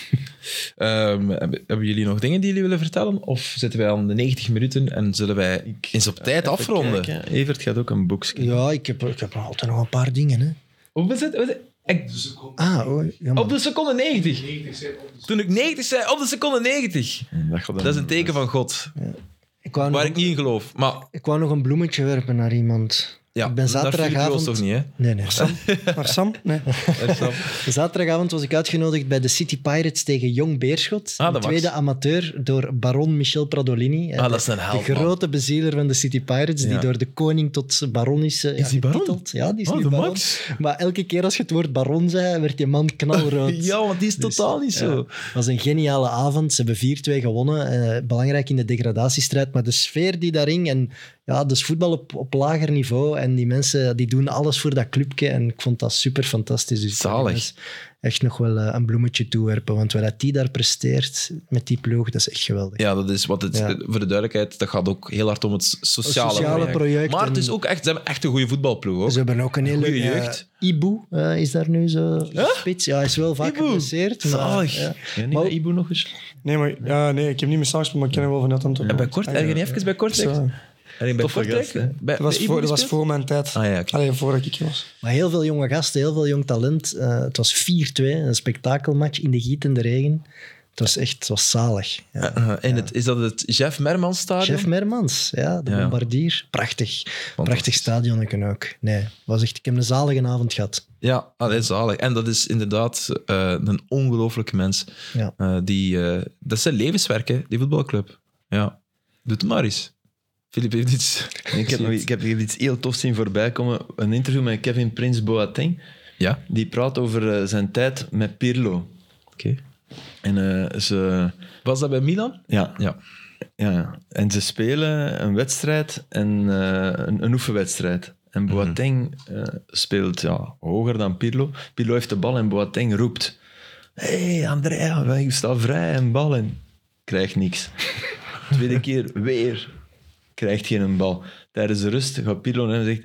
Um, hebben, hebben jullie nog dingen die jullie willen vertellen? Of zitten wij aan de negentig minuten en zullen wij eens op tijd Even afronden? kijken. Evert gaat ook een boekje. Ja, ik heb, ik heb altijd nog een paar dingen. Hè. Hoe is het? Hoe is het? Ik- De seconde Ah, oh, ja, maar- Op de seconde negentig. negentig zijn op de Toen ik negentig zei, op de seconde negentig. Dat, gaat Dat is een teken van God, ik, wou waar nog, ik niet in geloof. Maar ik wou nog een bloemetje werpen naar iemand. ja, Ik ben naar Filip zaterdagavond... Joos toch niet, hè? Nee, nee. Maar Sam? Nee. Zaterdagavond was ik uitgenodigd bij de City Pirates tegen Jong Beerschot. Ah, de de Max. tweede amateur door baron Michel Pradolini. Ah, dat is een held, De man. grote bezieler van de City Pirates, die Ja. door de koning tot baron is, eh, Is die ja, baron? getiteld. Ja, die is Oh, nu de baron. Max. Maar elke keer als je het woord baron zei, werd die man knalrood. Ja, want die is Dus, totaal niet zo. ja. Het was een geniale avond. Ze hebben vier twee gewonnen. Eh, belangrijk in de degradatiestrijd. Maar de sfeer die daar hing... En ja, dus voetbal op, op lager niveau. En die mensen die doen alles voor dat clubje. En ik vond dat super fantastisch. Dus ik wil die Zalig. mensen echt nog wel eh, een bloemetje toewerpen. Want wat die daar presteert met die ploeg, dat is echt geweldig. Ja, dat is wat het... Ja. Voor de duidelijkheid, dat gaat ook heel hard om het sociale, Het sociale project Maar het en- is ook echt... Ze hebben echt een goede voetbalploeg, ook. Ze hebben ook een hele... Goeie eh, jeugd. Ibu eh, is daar nu zo spits. Ja, hij is wel vaak Ibu. geblesseerd. maar, Zalig. ja. Ja, niet Maar- met Ibu nog eens? Nee, maar, ja, nee, ik heb niet meer samengespeeld, maar ik ken hem wel van net aan het En bij Kort, heb je niet even bij Kortrijk? Zo. En ik bij Toffe Kortrijk? gast, hè? Bij- Dat was, bij voor, Ibu dat was gespeeld? voor mijn tijd. Ah ja, oké. Alleen voordat ik hier was. Maar heel veel jonge gasten, heel veel jong talent. Eh, het was vier twee, een spektakelmatch in de gietende regen. Het was echt het was zalig. Ja. Uh, en het, is dat het Jeff Mermans stadion? Chef Mermans, ja, de Ja. bombardier. Prachtig. Prachtig stadion ook. Nee, was echt, ik heb een zalige avond gehad. Ja, ah, dat is zalig. En dat is inderdaad eh, een ongelooflijke mens. Ja. Eh, die, eh, dat is zijn levenswerk, hè, die voetbalclub. Ja. Doe het maar eens. Filip heeft iets... Ik heb, nog, ik, heb, ik heb iets heel tofs zien voorbij komen. Een interview met Kevin Prince Boateng. Ja? Die praat over uh, zijn tijd met Pirlo. Oké. En uh, ze... Was dat bij Milan? Ja, Ja. ja. En ze spelen een wedstrijd, en, uh, een, een oefenwedstrijd. En Boateng uh, speelt ja, hoger dan Pirlo. Pirlo heeft de bal en Boateng roept... Hé, hey, Andrea, ik sta vrij en bal. En krijgt niks. Tweede keer weer krijgt geen een bal. Tijdens de rust gaat Pirlo naar hem en zegt...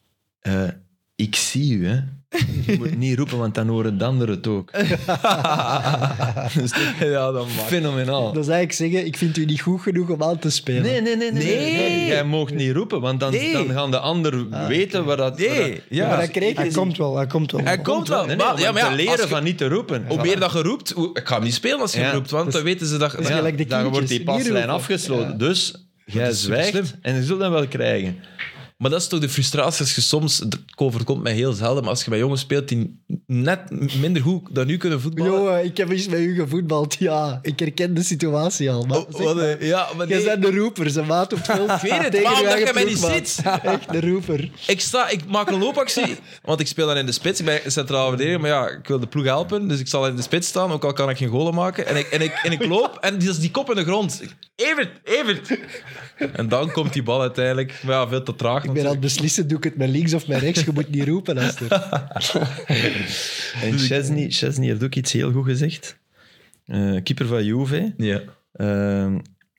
Uh, ik zie u, hè. Je moet niet roepen, want dan horen de anderen het ook. Dus Ja, dat fenomenaal. Dat zou ik zeggen, ik vind u niet goed genoeg om aan te spelen. Nee, nee, nee. nee, Nee. nee. Jij mag niet roepen, want dan, Nee. dan gaan de anderen weten waar dat... waar Nee, dat- ja. Maar dan kreeg Hij je komt wel, hij komt wel. Hij komt wel. Nee, nee, maar, om ja, maar ja, te leren als je- van niet te roepen. Hoe meer dat je roept... hoe- Ik ga hem niet spelen als je Ja. hem roept, want dan weten ze dat... is Ja, gelijk de dan kindjes. wordt die Niet paslijn roepen. afgesloten. Dus jij is superslim. zwijgt en je zult hem wel krijgen. Maar dat is toch de frustratie als je soms... Dat overkomt mij heel zelden, maar als je bij jongens speelt die net minder goed dan u kunnen voetballen... Jongen, ik heb eens met u gevoetbald. Ja, ik herken de situatie al. Maar Oh, zeg wat maar, een- ja, maar jij nee. bent de roeper, ze maat op het veld. Ik weet het, tegen maar uw omdat eigen jij mij niet ploegmaat. ziet. Echt de roeper. Ik, sta, ik maak een loopactie, want ik speel dan in de spits. Ik ben centraal verdediger, maar ja, ik wil de ploeg helpen. Dus ik zal in de spits staan, ook al kan ik geen goalen maken. En ik, en ik, en ik loop en die, die kop in de grond. Evert, Evert. En dan komt die bal uiteindelijk, maar ja, veel te traag Ik ben aan het beslissen, doe ik het met links of met rechts? Je moet niet roepen, Aster. En Chesney, Chesney heeft ook iets heel goed gezegd. Uh, keeper van Juve. Ja. Uh,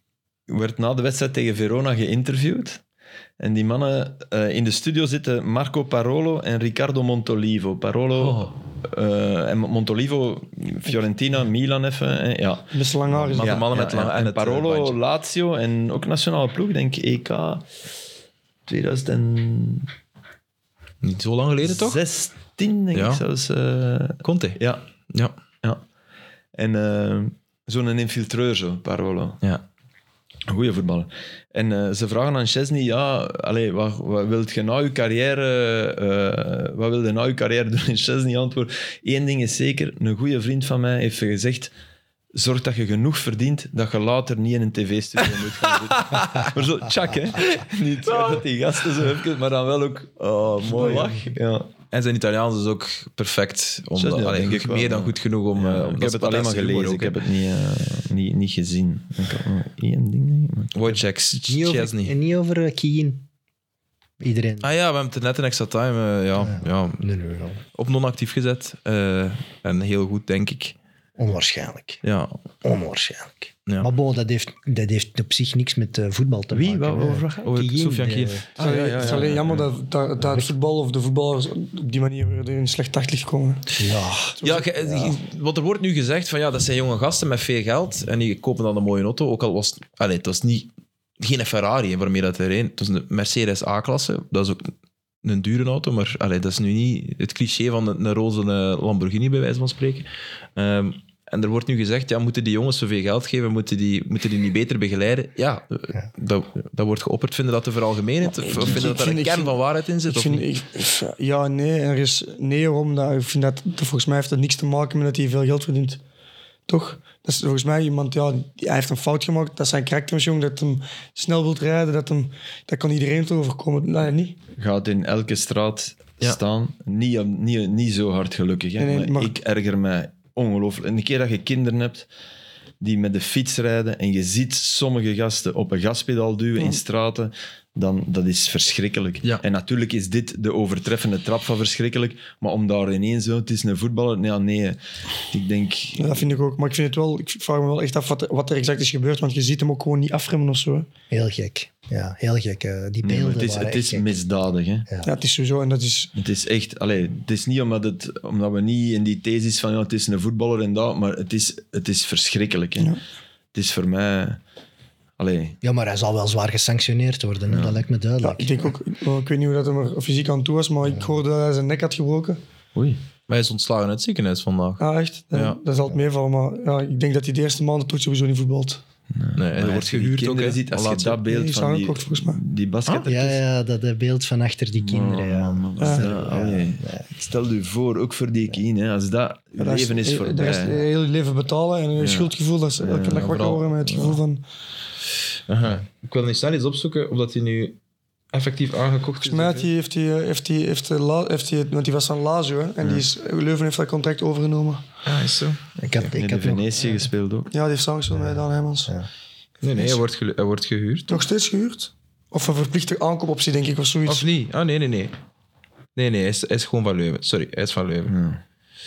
werd na de wedstrijd tegen Verona geïnterviewd. En die mannen uh, in de studio zitten Marco Parolo en Riccardo Montolivo. Parolo Oh. uh, en Montolivo, Fiorentina, Milan even. Eh, ja. Best lang haar is Maar dat. de mannen met lang- en en het, uh, Parolo, bandje. Lazio en ook nationale ploeg, denk ik, E K tweeduizend zestien, Niet zo lang geleden, toch? denk Ja. ik zelfs. Uh, Conte. ja, Ja. ja. En uh, zo'n infiltreur, zo, Parolo. Ja. Een goede voetballer. En uh, ze vragen aan Chesney, ja, allez, wat, wat wilt je na je carrière, uh, wat wil je na je carrière doen? En Chesney antwoordt, één ding is zeker, een goede vriend van mij heeft gezegd, zorg dat je genoeg verdient, dat je later niet in een tv-studio moet gaan zitten. Maar zo, tjak, hè. Niet dat die gasten zo even, maar dan wel ook, oh, mooi. Lach. Ja. En zijn Italiaans is ook perfect. Om Zes, dat, ja, allee, denk ik meer wel, dan ja. goed genoeg om... Ja, uh, om ik dat heb het alleen maar fantastische gelezen, humor ik heb ook, het niet, uh, niet, niet gezien. Ik had nog één ding, denk ik. maar- hè. Wojciech Niet over, Szczesny. en niet over uh, Keane. Iedereen. Ah ja, we hebben het net een extra time uh, ja, ja, Nee, nee, nee. op non-actief gezet. Uh, en heel goed, denk ik. Onwaarschijnlijk. Ja, Onwaarschijnlijk. ja. Maar bon, dat heeft, dat heeft op zich niks met uh, voetbal te Wie? maken. Wat- hè. wat- wat- Over Keane, Sofian de- Keane. Het is alleen- Ah, ja, ja, het is ja, alleen ja. jammer dat, dat, dat het voetbal of de voetballers op die manier weer in een slecht daglicht komen. Ja. Ja, ge- ge- wat er wordt nu gezegd van ja, dat zijn jonge gasten met veel geld en die kopen dan een mooie auto. Ook al was het, allee, het was niet, geen Ferrari hè, waarmee dat erin. Het was een Mercedes A-klasse. Dat is ook een dure auto, maar allee, dat is nu niet het cliché van een, een roze Lamborghini, bij wijze van spreken. Ehm, en er wordt nu gezegd, ja, moeten die jongens zoveel geld geven, moeten die, moeten die niet beter begeleiden? Ja, eh, Dat, dat wordt geopperd. Vinden dat te veralgemenend? Of ik- vinden ik dat er vind- een ik kern vind- van waarheid in zit? Ik Of vind, niet? ik, ja, nee. Er is nee waarom. Dat, ik vind dat, dat volgens mij heeft dat niks te maken met dat hij veel geld verdient. Toch? Dat is volgens mij iemand, ja, die- hij heeft een fout gemaakt. Dat is zijn karakter, jong, dat hem snel wilt rijden. Dat, hem, dat kan iedereen toch overkomen. Nee, niet. Gaat in elke straat Ja. staan. Niet, niet, niet zo hard gelukkig. Hè? Nee, nee, maar maar- ik erger mij ongelooflijk. En een keer dat je kinderen hebt die met de fiets rijden en je ziet sommige gasten op een gaspedaal duwen in straten, dan dat is verschrikkelijk. Ja. En natuurlijk is dit de overtreffende trap van verschrikkelijk, maar om daar ineens zo, het is een voetballer, nee, nee. Ik denk... Ja, dat vind ik ook. Maar ik vind het wel, ik vraag me wel echt af wat, wat er exact is gebeurd. Want je ziet hem ook gewoon niet afremmen of zo. Hè. Heel gek. Ja, heel gek. uh, Die Nee, beelden maar het is, waren het echt is gek. misdadig, hè. Ja. Ja, het is sowieso. En dat is... Het is echt, allee, het is niet omdat, het, omdat we niet in die thesis van ja, het is een voetballer en dat, maar het is, het is verschrikkelijk. Hè. Ja. Het is voor mij, allee, Ja, maar hij zal wel zwaar gesanctioneerd worden. Hè? Dat lijkt me Ja, duidelijk. ik denk ook... oh, ik weet niet hoe dat hem er fysiek aan toe was, maar ik hoorde dat hij zijn nek had gebroken. oei. Maar hij is ontslagen uit het ziekenhuis vandaag. Ah, echt? Ja. Ja. Dat zal het meevallen. Maar ja, ik denk dat hij de eerste maanden toch sowieso niet voetbalt. Nee, hij Maar wordt als je die gehuurd ook. kinderen Hè. ziet, als Al je laat ze- dat beeld Nee, is van die, aangekocht, volgens mij. die baskettertjes... Ja, ja, dat eh, beeld van achter die kinderen. Ja. Man, man, Ja. stel, allee, stel je voor, ook voor die kind, hè, als dat Ja, dat leven is de voorbij. rest, hè. heel je leven betalen en een schuldgevoel. Dat ze elke dag wakker vooral. worden met het gevoel van... Aha. Ik wil niet snel eens opzoeken of dat hij nu effectief aangekocht is. Volgens mij heeft hij, heeft hij, heeft hij, heeft hij, La- heeft hij, want die was van Lazio, hè, en die is, Leuven heeft dat contract overgenomen. Ah, is zo. Ik heb, In ik de heb nog, Venetië gespeeld ook. Ja, die heeft samengespeeld met Daan Heijmans. Ja. Nee, nee, hij wordt, gelu- hij wordt gehuurd. Nog steeds gehuurd? Of een verplichte aankoopoptie, denk ik, of zoiets. Of niet? Ah, nee, nee, nee. Nee, nee, hij is, hij is gewoon van Leuven. Sorry, hij is van Leuven. Ja.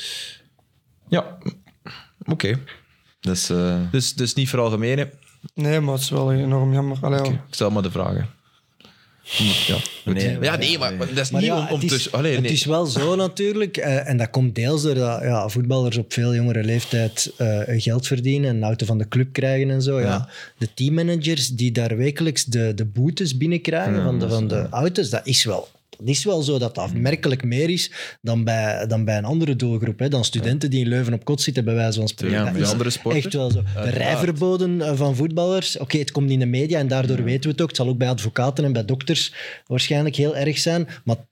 Ja, oké. Dus, eh, Dus, dus niet veralgemenen. Nee, maar het is wel enorm jammer. Allee, ja. Ik stel maar de vragen. Ja, goed. Nee, Maar ja, nee, maar, maar dat is Maar niet ja, om, om het, is, te... Allee, het nee. is wel zo natuurlijk, eh, en dat komt deels doordat ja, voetballers op veel jongere leeftijd eh, geld verdienen en een auto van de club krijgen en zo. Ja. Ja. De teammanagers die daar wekelijks de, de boetes binnenkrijgen Ja, van, de, dat is- van de auto's, dat is wel... Het is wel zo dat dat afmerkelijk meer is dan bij, dan bij een andere doelgroep. Hè. Dan studenten die in Leuven op kot zitten, bij wijze van spreken. Ja, Dat bij is andere sporten. echt wel zo. De rijverboden eh, van voetballers, oké, het komt in de media en daardoor weten we het ook. Het zal ook bij advocaten en bij dokters waarschijnlijk heel erg zijn. Maar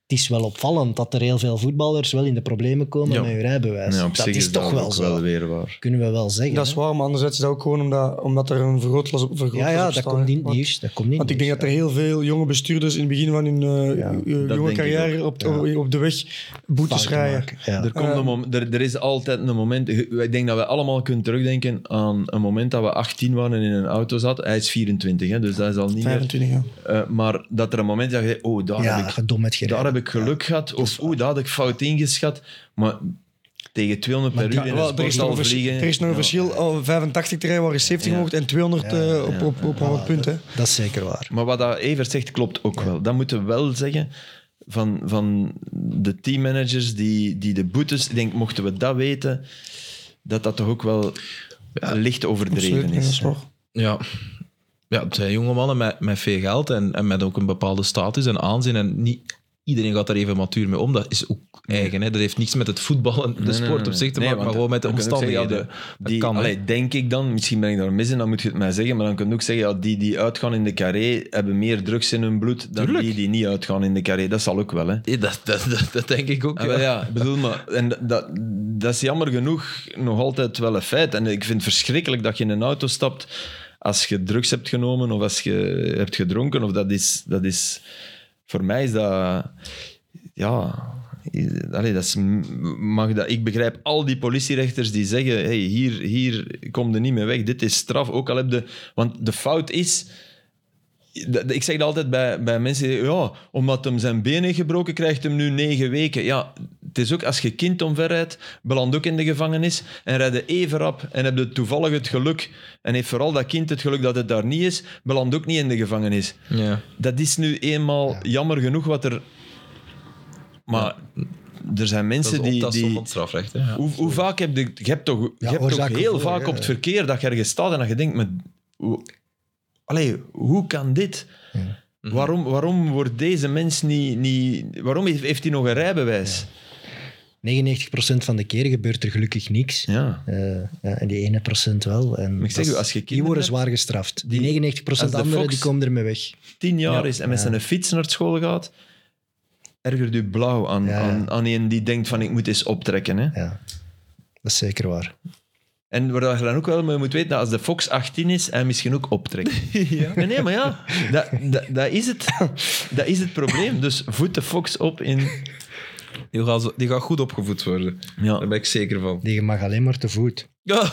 het is wel opvallend dat er heel veel voetballers wel in de problemen komen Ja. met hun rijbewijs. Ja, op dat zich is toch wel ook zo. wel weer waar. Kunnen we wel zeggen. Dat is hè? waar, maar anderzijds is dat ook gewoon omdat, omdat er een vergrootglas op vergrootglas Ja, ja, op dat staat, komt hè. niet Want- nieuws. Dat komt niet Want ik denk nieuws, dat er heel veel jonge bestuurders in het begin van hun uh, Ja, uh, dat jonge denk ik carrière op, Ja. op de weg boetes fouten rijden. maken. Ja. Er, komt Eh, een mom- er, er is altijd een moment... Ik denk dat we allemaal kunnen terugdenken aan een moment dat we achttien waren en in een auto zaten. Hij is vierentwintig, hè, dus dat is al niet meer... vijfentwintig, ja. Uh, maar dat er een moment dat je denkt, oh, daar, Ja, heb, ik, gedom met gereden. daar heb ik geluk gehad. Of, oeh, daar had ik fout ingeschat. Maar tegen tweehonderd per Maar uur die- in Wel, een er is nog sporthal een, vers- vliegen... er is nog een ja. verschil. Al vijfentachtig te rijden waar je zeventig Ja. mocht en tweehonderd Ja, uh, op, ja. op, op honderd punten. Dat is zeker waar. Maar wat dat Evert zegt, klopt ook wel. Dat moeten we wel zeggen van, van de teammanagers die, die de boetes... Ik denk, mochten we dat weten, dat dat toch ook wel licht overdreven Absoluut, ja, dat is. is waar. Ja. Ja, het zijn jonge mannen met, met veel geld en, en met ook een bepaalde status en aanzien. En niet iedereen gaat daar even matuur mee om. Dat is ook eigen. Hè. Dat heeft niks met het voetbal en de Nee, sport nee, nee, op zich te nee. maken, Nee, maar gewoon met de want dan kun je ook omstandigheden. zeggen, ja, Dat Die, kan, hè. allee, denk ik dan, misschien ben ik daar mis in, dan moet je het mij zeggen, maar dan kun je ook zeggen, ja, die die uitgaan in de carré hebben meer drugs in hun bloed dan Tuurlijk. die die niet uitgaan in de carré. Dat zal ook wel, hè. Eh, Dat, dat, dat, dat denk ik ook. Ah, ja. wel ja, ik bedoel, maar en dat- dat, dat is jammer genoeg nog altijd wel een feit. En ik vind het verschrikkelijk dat je in een auto stapt als je drugs hebt genomen of als je hebt gedronken. Of dat is, dat is, voor mij is dat... Ja... Allee, dat is, mag dat, ik begrijp al die politierechters die zeggen hey, hier, hier kom je niet meer weg, dit is straf. Ook al heb je... Want de fout is... Dat- Ik zeg dat altijd bij, bij mensen die zeggen, ja, omdat hem zijn been heeft gebroken, krijgt hem nu negen weken. Ja, het is ook als je kind omverrijdt, belandt ook in de gevangenis en rijdt even rap en heb je toevallig het geluk en heeft vooral dat kind het geluk dat het daar niet is, belandt ook niet in de gevangenis. Ja. Dat is nu eenmaal Ja. jammer genoeg wat er... Maar er zijn Dat is mensen de die... optasting die van het strafrecht. Hè. Ja. hoe, hoe vaak heb je... Je hebt toch, je Ja, hebt toch oorzaak heel gevolg, vaak hè. op het verkeer dat je ergens staat en dat je denkt... Met, hoe, allee, hoe kan dit? Mhm. Waarom, waarom wordt deze mens niet... niet waarom heeft, heeft hij nog een rijbewijs? negenennegentig procent van de keren gebeurt er gelukkig niks. Ja. Eh, ja, en die ene procent wel. En Maar ik zeg dat u, is- als je die kinderen worden hebt, zwaar gestraft. Die, die- negenennegentig procent als de anderen Fox- die komen ermee weg. tien jaar Ja. is en met Ja. zijn fiets naar school gaat, ergert u blauw aan, Ja, ja. aan, aan een die denkt van ik moet eens optrekken. Hè? Ja, dat is zeker waar. En waar je dan ook wel mee moet weten, dat als de Fox achttien is, hij misschien ook optrekt. Nee, nee, maar ja, dat, dat, dat, is het, dat is het probleem. Dus voed de Fox op in... Die, gaat, zo- die gaat goed opgevoed worden. Ja. Daar ben ik zeker van. Die mag alleen maar te voet. Ja.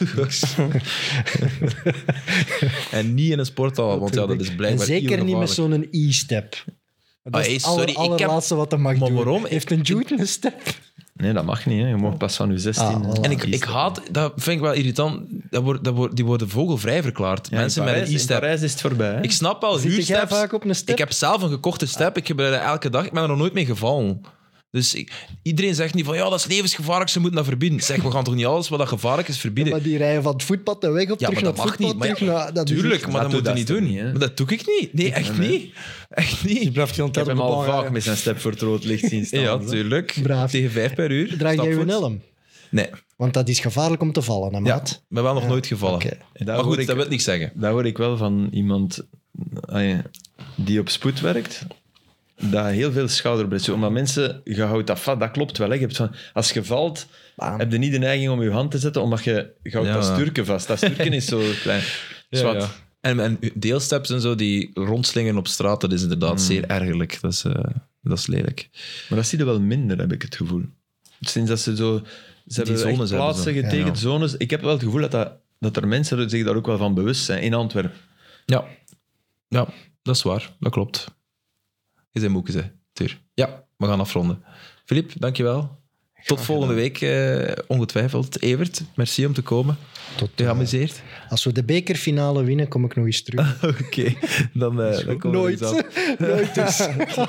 En niet in een sporthal, want ja, dat is En blijkbaar zeker niet met gevaarlijk. zo'n e-step. Dat Ah, is hey, het sorry, aller, ik heb- allerlaatste wat dat mag Maar doen. waarom? Heeft een Jude een step? Nee, dat mag niet. Hè. Je mag pas van je zestien. Ah, voilà. En ik, ik haat, dat vind ik wel irritant, dat wordt, dat wordt, die worden vogelvrij verklaard. Ja, Mensen in met Parijs, een in e-step. Parijs is het voorbij. Hè. Ik snap wel, Zit jij huursteps. vaak op een step? Ik heb zelf een gekochte step, ik gebruik dat elke dag, ik ben er nog nooit mee gevallen. Dus ik- iedereen zegt niet van, ja, dat is levensgevaarlijk, ze moeten dat verbieden. Zeg, we gaan toch niet alles wat dat gevaarlijk is verbieden? Maar die rijden van het voetpad de weg op, Ja, terug maar naar dat het mag voetpad, niet. Maar terug ja, naar... Dat is Tuurlijk, echt- maar dat doe moet je dat niet toch doen. niet, hè? Maar dat doe ik niet. Nee, echt nee. niet. Echt Je niet. blijft hier Ik heb altijd hem op de al bal vaak rijden. met zijn step voor het rood licht zien staan. Ja, hè. tuurlijk. Braaf. Tegen vijf per uur. Draag jij je stapvoets. helm? Nee. Want dat is gevaarlijk om te vallen, hè, Ja, maat? ik ben wel nog nooit gevallen. Oké. En Maar daar goed, hoor ik, dat wil niet zeggen. daar hoor ik wel van iemand ah ja, die op spoed werkt, dat heel veel schouderblessure... Omdat mensen, je houdt dat vast, dat klopt wel. Hè. Je hebt van, als je valt, Bam. heb je niet de neiging om je hand te zetten, omdat je, je houdt Ja. dat sturken vast. Dat sturken is zo klein. Zwat. En, en deelsteps en zo die rondslingen op straat, dat is inderdaad Mm. zeer ergerlijk. Dat is, eh, dat is lelijk. Maar dat zie je wel minder, heb ik het gevoel. Sinds dat ze zo... Ze hebben zones echt hebben plaatsen ze. getekend, Ja. zones. Ik heb wel het gevoel dat, dat, dat er mensen zich daar ook wel van bewust zijn. In Antwerpen. Ja. Ja, dat is waar. Dat klopt. Je zijn moeken, hè. Tuur. Ja, we gaan afronden. Filip, dankjewel. Tot volgende week, eh, ongetwijfeld. Evert, merci om te komen. Tot, Je eh, geamuseerd? als we de bekerfinale winnen, kom ik nog eens terug. Oké, dan, eh dan komen we Nooit. er eens af. Nooit dus.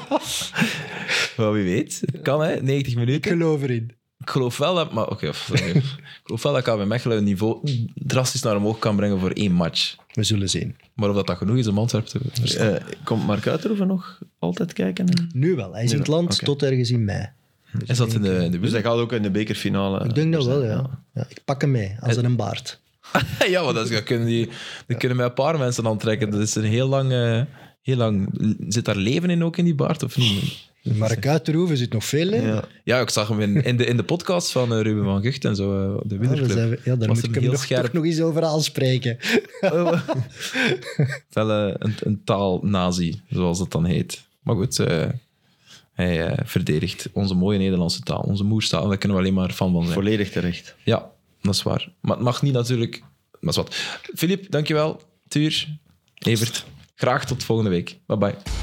Maar wie weet. Het kan, hè. negentig Ik minuten. geloof erin. Ik geloof wel dat... Maar oké, of- ik geloof wel dat K V Mechelen een niveau drastisch naar omhoog kan brengen voor één match. We zullen zien. Maar of dat, dat genoeg is om Antwerpen te verslaan. Eh, komt Mark Uiterhoeven nog altijd kijken? Nu wel. Hij is Nu in het wel, land oké. tot ergens in mei. Is dat in de, in de Dus hij gaat ook in de bekerfinale. Ik denk dat wel, zijn, ja. ja. Ik pak hem mee, als een baard. ja, maar dat, is, dat, kunnen die, dat kunnen mij een paar mensen aantrekken. Dat is een heel lang, eh, heel lang... Zit daar leven in ook in die baard, of niet? Mark Uiterhoeven zit nog veel in. Ja. Ja, ik zag hem in, in, de, in de podcast van uh, Ruben van Gucht en zo, uh, de Ah, we wielerclub. zijn- ja, daar Was moet hem ik hem heel nog, scherp. toch nog eens over aanspreken. Wel uh, een, een taalnazi, zoals dat dan heet. Maar goed, uh, hij uh, verdedigt onze mooie Nederlandse taal, onze moerstaal. Daar kunnen we alleen maar fan van zijn. Volledig terecht. Ja, dat is waar. Maar het mag niet natuurlijk... Maar is wat. Filip, dankjewel. Tuur, Evert, graag tot volgende week. Bye bye.